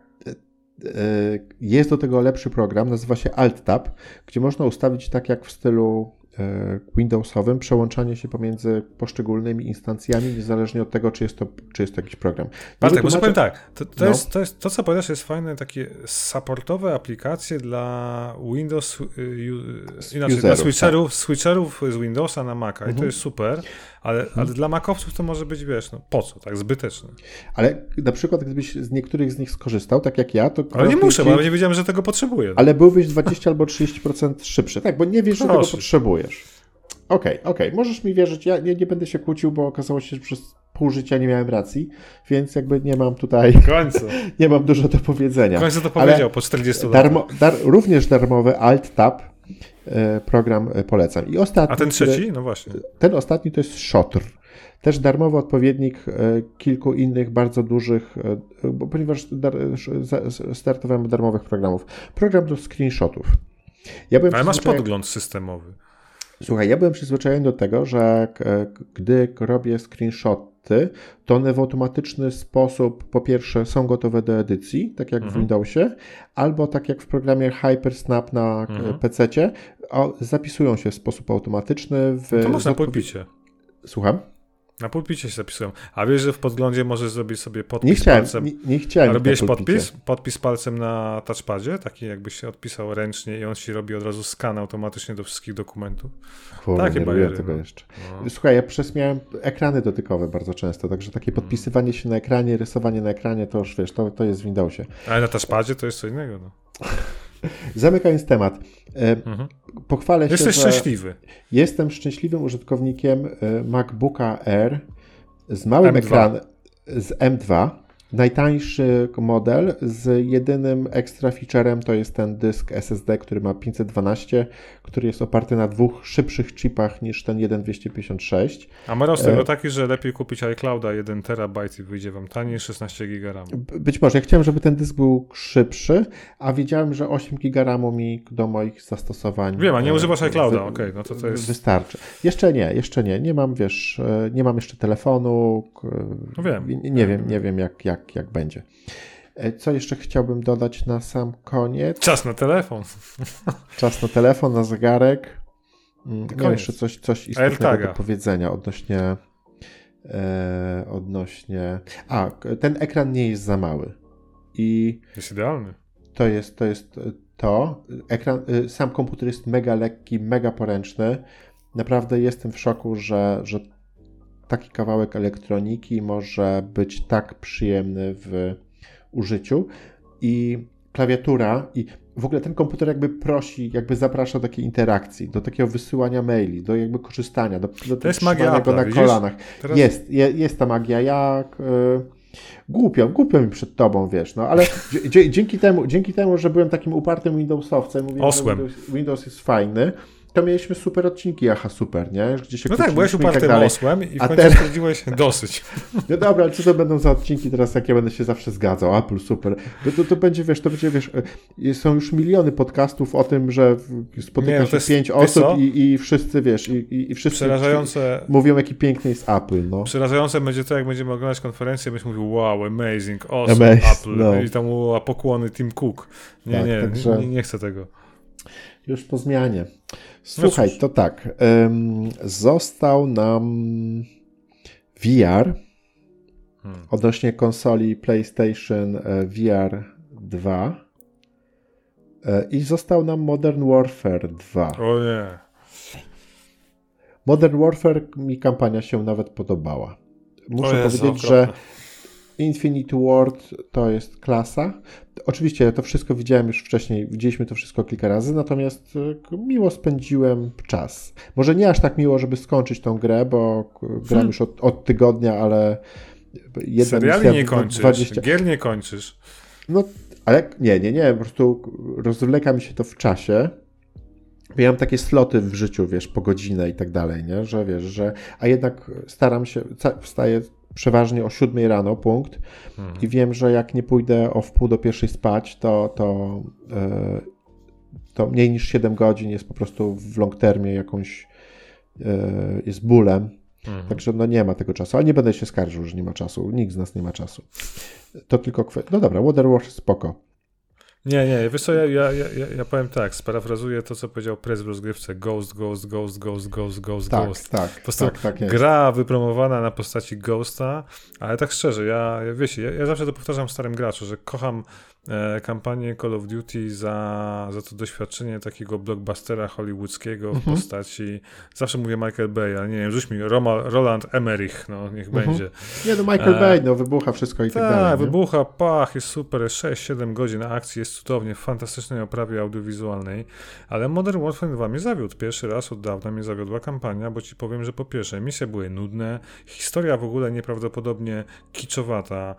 Speaker 1: Jest do tego lepszy program, nazywa się Alt Tab, gdzie można ustawić tak jak w stylu Windowsowym przełączanie się pomiędzy poszczególnymi instancjami, niezależnie od tego, czy jest to, czy jest to jakiś program.
Speaker 2: Bartek, może powiem tak, to, to, no. jest, to, jest, to co powiadasz jest fajne, takie supportowe aplikacje dla Windows, yy, inaczej, dla switcherów, tak. switcherów z Windowsa na Maca mhm. i to jest super, ale, mhm. ale dla Macowców to może być, wiesz, no po co, tak, zbyteczne.
Speaker 1: Ale na przykład gdybyś z niektórych z nich skorzystał, tak jak ja, to...
Speaker 2: Ale nie muszę, bo ja nie wiedziałem, że tego potrzebuję.
Speaker 1: Ale byłbyś dwadzieścia albo trzydzieści procent szybszy, tak, bo nie wiesz, że tego potrzebujesz. Okej, okay, okej, okay. Możesz mi wierzyć, ja nie, nie będę się kłócił, bo okazało się, że przez pół życia nie miałem racji, więc jakby nie mam tutaj...
Speaker 2: W końcu.
Speaker 1: nie mam dużo do powiedzenia.
Speaker 2: W końcu to powiedział ale po czterdziestu
Speaker 1: darmo,
Speaker 2: latach.
Speaker 1: Dar, również darmowy Alt Tab program polecam. I ostatni,
Speaker 2: a ten trzeci? No właśnie.
Speaker 1: Ten ostatni to jest Shotr. Też darmowy odpowiednik kilku innych bardzo dużych, bo ponieważ startowałem od darmowych programów. Program do screenshotów. Ja byłem
Speaker 2: ale masz podgląd systemowy.
Speaker 1: Słuchaj, ja byłem przyzwyczajony do tego, że gdy robię screenshoty, to one w automatyczny sposób po pierwsze są gotowe do edycji, tak jak mhm. w Windowsie, albo tak jak w programie HyperSnap na mhm. pececie, zapisują się w sposób automatyczny. W,
Speaker 2: to można po bicie.
Speaker 1: Słucham?
Speaker 2: Na pulpicie się zapisują. A wiesz, że w podglądzie możesz zrobić sobie podpis
Speaker 1: Nie chciałem,
Speaker 2: palcem.
Speaker 1: nie, nie chciałem.
Speaker 2: A robiłeś
Speaker 1: na pulpicie.
Speaker 2: podpis? Podpis palcem na touchpadzie? Taki jakbyś się odpisał ręcznie i on ci robi od razu skan automatycznie do wszystkich dokumentów.
Speaker 1: Kurde,
Speaker 2: Takie
Speaker 1: nie
Speaker 2: bariery,
Speaker 1: robię tego
Speaker 2: no.
Speaker 1: jeszcze.
Speaker 2: No.
Speaker 1: Słuchaj, ja przez miałem ekrany dotykowe bardzo często, także takie podpisywanie się na ekranie, rysowanie na ekranie, to już wiesz, to, to jest w Windowsie.
Speaker 2: Ale na touchpadzie to jest co innego. No.
Speaker 1: Zamykając temat, e,
Speaker 2: Mhm.
Speaker 1: pochwalę się,
Speaker 2: Jesteś
Speaker 1: że
Speaker 2: szczęśliwy.
Speaker 1: jestem szczęśliwym użytkownikiem e, MacBooka Air z małym
Speaker 2: M dwa.
Speaker 1: ekranem, z M dwa. Najtańszy model z jedynym extra featurem to jest ten dysk S S D, który ma pięćset dwanaście, który jest oparty na dwóch szybszych chipach niż ten jeden dwieście pięćdziesiąt sześć.
Speaker 2: A morał z tego
Speaker 1: E,
Speaker 2: taki, że lepiej kupić iClouda jeden terabajt i wyjdzie wam taniej, szesnaście giga ramu.
Speaker 1: B- Być może. Ja chciałem, żeby ten dysk był szybszy, a wiedziałem, że osiem giga ramu mi do moich zastosowań
Speaker 2: Wiem, a nie
Speaker 1: e,
Speaker 2: używasz iClouda,
Speaker 1: wy-
Speaker 2: okej, no to to jest...
Speaker 1: wystarczy. Jeszcze nie, jeszcze nie. Nie mam, wiesz, e, nie mam jeszcze telefonu. k-
Speaker 2: No wiem.
Speaker 1: Nie, nie wiem, nie wiem jak, jak, jak będzie. E, Co jeszcze chciałbym dodać na sam koniec?
Speaker 2: Czas na telefon.
Speaker 1: Czas na telefon, na zegarek. Mm, Miałem
Speaker 2: Koniec.
Speaker 1: jeszcze coś, coś istotnego
Speaker 2: AirTaga.
Speaker 1: do powiedzenia odnośnie e, odnośnie... A, k- ten ekran nie jest za mały. I
Speaker 2: Jest idealny.
Speaker 1: to jest to. Jest to. Ekran, y, sam komputer jest mega lekki, mega poręczny. Naprawdę jestem w szoku, że, że taki kawałek elektroniki może być tak przyjemny w użyciu. I klawiatura, i w ogóle ten komputer jakby prosi, jakby zaprasza do takiej interakcji, do takiego wysyłania maili, do jakby korzystania, do, do
Speaker 2: To jest magia
Speaker 1: trzymania go
Speaker 2: Apple'a,
Speaker 1: na
Speaker 2: widzisz?
Speaker 1: kolanach.
Speaker 2: Teraz...
Speaker 1: Jest, je, jest ta magia. Ja y, głupio, głupio mi przed tobą, wiesz, no ale dzie- dzie- dzięki temu, dzięki temu, że byłem takim upartym Windowsowcem, mówiłem, że
Speaker 2: Osłem.
Speaker 1: Windows, Windows jest fajny, to mieliśmy super odcinki, aha, super, nie? Gdzie się
Speaker 2: No tak, byłeś
Speaker 1: kłóciliśmy i tak
Speaker 2: upartym
Speaker 1: dalej.
Speaker 2: osłem i w
Speaker 1: A
Speaker 2: końcu
Speaker 1: teraz-
Speaker 2: stwierdziłeś dosyć.
Speaker 1: No dobra, ale co to będą za odcinki teraz, jak ja będę się zawsze zgadzał? Apple, super. To, to, to będzie, wiesz, to będzie, wiesz, e, są już miliony podcastów o tym, że w- spotyka
Speaker 2: Nie, no to
Speaker 1: się
Speaker 2: jest-
Speaker 1: pięć
Speaker 2: wiesz
Speaker 1: osób
Speaker 2: co?
Speaker 1: i, i wszyscy, wiesz, i, i, i wszyscy
Speaker 2: Przerażające,
Speaker 1: mówią, jaki piękny jest Apple, no.
Speaker 2: przerażające będzie to, jak będziemy oglądać konferencję, byś mówił wow, amazing, awesome,
Speaker 1: Amazing,
Speaker 2: Apple.
Speaker 1: no.
Speaker 2: I tam a pokłony Tim Cook. Nie,
Speaker 1: Tak,
Speaker 2: nie,
Speaker 1: także-
Speaker 2: nie, nie chcę tego.
Speaker 1: Już po zmianie. Słuchaj,
Speaker 2: cóż.
Speaker 1: to tak. Ym, został nam V R
Speaker 2: Hmm.
Speaker 1: odnośnie konsoli PlayStation e, V R dwa e, i został nam Modern Warfare dwa.
Speaker 2: O nie.
Speaker 1: Modern Warfare mi kampania się nawet podobała. Muszę
Speaker 2: O Jezu,
Speaker 1: powiedzieć,
Speaker 2: okropne.
Speaker 1: że Infinity Ward to jest klasa. Oczywiście to wszystko widziałem już wcześniej, widzieliśmy to wszystko kilka razy, natomiast e, miło spędziłem czas. Może nie aż tak miło, żeby skończyć tą grę, bo k- gram
Speaker 2: Hmm.
Speaker 1: już od, od tygodnia, ale jedna
Speaker 2: Seriali
Speaker 1: misja
Speaker 2: nie
Speaker 1: w-
Speaker 2: kończysz,
Speaker 1: dwadzieścia
Speaker 2: gier nie kończysz.
Speaker 1: No, ale nie, nie, nie, po prostu rozwleka mi się to w czasie. Ja mam takie sloty w życiu, wiesz, po godzinę i tak dalej, nie? Że wiesz, że... A jednak staram się, ca- wstaję przeważnie o siódmej rano, punkt.
Speaker 2: Mhm.
Speaker 1: I wiem, że jak nie pójdę o wpół do pierwszej spać, to, to, e, to mniej niż siedem godzin jest po prostu w long termie jakąś, e, jest bólem.
Speaker 2: Mhm.
Speaker 1: Także no nie ma tego czasu, ale nie będę się skarżył, że nie ma czasu. Nikt z nas nie ma czasu. To tylko kwestia... No dobra, Modern Warfare spoko.
Speaker 2: Nie, nie, wiesz co, ja, ja, ja, ja powiem tak, sparafrazuję to, co powiedział Prez w rozgrywce, Ghost, Ghost, Ghost, Ghost, Ghost, Ghost,
Speaker 1: Tak,
Speaker 2: Ghost.
Speaker 1: tak,
Speaker 2: Po prostu
Speaker 1: tak, tak jest.
Speaker 2: gra wypromowana na postaci Ghosta, ale tak szczerze, ja, ja wiecie, ja, ja zawsze to powtarzam starym graczu, że kocham e, kampanię Call of Duty za, za to doświadczenie takiego blockbustera hollywoodzkiego w
Speaker 1: Mhm.
Speaker 2: postaci, zawsze mówię Michael Bay, ale nie wiem, rzuć mi Roma, Roland Emmerich, no niech
Speaker 1: Mhm.
Speaker 2: będzie.
Speaker 1: Nie, no Michael
Speaker 2: E,
Speaker 1: Bay, no wybucha wszystko i tak,
Speaker 2: Tak,
Speaker 1: dalej. nie?
Speaker 2: wybucha, pach, jest super, sześć siedem godzin akcji, jest cudownie, w fantastycznej oprawie audiowizualnej, ale Modern Warfare dwa mnie zawiódł. Pierwszy raz od dawna mnie zawiodła kampania, bo ci powiem, że po pierwsze, misje były nudne, historia w ogóle nieprawdopodobnie kiczowata,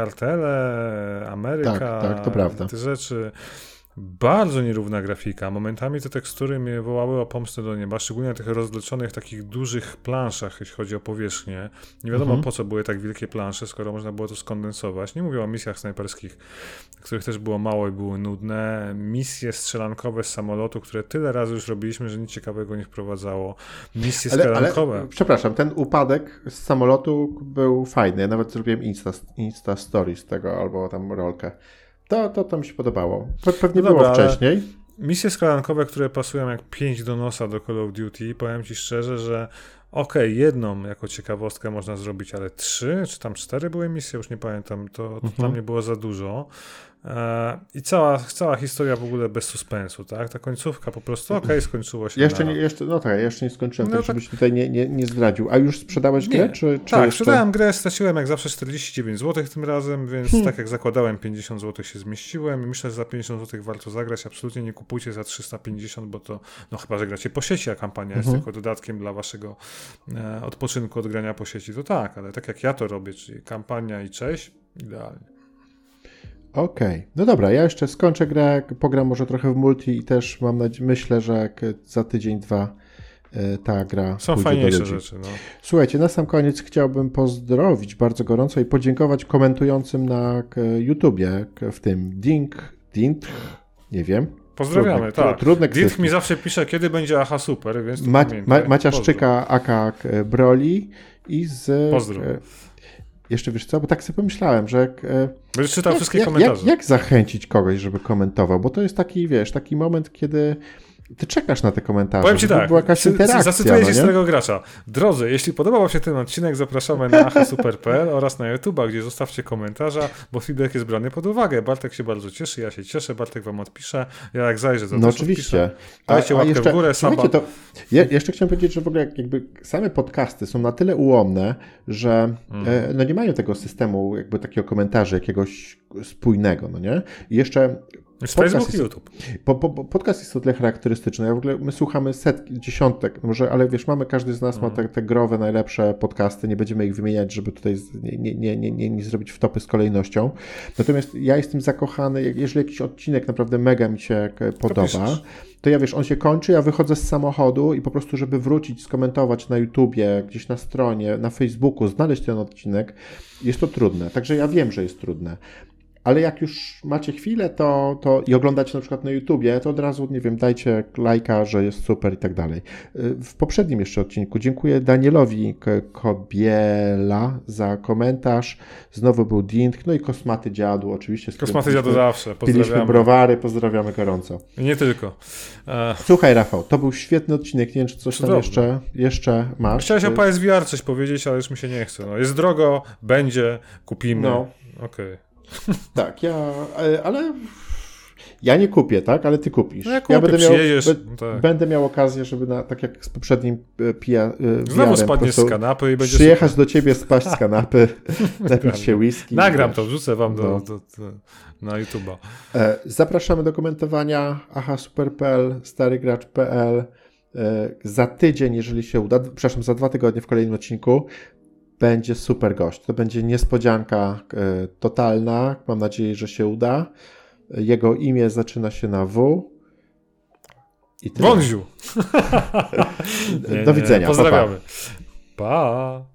Speaker 2: kartele, Ameryka,
Speaker 1: Tak, tak, to prawda.
Speaker 2: te rzeczy. Bardzo nierówna grafika. Momentami te tekstury mnie wołały o pomstę do nieba, szczególnie na tych rozleczonych, takich dużych planszach, jeśli chodzi o powierzchnię. Nie wiadomo
Speaker 1: Mhm.
Speaker 2: po co były tak wielkie plansze, skoro można było to skondensować. Nie mówię o misjach snajperskich, których też było mało i były nudne. Misje strzelankowe z samolotu, które tyle razy już robiliśmy, że nic ciekawego nie wprowadzało. Misje
Speaker 1: Ale,
Speaker 2: strzelankowe.
Speaker 1: ale, przepraszam, ten upadek z samolotu był fajny. Ja nawet zrobiłem Insta, Insta Story z tego, albo tam rolkę. To, to, to mi się podobało. Pe- Pewnie
Speaker 2: No
Speaker 1: było
Speaker 2: dobra, ale-
Speaker 1: wcześniej.
Speaker 2: Misje strzelankowe, które pasują jak pięć do nosa do Call of Duty, powiem ci szczerze, że Okej, okay, jedną jako ciekawostkę można zrobić, ale trzy, czy tam cztery były misje, już nie pamiętam, to, to mhm. dla mnie było za dużo. E, I cała, cała historia w ogóle bez suspensu, tak? Ta końcówka po prostu, okej, okay, skończyło się.
Speaker 1: Jeszcze nie, jeszcze, no tak, jeszcze nie skończyłem, no tak żebyś tak... tutaj nie, nie, nie zdradził. A już sprzedałeś grę?
Speaker 2: Nie.
Speaker 1: Czy, czy
Speaker 2: tak,
Speaker 1: jeszcze...
Speaker 2: sprzedałem grę, straciłem jak zawsze czterdzieści dziewięć złotych tym razem, więc hmm. tak jak zakładałem, pięćdziesiąt złotych się zmieściłem i myślę, że za pięćdziesiąt złotych warto zagrać. Absolutnie nie kupujcie za trzysta pięćdziesiąt, bo to, no chyba, że gracie po sieci, a kampania jest hmm. tylko dodatkiem dla waszego e, odpoczynku od grania po sieci, to tak, ale tak jak ja to robię, czyli kampania i cześć, idealnie.
Speaker 1: Okej, okay. No dobra, ja jeszcze skończę grę, pogram może trochę w multi i też mam nadzieję, myślę, że za tydzień, dwa ta gra
Speaker 2: są fajniejsze rzeczy. No.
Speaker 1: Słuchajcie, na sam koniec chciałbym pozdrowić bardzo gorąco i podziękować komentującym na YouTubie, w tym Ding, Ding, nie wiem.
Speaker 2: Pozdrawiamy,
Speaker 1: trudne,
Speaker 2: tak.
Speaker 1: Trudne
Speaker 2: Ding mi zawsze pisze, kiedy będzie Aha Super, więc
Speaker 1: Ma, Ma, Macia Szczyka, aka Broli i z...
Speaker 2: Pozdro.
Speaker 1: Jeszcze wiesz co, bo tak sobie pomyślałem, że...
Speaker 2: Będziesz czytał
Speaker 1: jak,
Speaker 2: wszystkie
Speaker 1: jak,
Speaker 2: komentarze.
Speaker 1: Jak, jak zachęcić kogoś, żeby komentował? Bo to jest taki, wiesz, taki moment, kiedy ty czekasz na te komentarze.
Speaker 2: Powiem ci tak,
Speaker 1: była jakaś interakcja,
Speaker 2: zacytuję
Speaker 1: no
Speaker 2: ci starego gracza. Drodzy, jeśli podobał wam się ten odcinek, zapraszamy na aha super kropka pe el oraz na YouTube'a, gdzie zostawcie komentarza, bo feedback jest brany pod uwagę. Bartek się bardzo cieszy, ja się cieszę, Bartek wam odpisze. Ja jak zajrzę, to
Speaker 1: no
Speaker 2: też
Speaker 1: oczywiście.
Speaker 2: Odpiszę. Dajcie łapkę
Speaker 1: jeszcze,
Speaker 2: w górę, saba.
Speaker 1: To, ja jeszcze chciałem powiedzieć, że w ogóle jakby same podcasty są na tyle ułomne, że mm. e, no nie mają tego systemu jakby takiego komentarza jakiegoś spójnego, no nie? I jeszcze
Speaker 2: Jest Facebook i YouTube.
Speaker 1: Po, po, podcast jest o tyle charakterystyczny. Ja w ogóle, my słuchamy setki, dziesiątek, może, ale wiesz, mamy, każdy z nas mm. ma te, te growe, najlepsze podcasty, nie będziemy ich wymieniać, żeby tutaj nie, nie, nie, nie, nie zrobić wtopy z kolejnością. Natomiast ja jestem zakochany, jeżeli jakiś odcinek naprawdę mega mi się podoba, to, to ja wiesz, on się kończy, ja wychodzę z samochodu i po prostu, żeby wrócić, skomentować na YouTubie, gdzieś na stronie, na Facebooku, znaleźć ten odcinek, jest to trudne. Także ja wiem, że jest trudne. Ale jak już macie chwilę to, to i oglądacie na przykład na YouTubie, to od razu, nie wiem, dajcie lajka, że jest super i tak dalej. W poprzednim jeszcze odcinku dziękuję Danielowi Kobiela za komentarz. Znowu był Ding, no i Kosmaty Dziadu oczywiście.
Speaker 2: Kosmaty Dziadu zawsze, pozdrawiamy.
Speaker 1: Piliśmy browary, pozdrawiamy gorąco.
Speaker 2: I nie tylko. E...
Speaker 1: Słuchaj Rafał, to był świetny odcinek, nie wiem czy coś tam jeszcze, jeszcze masz.
Speaker 2: Chciałeś o P S V R coś powiedzieć, ale już mi się nie chce. No, jest drogo, będzie, kupimy. No. Okej. Okay.
Speaker 1: Tak, ja, ale ja nie kupię, tak, ale ty kupisz.
Speaker 2: No ja, kupię, ja będę, miał, be,
Speaker 1: tak. będę miał okazję, żeby na, tak jak z poprzednim pija,
Speaker 2: znowu spadniesz z kanapy i będziesz
Speaker 1: przyjechać super. do ciebie, spaść z kanapy, napić się whisky.
Speaker 2: Nagram to, wrzucę wam do, no. do, do, na YouTube'a.
Speaker 1: Zapraszamy do komentowania aha super kropka pe el, starygracz kropka pe el. Za tydzień, jeżeli się uda, przepraszam, za dwa tygodnie w kolejnym odcinku będzie super gość. To będzie niespodzianka e, totalna. Mam nadzieję, że się uda. Jego imię zaczyna się na W.
Speaker 2: I tyle. Bonjour.
Speaker 1: Do widzenia.
Speaker 2: Pozdrawiamy.
Speaker 1: Pa, pa.
Speaker 2: Pa.